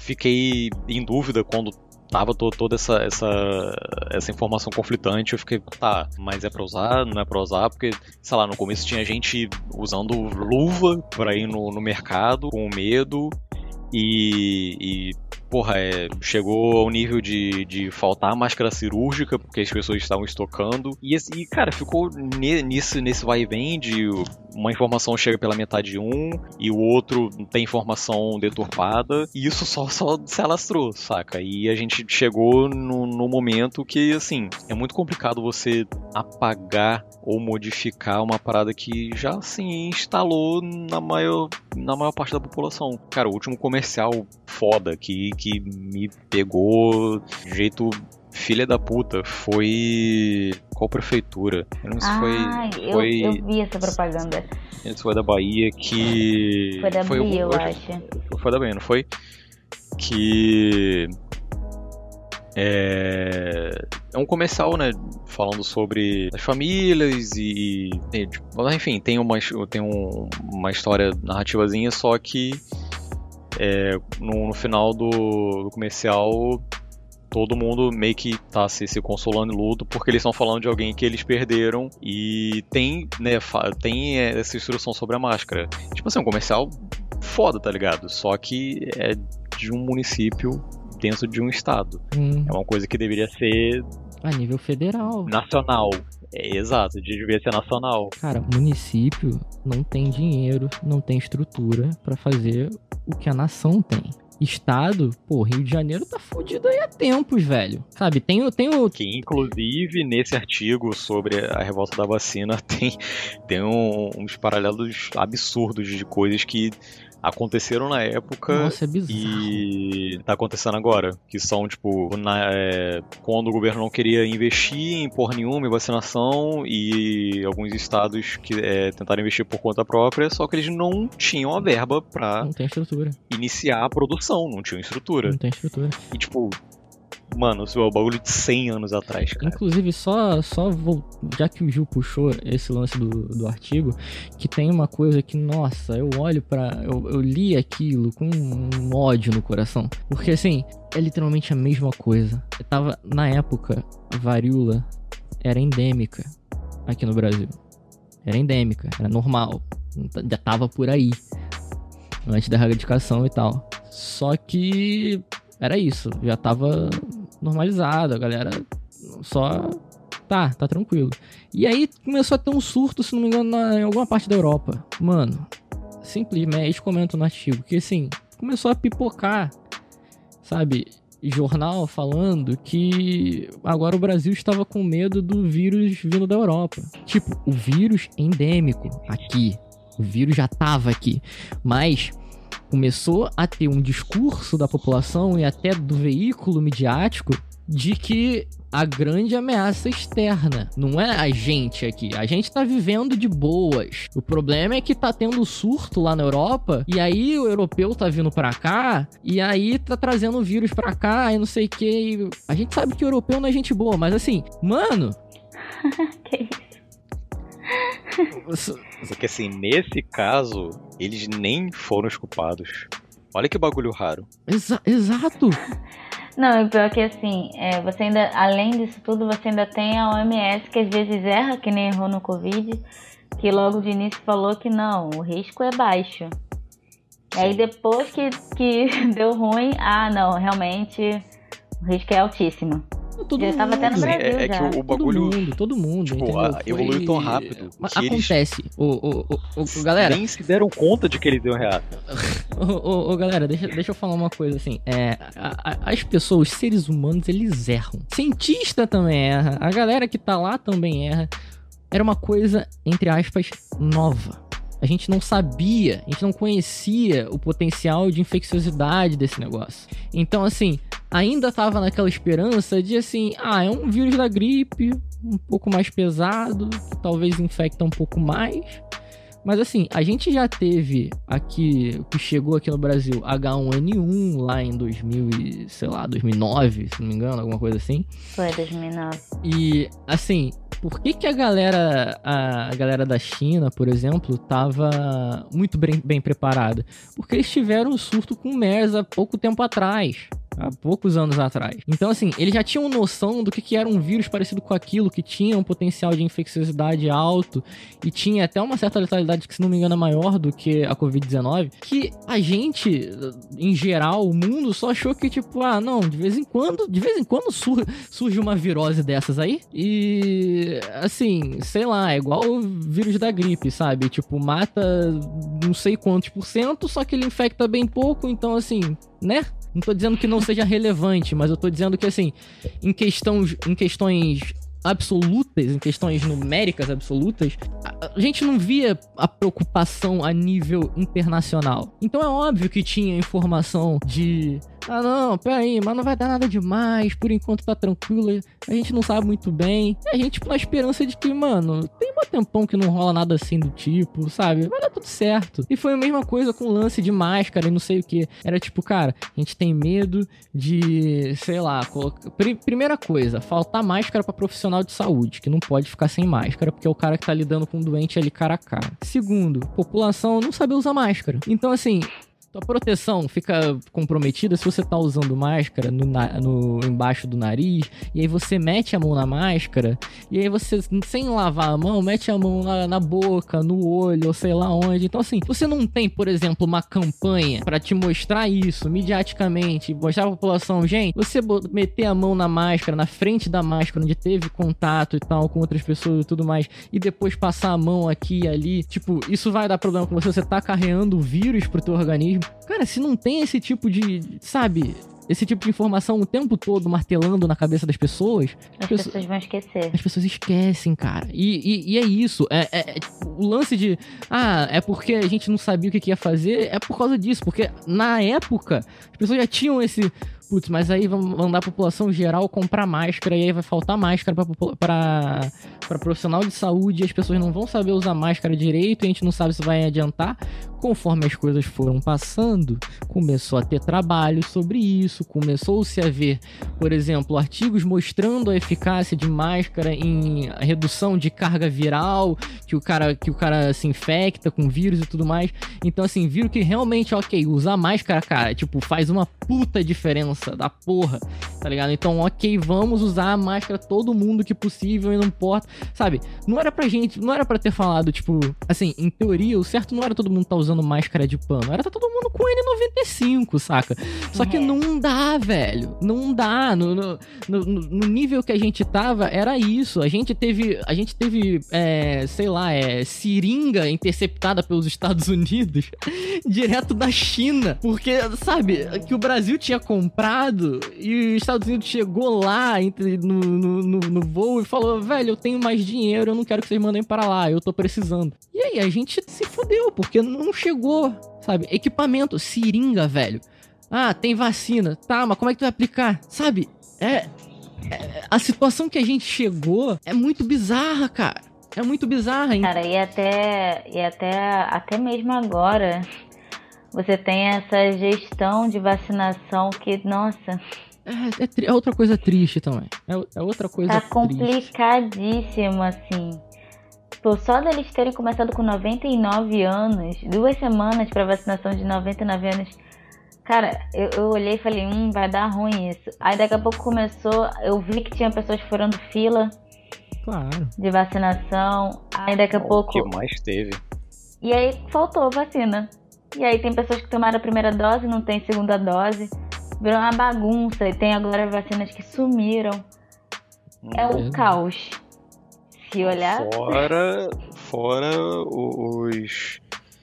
fiquei em dúvida quando tava to- toda essa, essa, essa informação conflitante. Eu fiquei, tá, mas é pra usar? Não é pra usar? Porque, sei lá, no começo tinha gente usando luva pra ir no, no mercado com medo e... e porra, é, chegou ao nível de, de faltar máscara cirúrgica porque as pessoas estavam estocando. E, e cara, ficou ne, nisso, nesse vai e vem de uma informação chega pela metade de um e o outro tem informação deturpada. E isso só, só se alastrou, saca? E a gente chegou no, no momento que, assim, é muito complicado você apagar ou modificar uma parada que já, assim, instalou na maior, na maior parte da população. Cara, o último comercial foda que, que me pegou de jeito filha da puta foi... Qual prefeitura? Eu não sei se foi... Ah, foi... eu, eu vi essa propaganda. Isso foi da Bahia que... Foi da foi Bahia, eu hoje, acho. Foi da Bahia, não foi? Que... É... é um comercial, né? Falando sobre as famílias e... e tipo, enfim, tem uma, tem um, uma história narrativazinha, só que é, no, no final do, do comercial... todo mundo meio que tá se, se consolando em luto porque eles estão falando de alguém que eles perderam e tem, né, tem essa instrução sobre a máscara. Tipo assim, um comercial foda, tá ligado? Só que é de um município dentro de um estado. Hum. É uma coisa que deveria ser... a nível federal. Nacional. É, exato, devia ser nacional. Cara, município não tem dinheiro, não tem estrutura pra fazer o que a nação tem. Estado, pô, Rio de Janeiro tá fudido aí há tempos, velho. Sabe, tem o... Tem o... Que, inclusive, nesse artigo sobre a revolta da vacina, tem, tem um, uns paralelos absurdos de coisas que aconteceram na época. Nossa, é bizarro. E tá acontecendo agora. Que são, tipo, na, é, quando o governo não queria investir em porra nenhuma, em vacinação, e alguns estados que é, tentaram investir por conta própria, só que eles não tinham a verba pra Não tem estrutura. iniciar a produção, não tinham estrutura. Não tem estrutura. E, tipo, mano, isso é o bagulho de cem anos atrás, cara. Inclusive, só, só vou, já que o Gil puxou esse lance do, do artigo, que tem uma coisa que, nossa, eu olho pra... Eu, eu li aquilo com um ódio no coração. Porque, assim, é literalmente a mesma coisa. Eu tava, na época, a varíola era endêmica aqui no Brasil. Era endêmica, era normal. Já tava por aí. Antes da erradicação e tal. Só que... era isso, já tava normalizado, a galera só... Tá, tá tranquilo. E aí começou a ter um surto, se não me engano, na, em alguma parte da Europa. Mano, simplesmente comento no artigo que, assim, começou a pipocar, sabe, jornal falando que agora o Brasil estava com medo do vírus vindo da Europa. Tipo, o vírus endêmico aqui, o vírus já tava aqui, mas... começou a ter um discurso da população e até do veículo midiático de que a grande ameaça externa não é a gente aqui. A gente tá vivendo de boas. O problema é que tá tendo surto lá na Europa e aí o europeu tá vindo pra cá e aí tá trazendo o vírus pra cá e não sei o que. A gente sabe que o europeu não é gente boa, mas assim, mano... Que isso? Porque assim, nesse caso, eles nem foram os culpados. Olha que bagulho raro. Exa- exato! Não, e pior que assim, é, você ainda, além disso tudo, você ainda tem a O M S que às vezes erra, que nem errou no Covid, que logo de início falou que não, o risco é baixo. E aí depois que, que deu ruim, ah não, realmente o risco é altíssimo. Todo Já mundo. tava até no Brasil é, é já. que o, o bagulho... Todo mundo, todo mundo, tipo, entendeu? a- evoluiu Foi- tão rápido Mas que eles- acontece. Ô, ô, ô, ô, galera, nem se deram conta de que eles deu errado. ô, ô, ô, galera, deixa, deixa eu falar uma coisa assim. É, a- a- as pessoas, os seres humanos, eles erram. Cientista também erra. A galera que tá lá também erra. Era uma coisa, entre aspas, nova. A gente não sabia, a gente não conhecia o potencial de infecciosidade desse negócio. Então, assim, ainda tava naquela esperança de, assim, ah, é um vírus da gripe, um pouco mais pesado, que talvez infecta um pouco mais. Mas, assim, a gente já teve aqui, o que chegou aqui no Brasil, H um N um, lá em dois mil e, sei lá, dois mil e nove, se não me engano, alguma coisa assim. Foi dois mil e nove. E, assim, por que que a galera, a, a galera da China, por exemplo, tava muito bem, bem preparada? Porque eles tiveram um surto com MERS há pouco tempo atrás. Há poucos anos atrás. Então, assim, eles já tinham noção do que, que era um vírus parecido com aquilo, que tinha um potencial de infecciosidade alto e tinha até uma certa letalidade que, se não me engano, é maior do que a covid dezenove, que a gente, em geral, o mundo só achou que, tipo, ah, não, de vez em quando, de vez em quando sur- surge uma virose dessas aí e, assim, sei lá, é igual o vírus da gripe, sabe? Tipo, mata não sei quantos por cento, só que ele infecta bem pouco, então, assim, né? Não tô dizendo que não seja relevante, mas eu tô dizendo que, assim, em, questão, em questões absolutas, em questões numéricas absolutas, a, a gente não via a preocupação a nível internacional. Então é óbvio que tinha informação de... Ah, não, peraí, mas não vai dar nada demais, por enquanto tá tranquilo, a gente não sabe muito bem. E a gente, tipo, na esperança de que, mano, tem um tempão que não rola nada assim do tipo, sabe? Vai dar tudo certo. E foi a mesma coisa com o lance de máscara e não sei o que. Era tipo, cara, a gente tem medo de, sei lá, colocar... Primeira coisa, faltar máscara pra profissional de saúde, que não pode ficar sem máscara, porque é o cara que tá lidando com o doente ali cara a cara. Segundo, população não sabe usar máscara. Então, assim... Tua proteção fica comprometida se você tá usando máscara no, na, no, embaixo do nariz, e aí você mete a mão na máscara, e aí você, sem lavar a mão, mete a mão na, na boca, no olho, ou sei lá onde. Então, assim, você não tem, por exemplo, uma campanha pra te mostrar isso, mediaticamente, mostrar pra população, gente, você meter a mão na máscara, na frente da máscara, onde teve contato e tal, com outras pessoas e tudo mais, e depois passar a mão aqui e ali, tipo, isso vai dar problema com você, você tá carregando o vírus pro teu organismo. Cara, se não tem esse tipo de, sabe, esse tipo de informação o tempo todo martelando na cabeça das pessoas... As pessoas, pessoas vão esquecer. As pessoas esquecem, cara. E, e, e é isso. É, é, é, o lance de... Ah, é porque a gente não sabia o que, que ia fazer. É por causa disso. Porque na época, as pessoas já tinham esse... Putz, mas aí vão mandar a população geral comprar máscara, e aí vai faltar máscara pra, pra, pra profissional de saúde, e as pessoas não vão saber usar máscara direito, e a gente não sabe se vai adiantar. Conforme as coisas foram passando, começou a ter trabalho sobre isso, começou-se a ver, por exemplo, artigos mostrando a eficácia de máscara em redução de carga viral, que o cara, que o cara se infecta com vírus e tudo mais. Então, assim, viram que realmente, ok, usar máscara, cara, tipo, faz uma puta diferença da porra, tá ligado? Então, ok, vamos usar a máscara todo mundo que possível e não importa, sabe? Não era pra gente, não era pra ter falado, tipo, assim, em teoria, o certo não era todo mundo tá usando máscara de pano, era tá todo mundo com N noventa e cinco, saca? Só que não dá, velho, não dá, no, no, no, no nível que a gente tava, era isso, a gente teve, a gente teve, é, sei lá, é, seringa interceptada pelos Estados Unidos, direto da China, porque, sabe, que o Brasil tinha comprado e os Estados Unidos chegou lá no, no, no, no voo e falou, velho, eu tenho mais dinheiro, eu não quero que vocês mandem para lá, eu tô precisando. E aí a gente se fudeu, porque não chegou, sabe? Equipamento, seringa, velho. Ah, tem vacina. Tá, mas como é que tu vai aplicar? Sabe? É, é a situação que a gente chegou é muito bizarra, cara. É muito bizarra, hein? Cara, e até, e até, até mesmo agora... Você tem essa gestão de vacinação que, nossa... É, é, tri- é outra coisa triste também. É, é outra coisa tá triste. Tá complicadíssimo, assim. Pô, só deles terem começado com noventa e nove anos, duas semanas pra vacinação de noventa e nove anos... Cara, eu, eu olhei e falei, hum, vai dar ruim isso. Aí daqui a pouco começou, eu vi que tinha pessoas furando fila. Claro. De vacinação. Aí daqui a o pouco... O que mais teve. E aí faltou vacina. E aí tem pessoas que tomaram a primeira dose, não tem segunda dose. Virou uma bagunça. E tem agora vacinas que sumiram. Hum, é um caos. Se olhar... Fora, fora os...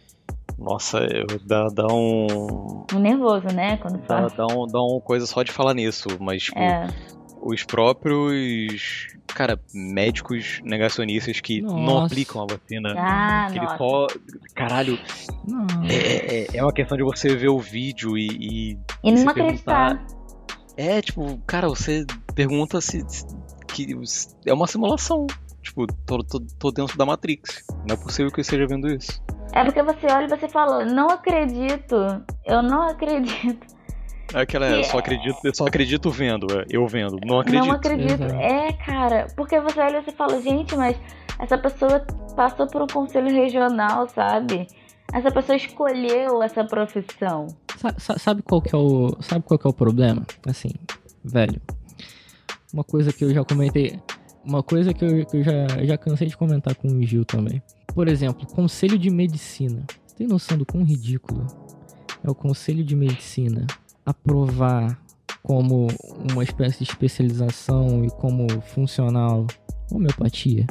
Nossa, dá, dá um... Um nervoso, né? Quando dá, fala. Dá, um, dá uma coisa só de falar nisso. Mas, tipo, é. os próprios... Cara, médicos negacionistas que nossa. não aplicam a vacina. Ah, que nossa. ele só... Caralho. É, é, é uma questão de você ver o vídeo e... E, e não acreditar. É, tipo, cara, você pergunta se... se que é uma simulação. Tipo, tô, tô, tô dentro da Matrix. Não é possível que eu esteja vendo isso. É porque você olha e você fala, não acredito. Eu não acredito. É aquela, Que eu só acredito, eu só acredito vendo, é, eu vendo, não acredito. Não acredito. Exato. É, cara, porque você olha e você fala, gente, mas essa pessoa passou por um conselho regional, sabe? Essa pessoa escolheu essa profissão. Sa- sa- Sabe qual que é o, sabe qual que é o problema? Assim, velho, uma coisa que eu já comentei, uma coisa que eu, que eu já, já cansei de comentar com o Gil também. Por exemplo, conselho de medicina. Você tem noção do quão ridículo é o conselho de medicina aprovar como uma espécie de especialização e como funcional homeopatia?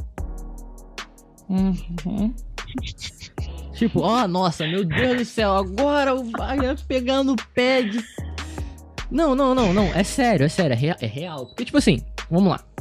Uhum. Tipo, ó, nossa, meu Deus do céu, agora o vai pegar no pé de... Não, não, não, não, é sério, é sério, é real, é real. Porque, tipo assim, vamos lá.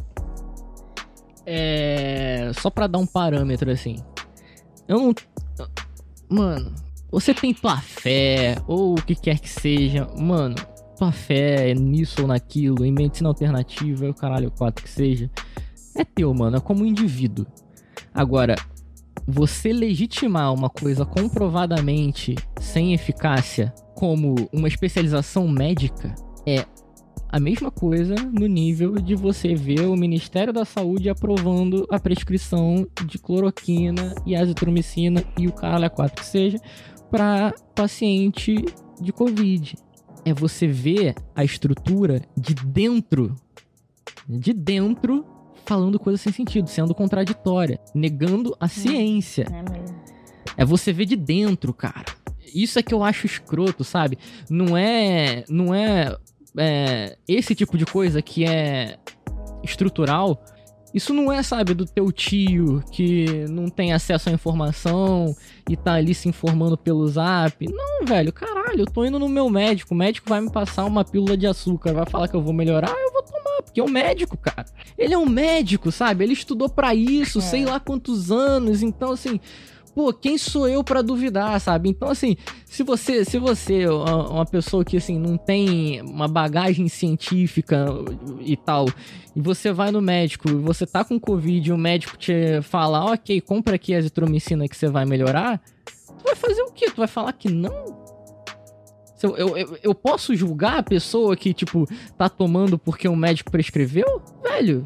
É... Só pra dar um parâmetro, assim. Eu não... Mano, você tem tua fé, ou o que quer que seja, mano, tua fé nisso ou naquilo, em medicina alternativa, o caralho, quatro que seja, é teu, mano, é como um indivíduo. Agora, você legitimar uma coisa comprovadamente sem eficácia como uma especialização médica é a mesma coisa no nível de você ver o Ministério da Saúde aprovando a prescrição de cloroquina e azitromicina e o caralho a quatro que seja para paciente de Covid. É você ver a estrutura de dentro, de dentro, falando coisa sem sentido, sendo contraditória, negando a ciência. É mesmo. É você ver de dentro, cara. Isso é que eu acho escroto, sabe? Não é, não é, é esse tipo de coisa que é estrutural. Isso não é, sabe, do teu tio que não tem acesso à informação e tá ali se informando pelo zap. Não, velho, caralho, eu tô indo no meu médico. O médico vai me passar uma pílula de açúcar, vai falar que eu vou melhorar, eu vou tomar, porque é um médico, cara. Ele é um médico, sabe? Ele estudou pra isso, É. sei lá quantos anos. Então, assim, pô, quem sou eu pra duvidar, sabe? Então, assim, se você, se você é uma pessoa que, assim, não tem uma bagagem científica e tal, e você vai no médico, e você tá com Covid e o médico te fala, ok, compra aqui a azitromicina que você vai melhorar, tu vai fazer o quê? Tu vai falar que não? Eu, eu, eu, eu posso julgar a pessoa que, tipo, tá tomando porque o médico prescreveu? Velho,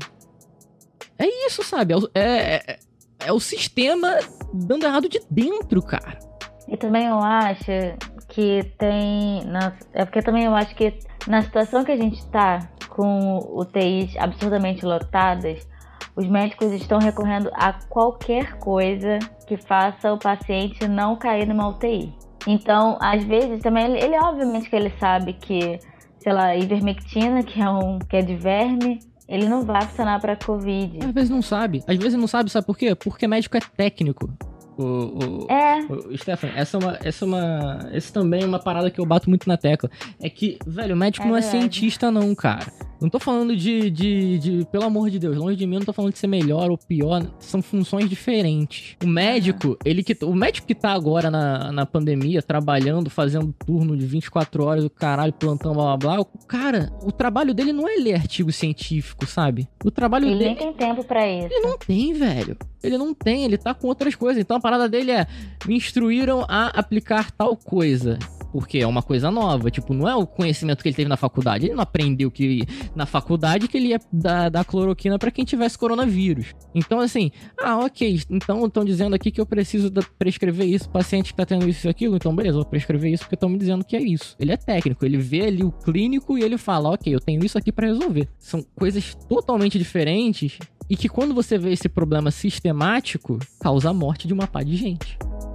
é isso, sabe? É, é, é o sistema dando errado de dentro, cara. E também eu acho que tem... na- É porque também eu acho que na situação que a gente tá, com U T Is absurdamente lotadas, os médicos estão recorrendo a qualquer coisa que faça o paciente não cair numa U T I. Então, às vezes, também, ele, ele obviamente que ele sabe que, sei lá, ivermectina, que é, um, que é de verme, ele não vai funcionar pra Covid. Às vezes não sabe. Às vezes não sabe, sabe por quê? Porque médico é técnico. O, o, É, o, Stefan, essa é uma, essa é uma, essa também é uma parada que eu bato muito na tecla. É que, velho, o médico É não é verdade. cientista não, cara. Não tô falando de, de, de, pelo amor de Deus, longe de mim, eu não tô falando de ser melhor ou pior, são funções diferentes. O médico, ele que, o médico que tá agora na, na pandemia, trabalhando, fazendo turno de vinte e quatro horas, o caralho, plantão, blá blá blá, o cara, o trabalho dele não é ler artigo científico, sabe? O trabalho ele nem dele... tem tempo pra isso. Ele não tem, velho. Ele não tem, ele tá com outras coisas. Então a parada dele é: me instruíram a aplicar tal coisa. Porque é uma coisa nova. Tipo, não é o conhecimento que ele teve na faculdade. Ele não aprendeu que na faculdade que ele ia dar, dar cloroquina pra quem tivesse coronavírus. Então, assim, ah, ok. Então estão dizendo aqui que eu preciso da- prescrever isso. O paciente que tá tendo isso e aquilo. Então, beleza, vou prescrever isso porque estão me dizendo que é isso. Ele é técnico. Ele vê ali o clínico e ele fala: ok, eu tenho isso aqui pra resolver. São coisas totalmente diferentes. E que quando você vê esse problema sistemático, causa a morte de uma pá de gente.